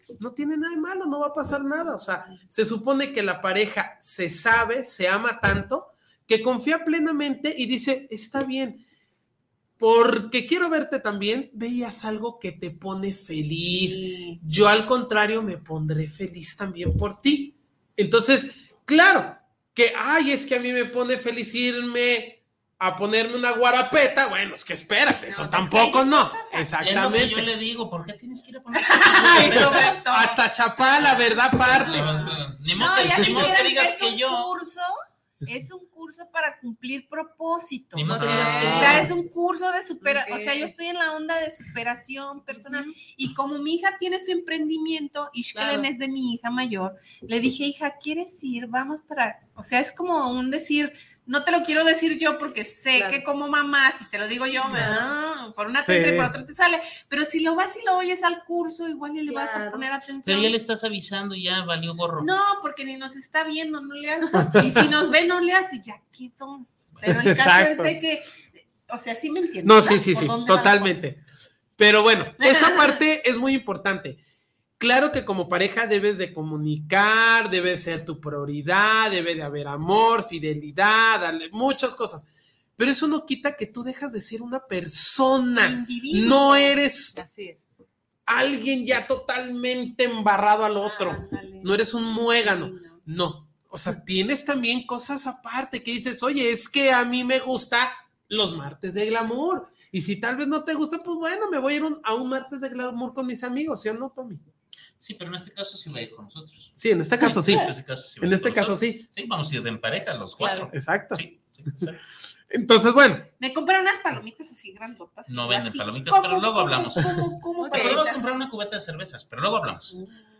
no tiene nada de malo, no va a pasar nada. O sea, se supone que la pareja se sabe, se ama tanto, que confía plenamente y dice, está bien, porque quiero verte también, veías algo que te pone feliz. Sí. Yo al contrario me pondré feliz también por ti. Entonces, claro, que, ay, es que a mí me pone feliz irme a ponerme una guarapeta, bueno, es que espérate, eso tampoco no. Exactamente. Es lo que yo le digo, ¿por qué tienes que ir a poner hasta Chapala, ¿verdad? Parte. Ni modo que digas que yo... Es un curso para cumplir propósitos. Ni modo que digas que o sea, es un curso de superación. O sea, yo estoy en la onda de superación personal. Y como mi hija tiene su emprendimiento, Ishkelen es de mi hija mayor, le dije, hija, ¿quieres ir? Vamos para... O sea, es como un decir... No te lo quiero decir yo porque sé que como mamá, si te lo digo yo, por una te entra y por otra te sale. Pero si lo vas y lo oyes al curso, igual le vas a poner atención. Pero ya le estás avisando, ya valió gorro. No, porque ni nos está viendo, no le hace. Y si nos ve, no le hace, ya quedó. Pero el caso es de que, o sea, sí me entiendes. No, sí, totalmente. Pero bueno, esa parte es muy importante. Claro que como pareja debes de comunicar, debe ser tu prioridad, debe de haber amor, fidelidad, muchas cosas. Pero eso no quita que tú dejas de ser una persona. Individuo. No eres alguien ya totalmente embarrado al otro. No eres un muégano. No. O sea, tienes también cosas aparte que dices, oye, es que a mí me gusta los martes de glamour. Y si tal vez no te gusta, pues bueno, me voy a ir a un martes de glamour con mis amigos, ¿sí o no, Tommy? Sí, pero en este caso sí va a ir con nosotros. Sí, en este caso sí. En este caso sí. Sí, vamos a ir en pareja los 4. Claro. Exacto. Sí, exacto. Entonces, bueno. Me compré unas palomitas así grandotas. No venden palomitas, pero luego hablamos. ¿Cómo te podemos comprar una cubeta de cervezas, pero luego hablamos.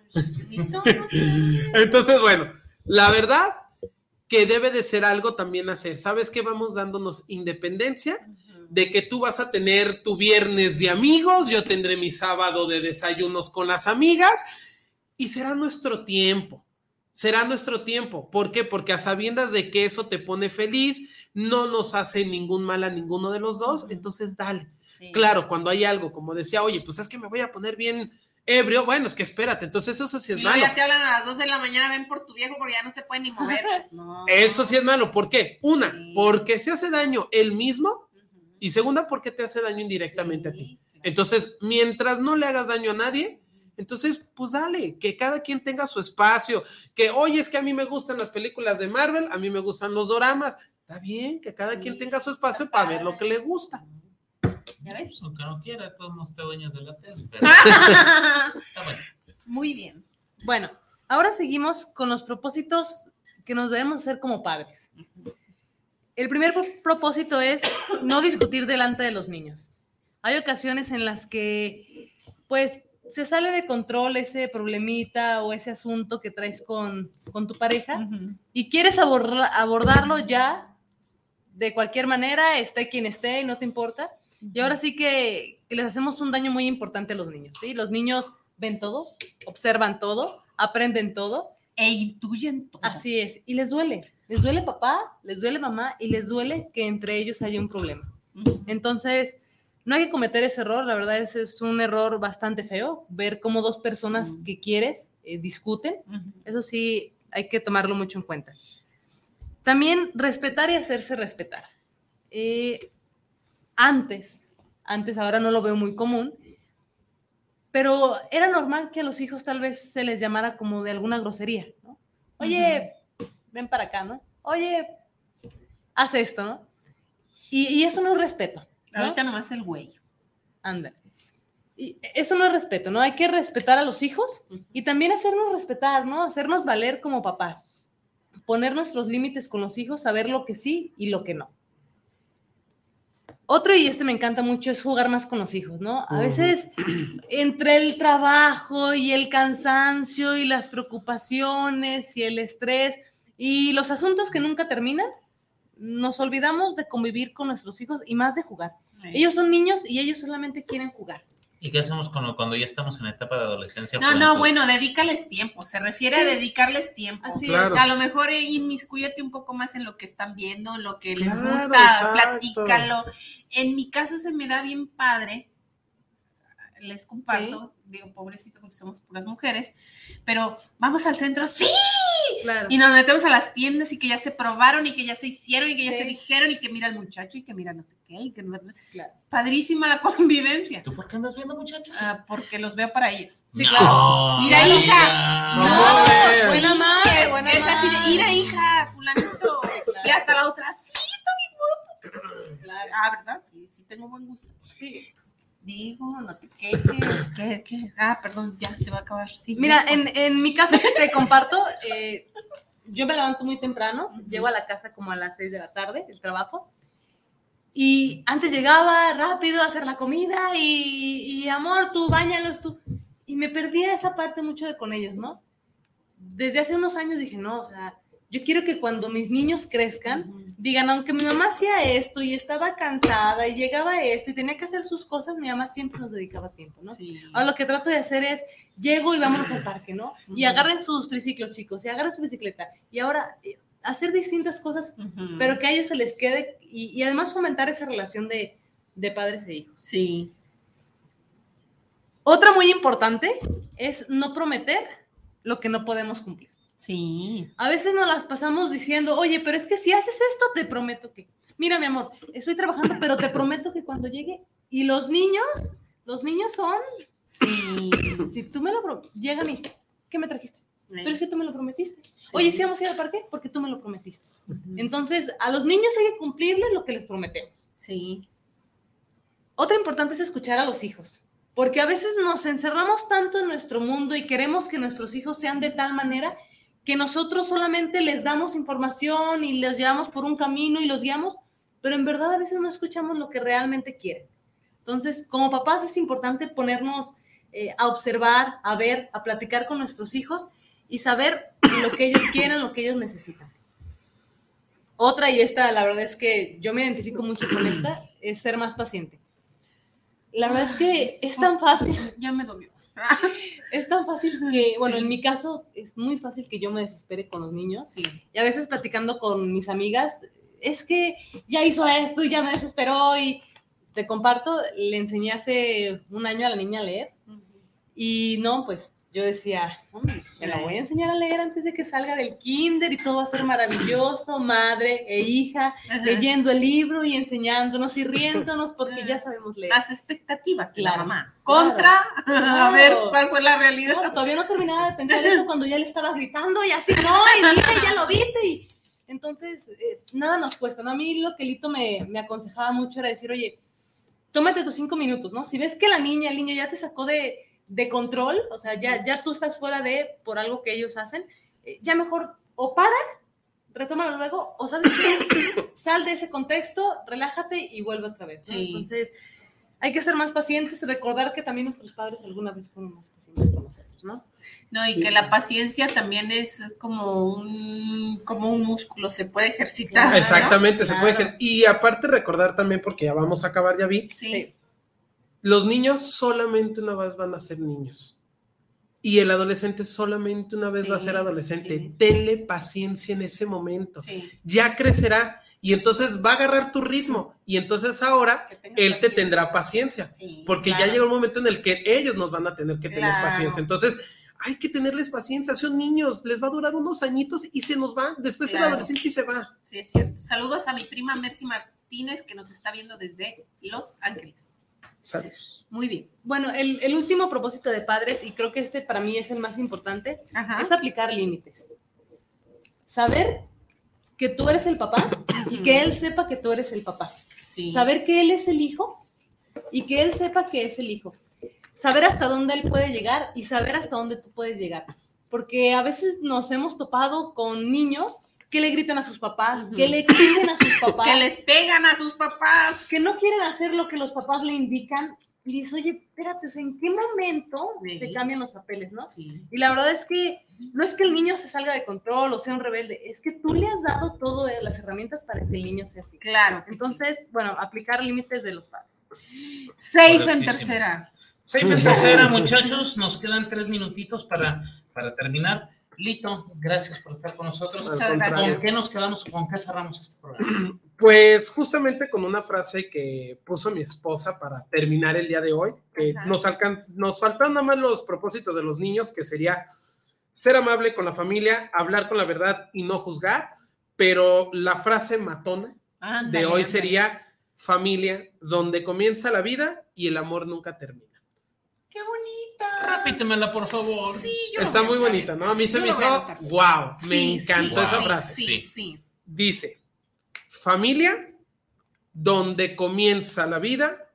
Entonces, bueno, la verdad que debe de ser algo también hacer. ¿Sabes qué? Vamos dándonos independencia de que tú vas a tener tu viernes de amigos, yo tendré mi sábado de desayunos con las amigas y será nuestro tiempo. ¿Por qué? Porque a sabiendas de que eso te pone feliz, no nos hace ningún mal a ninguno de los dos, entonces dale. Sí. Claro, cuando hay algo, como decía, oye, pues es que me voy a poner bien ebrio, bueno, es que espérate, entonces eso sí es malo. Ya te hablan a las 2 de la mañana, ven por tu viejo porque ya no se puede ni mover. No. Eso sí es malo, ¿por qué? Una, porque se hace daño él mismo y segunda, porque te hace daño indirectamente a ti. Entonces, mientras no le hagas daño a nadie, entonces, pues dale, que cada quien tenga su espacio, que oye, es que a mí me gustan las películas de Marvel, a mí me gustan los doramas, está bien, que cada quien tenga su espacio para ver lo que le gusta. ¿Ya ves? Aunque no quiera, todos nos te dueñas de la tele. Pero... bueno. Muy bien. Bueno, ahora seguimos con los propósitos que nos debemos hacer como padres. El primer propósito es no discutir delante de los niños. Hay ocasiones en las que, pues, se sale de control ese problemita o ese asunto que traes con tu pareja y quieres abordarlo ya de cualquier manera, esté quien esté y no te importa. Y ahora sí que les hacemos un daño muy importante a los niños, ¿sí? Los niños ven todo, observan todo, aprenden todo. E intuyen todo. Así es. Y les duele. Les duele papá, les duele mamá y les duele que entre ellos haya un problema. Entonces, no hay que cometer ese error. La verdad es un error bastante feo. Ver cómo dos personas que quieres discuten. Eso sí, hay que tomarlo mucho en cuenta. También respetar y hacerse respetar. Antes, ahora no lo veo muy común, pero era normal que a los hijos tal vez se les llamara como de alguna grosería, ¿no? Oye, ven para acá, ¿no? Oye, haz esto, ¿no? Y eso no es respeto, ¿no? Ahorita nomás el güey. Anda. Y eso no es respeto, ¿no? Hay que respetar a los hijos y también hacernos respetar, ¿no? Hacernos valer como papás. Poner nuestros límites con los hijos, saber lo que sí y lo que no. Otro, y me encanta mucho, es jugar más con los hijos, ¿no? A veces, entre el trabajo y el cansancio y las preocupaciones y el estrés y los asuntos que nunca terminan, nos olvidamos de convivir con nuestros hijos y más de jugar. Ellos son niños y ellos solamente quieren jugar. ¿Y qué hacemos cuando ya estamos en la etapa de adolescencia? No, bueno, dedícales tiempo. Se refiere a dedicarles tiempo. Así claro. es. A lo mejor inmiscúyete un poco más en lo que están viendo, en lo que les gusta, exacto. platícalo. En mi caso se me da bien padre, les comparto, digo, pobrecito porque somos puras mujeres, pero vamos al centro, ¡sí! Claro. Y nos metemos a las tiendas y que ya se probaron y que ya se hicieron y que ya Sí. se dijeron y que mira al muchacho y que mira no sé qué. Y que Claro. Padrísima la convivencia. ¿Tú por qué andas viendo, muchachos? Porque los veo para ellos. Sí, claro. Mira, hija. No, No, buena sí, madre, buena es así de, madre. mira, hija, fulanito. Y hasta la otra, sí, está bien guapo. Claro. ¿Verdad? Sí, sí tengo buen gusto. Sí. Digo, no te quejes. ¿Qué? Perdón, ya se va a acabar. Sí, Mira, ya, pues. en mi caso te comparto, yo me levanto muy temprano, llego a la casa como a las 6 de la tarde, el trabajo, y antes llegaba rápido a hacer la comida y amor, tú báñalos tú, y me perdía esa parte mucho de con ellos, ¿no? Desde hace unos años dije, no, o sea, yo quiero que cuando mis niños crezcan, digan, aunque mi mamá hacía esto y estaba cansada y llegaba esto y tenía que hacer sus cosas, mi mamá siempre nos dedicaba tiempo, ¿no? Sí. Ahora lo que trato de hacer es, llego y vámonos al parque, ¿no? Y agarren sus triciclos, chicos, y agarren su bicicleta. Y ahora, hacer distintas cosas, pero que a ellos se les quede y además fomentar esa relación de padres e hijos. Sí. Otra muy importante es no prometer lo que no podemos cumplir. Sí. A veces nos las pasamos diciendo, oye, pero es que si haces esto, te prometo que... Mira, mi amor, estoy trabajando, pero te prometo que cuando llegue... Y los niños son... Sí. Si tú me lo llegan y... ¿Qué me trajiste? Pero es que tú me lo prometiste. Sí. Oye, ¿sí vamos a ir al parque? Porque tú me lo prometiste. Entonces, a los niños hay que cumplirles lo que les prometemos. Sí. Otra importante es escuchar a los hijos. Porque a veces nos encerramos tanto en nuestro mundo y queremos que nuestros hijos sean de tal manera que nosotros solamente les damos información y los llevamos por un camino y los guiamos, pero en verdad a veces no escuchamos lo que realmente quieren. Entonces, como papás es importante ponernos a observar, a ver, a platicar con nuestros hijos y saber lo que ellos quieren, lo que ellos necesitan. Otra, y esta, la verdad es que yo me identifico mucho con esta, es ser más paciente. La verdad es que es tan fácil. Ya me dolió. Es tan fácil que, bueno, Sí. en mi caso es muy fácil que yo me desespere con los niños. Sí. Y a veces platicando con mis amigas, es que ya hizo esto y ya me desesperó. Y te comparto, le enseñé hace un año a la niña a leer. Y no, pues yo decía, me la voy a enseñar a leer antes de que salga del kinder y todo va a ser maravilloso, madre e hija, leyendo el libro y enseñándonos y riéndonos porque ya sabemos leer. Las expectativas de la Claro. mamá. Contra, a ver cuál fue la realidad. Claro, todavía no terminaba de pensar eso cuando ya le estaba gritando y así, no, y mira, ya lo viste. Y entonces, nada nos cuesta, ¿no? A mí lo que Lito me aconsejaba mucho era decir, oye, tómate tus 5 minutos, ¿no? Si ves que el niño ya te sacó de control, o sea, ya tú estás fuera por algo que ellos hacen, ya mejor o para, retómalo luego, o sabes qué, sal de ese contexto, relájate y vuelve otra vez, ¿no? Sí. Entonces, hay que ser más pacientes, recordar que también nuestros padres alguna vez fueron más pacientes con nosotros, ¿no? No, y que la paciencia también es como un músculo, se puede ejercitar. ¿no? Exactamente, Claro. se puede ejercer. Y aparte recordar también, porque ya vamos a acabar, ya vi, Sí. los niños solamente una vez van a ser niños. Y el adolescente solamente una vez Sí, va a ser adolescente. sí. Denle paciencia en ese momento. Sí. Ya crecerá y entonces va a agarrar tu ritmo. Y entonces ahora Que tenga él te paciencia. tendrá paciencia. Sí, Porque claro. ya llega un momento en el que ellos nos van a tener que tener Claro. paciencia. Entonces, hay que tenerles paciencia. Son niños, les va a durar unos añitos y se nos va. Después Claro. el adolescente y se va. Sí, es cierto. Saludos a mi prima Mercy Martínez que nos está viendo desde Los Ángeles. Saludos. Muy bien. Bueno, el último propósito de padres, y creo que este para mí es el más importante, Ajá. es aplicar límites. Saber que tú eres el papá y que él sepa que tú eres el papá. Sí. Saber que él es el hijo y que él sepa que es el hijo. Saber hasta dónde él puede llegar y saber hasta dónde tú puedes llegar. Porque a veces nos hemos topado con niños que le gritan a sus papás, que le exigen a sus papás, Que les pegan a sus papás. que no quieren hacer lo que los papás le indican. Y dices, oye, espérate, o sea, ¿en qué momento Sí. se cambian los papeles, no? Sí. Y la verdad es que no es que el niño se salga de control o sea un rebelde, es que tú le has dado todas las herramientas para que el niño sea así. Claro. Entonces, bueno, aplicar límites de los padres. Safe en Correctísimo. tercera. Safe en tercera, muchachos. Nos quedan 3 minutitos para terminar. Lito, gracias por estar con nosotros. Al Muchas contrario. gracias. ¿Con qué nos quedamos? ¿Con qué cerramos este programa? Pues justamente con una frase que puso mi esposa para terminar el día de hoy, que nos faltan nada más los propósitos de los niños, que sería ser amable con la familia, hablar con la verdad y no juzgar, pero la frase matona de hoy sería familia, donde comienza la vida y el amor nunca termina. ¡Qué bonita! Repítemela, por favor. Sí, está muy bonita, ¿no? A mí se me hizo, wow, me encantó esa frase. Sí. Dice, familia, donde comienza la vida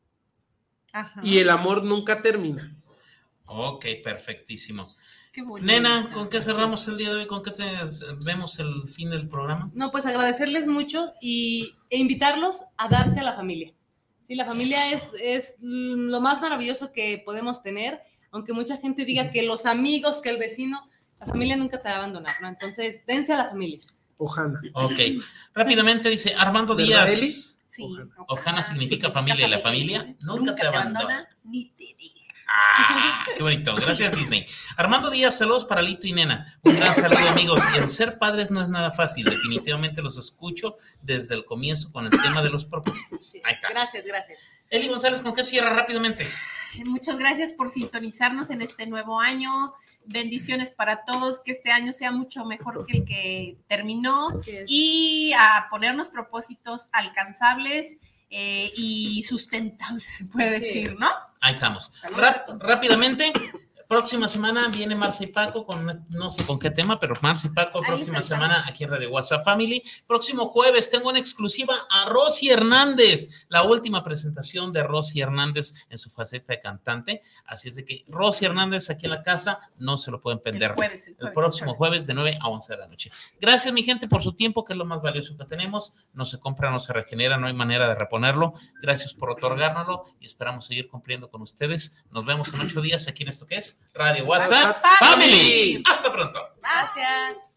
y el amor nunca termina. Ok, perfectísimo. Qué bonito. Nena, ¿con qué cerramos el día de hoy? ¿Con qué vemos el fin del programa? No, pues agradecerles mucho e invitarlos a darse a la familia. Sí, la familia es lo más maravilloso que podemos tener, aunque mucha gente diga que los amigos, que el vecino, la familia nunca te va a abandonar, ¿no? Entonces, dense a la familia. Ojana. Ok. Rápidamente dice Armando Díaz. Eli? Sí. Ojana significa familia y la familia nunca te abandona. Ni te diga. Qué bonito. Gracias, Disney. Armando Díaz, saludos para Lito y Nena. Un gran saludo, amigos. Y el ser padres no es nada fácil. Definitivamente los escucho desde el comienzo con el tema de los propósitos. Ahí está. Gracias. Eli González, ¿con qué cierra rápidamente? Muchas gracias por sintonizarnos en este nuevo año. Bendiciones para todos, que este año sea mucho mejor que el que terminó y a ponernos propósitos alcanzables y sustentables, se puede decir, ¿no? Ahí estamos. Rápidamente, próxima semana viene Marcia y Paco con no sé con qué tema, pero Marcia y Paco próxima semana aquí en Radio WhatsApp Family. Próximo jueves tengo en exclusiva a Rosy Hernández, la última presentación de Rosy Hernández en su faceta de cantante. Así es de que Rosy Hernández aquí en la casa, no se lo pueden perder. El próximo jueves de 9 a 11 de la noche. Gracias, mi gente, por su tiempo, que es lo más valioso que tenemos. No se compra, no se regenera, no hay manera de reponerlo. Gracias por otorgárnoslo y esperamos seguir cumpliendo con ustedes. Nos vemos en 8 días aquí en esto que es Radio WhatsApp Family. Hasta pronto. Gracias.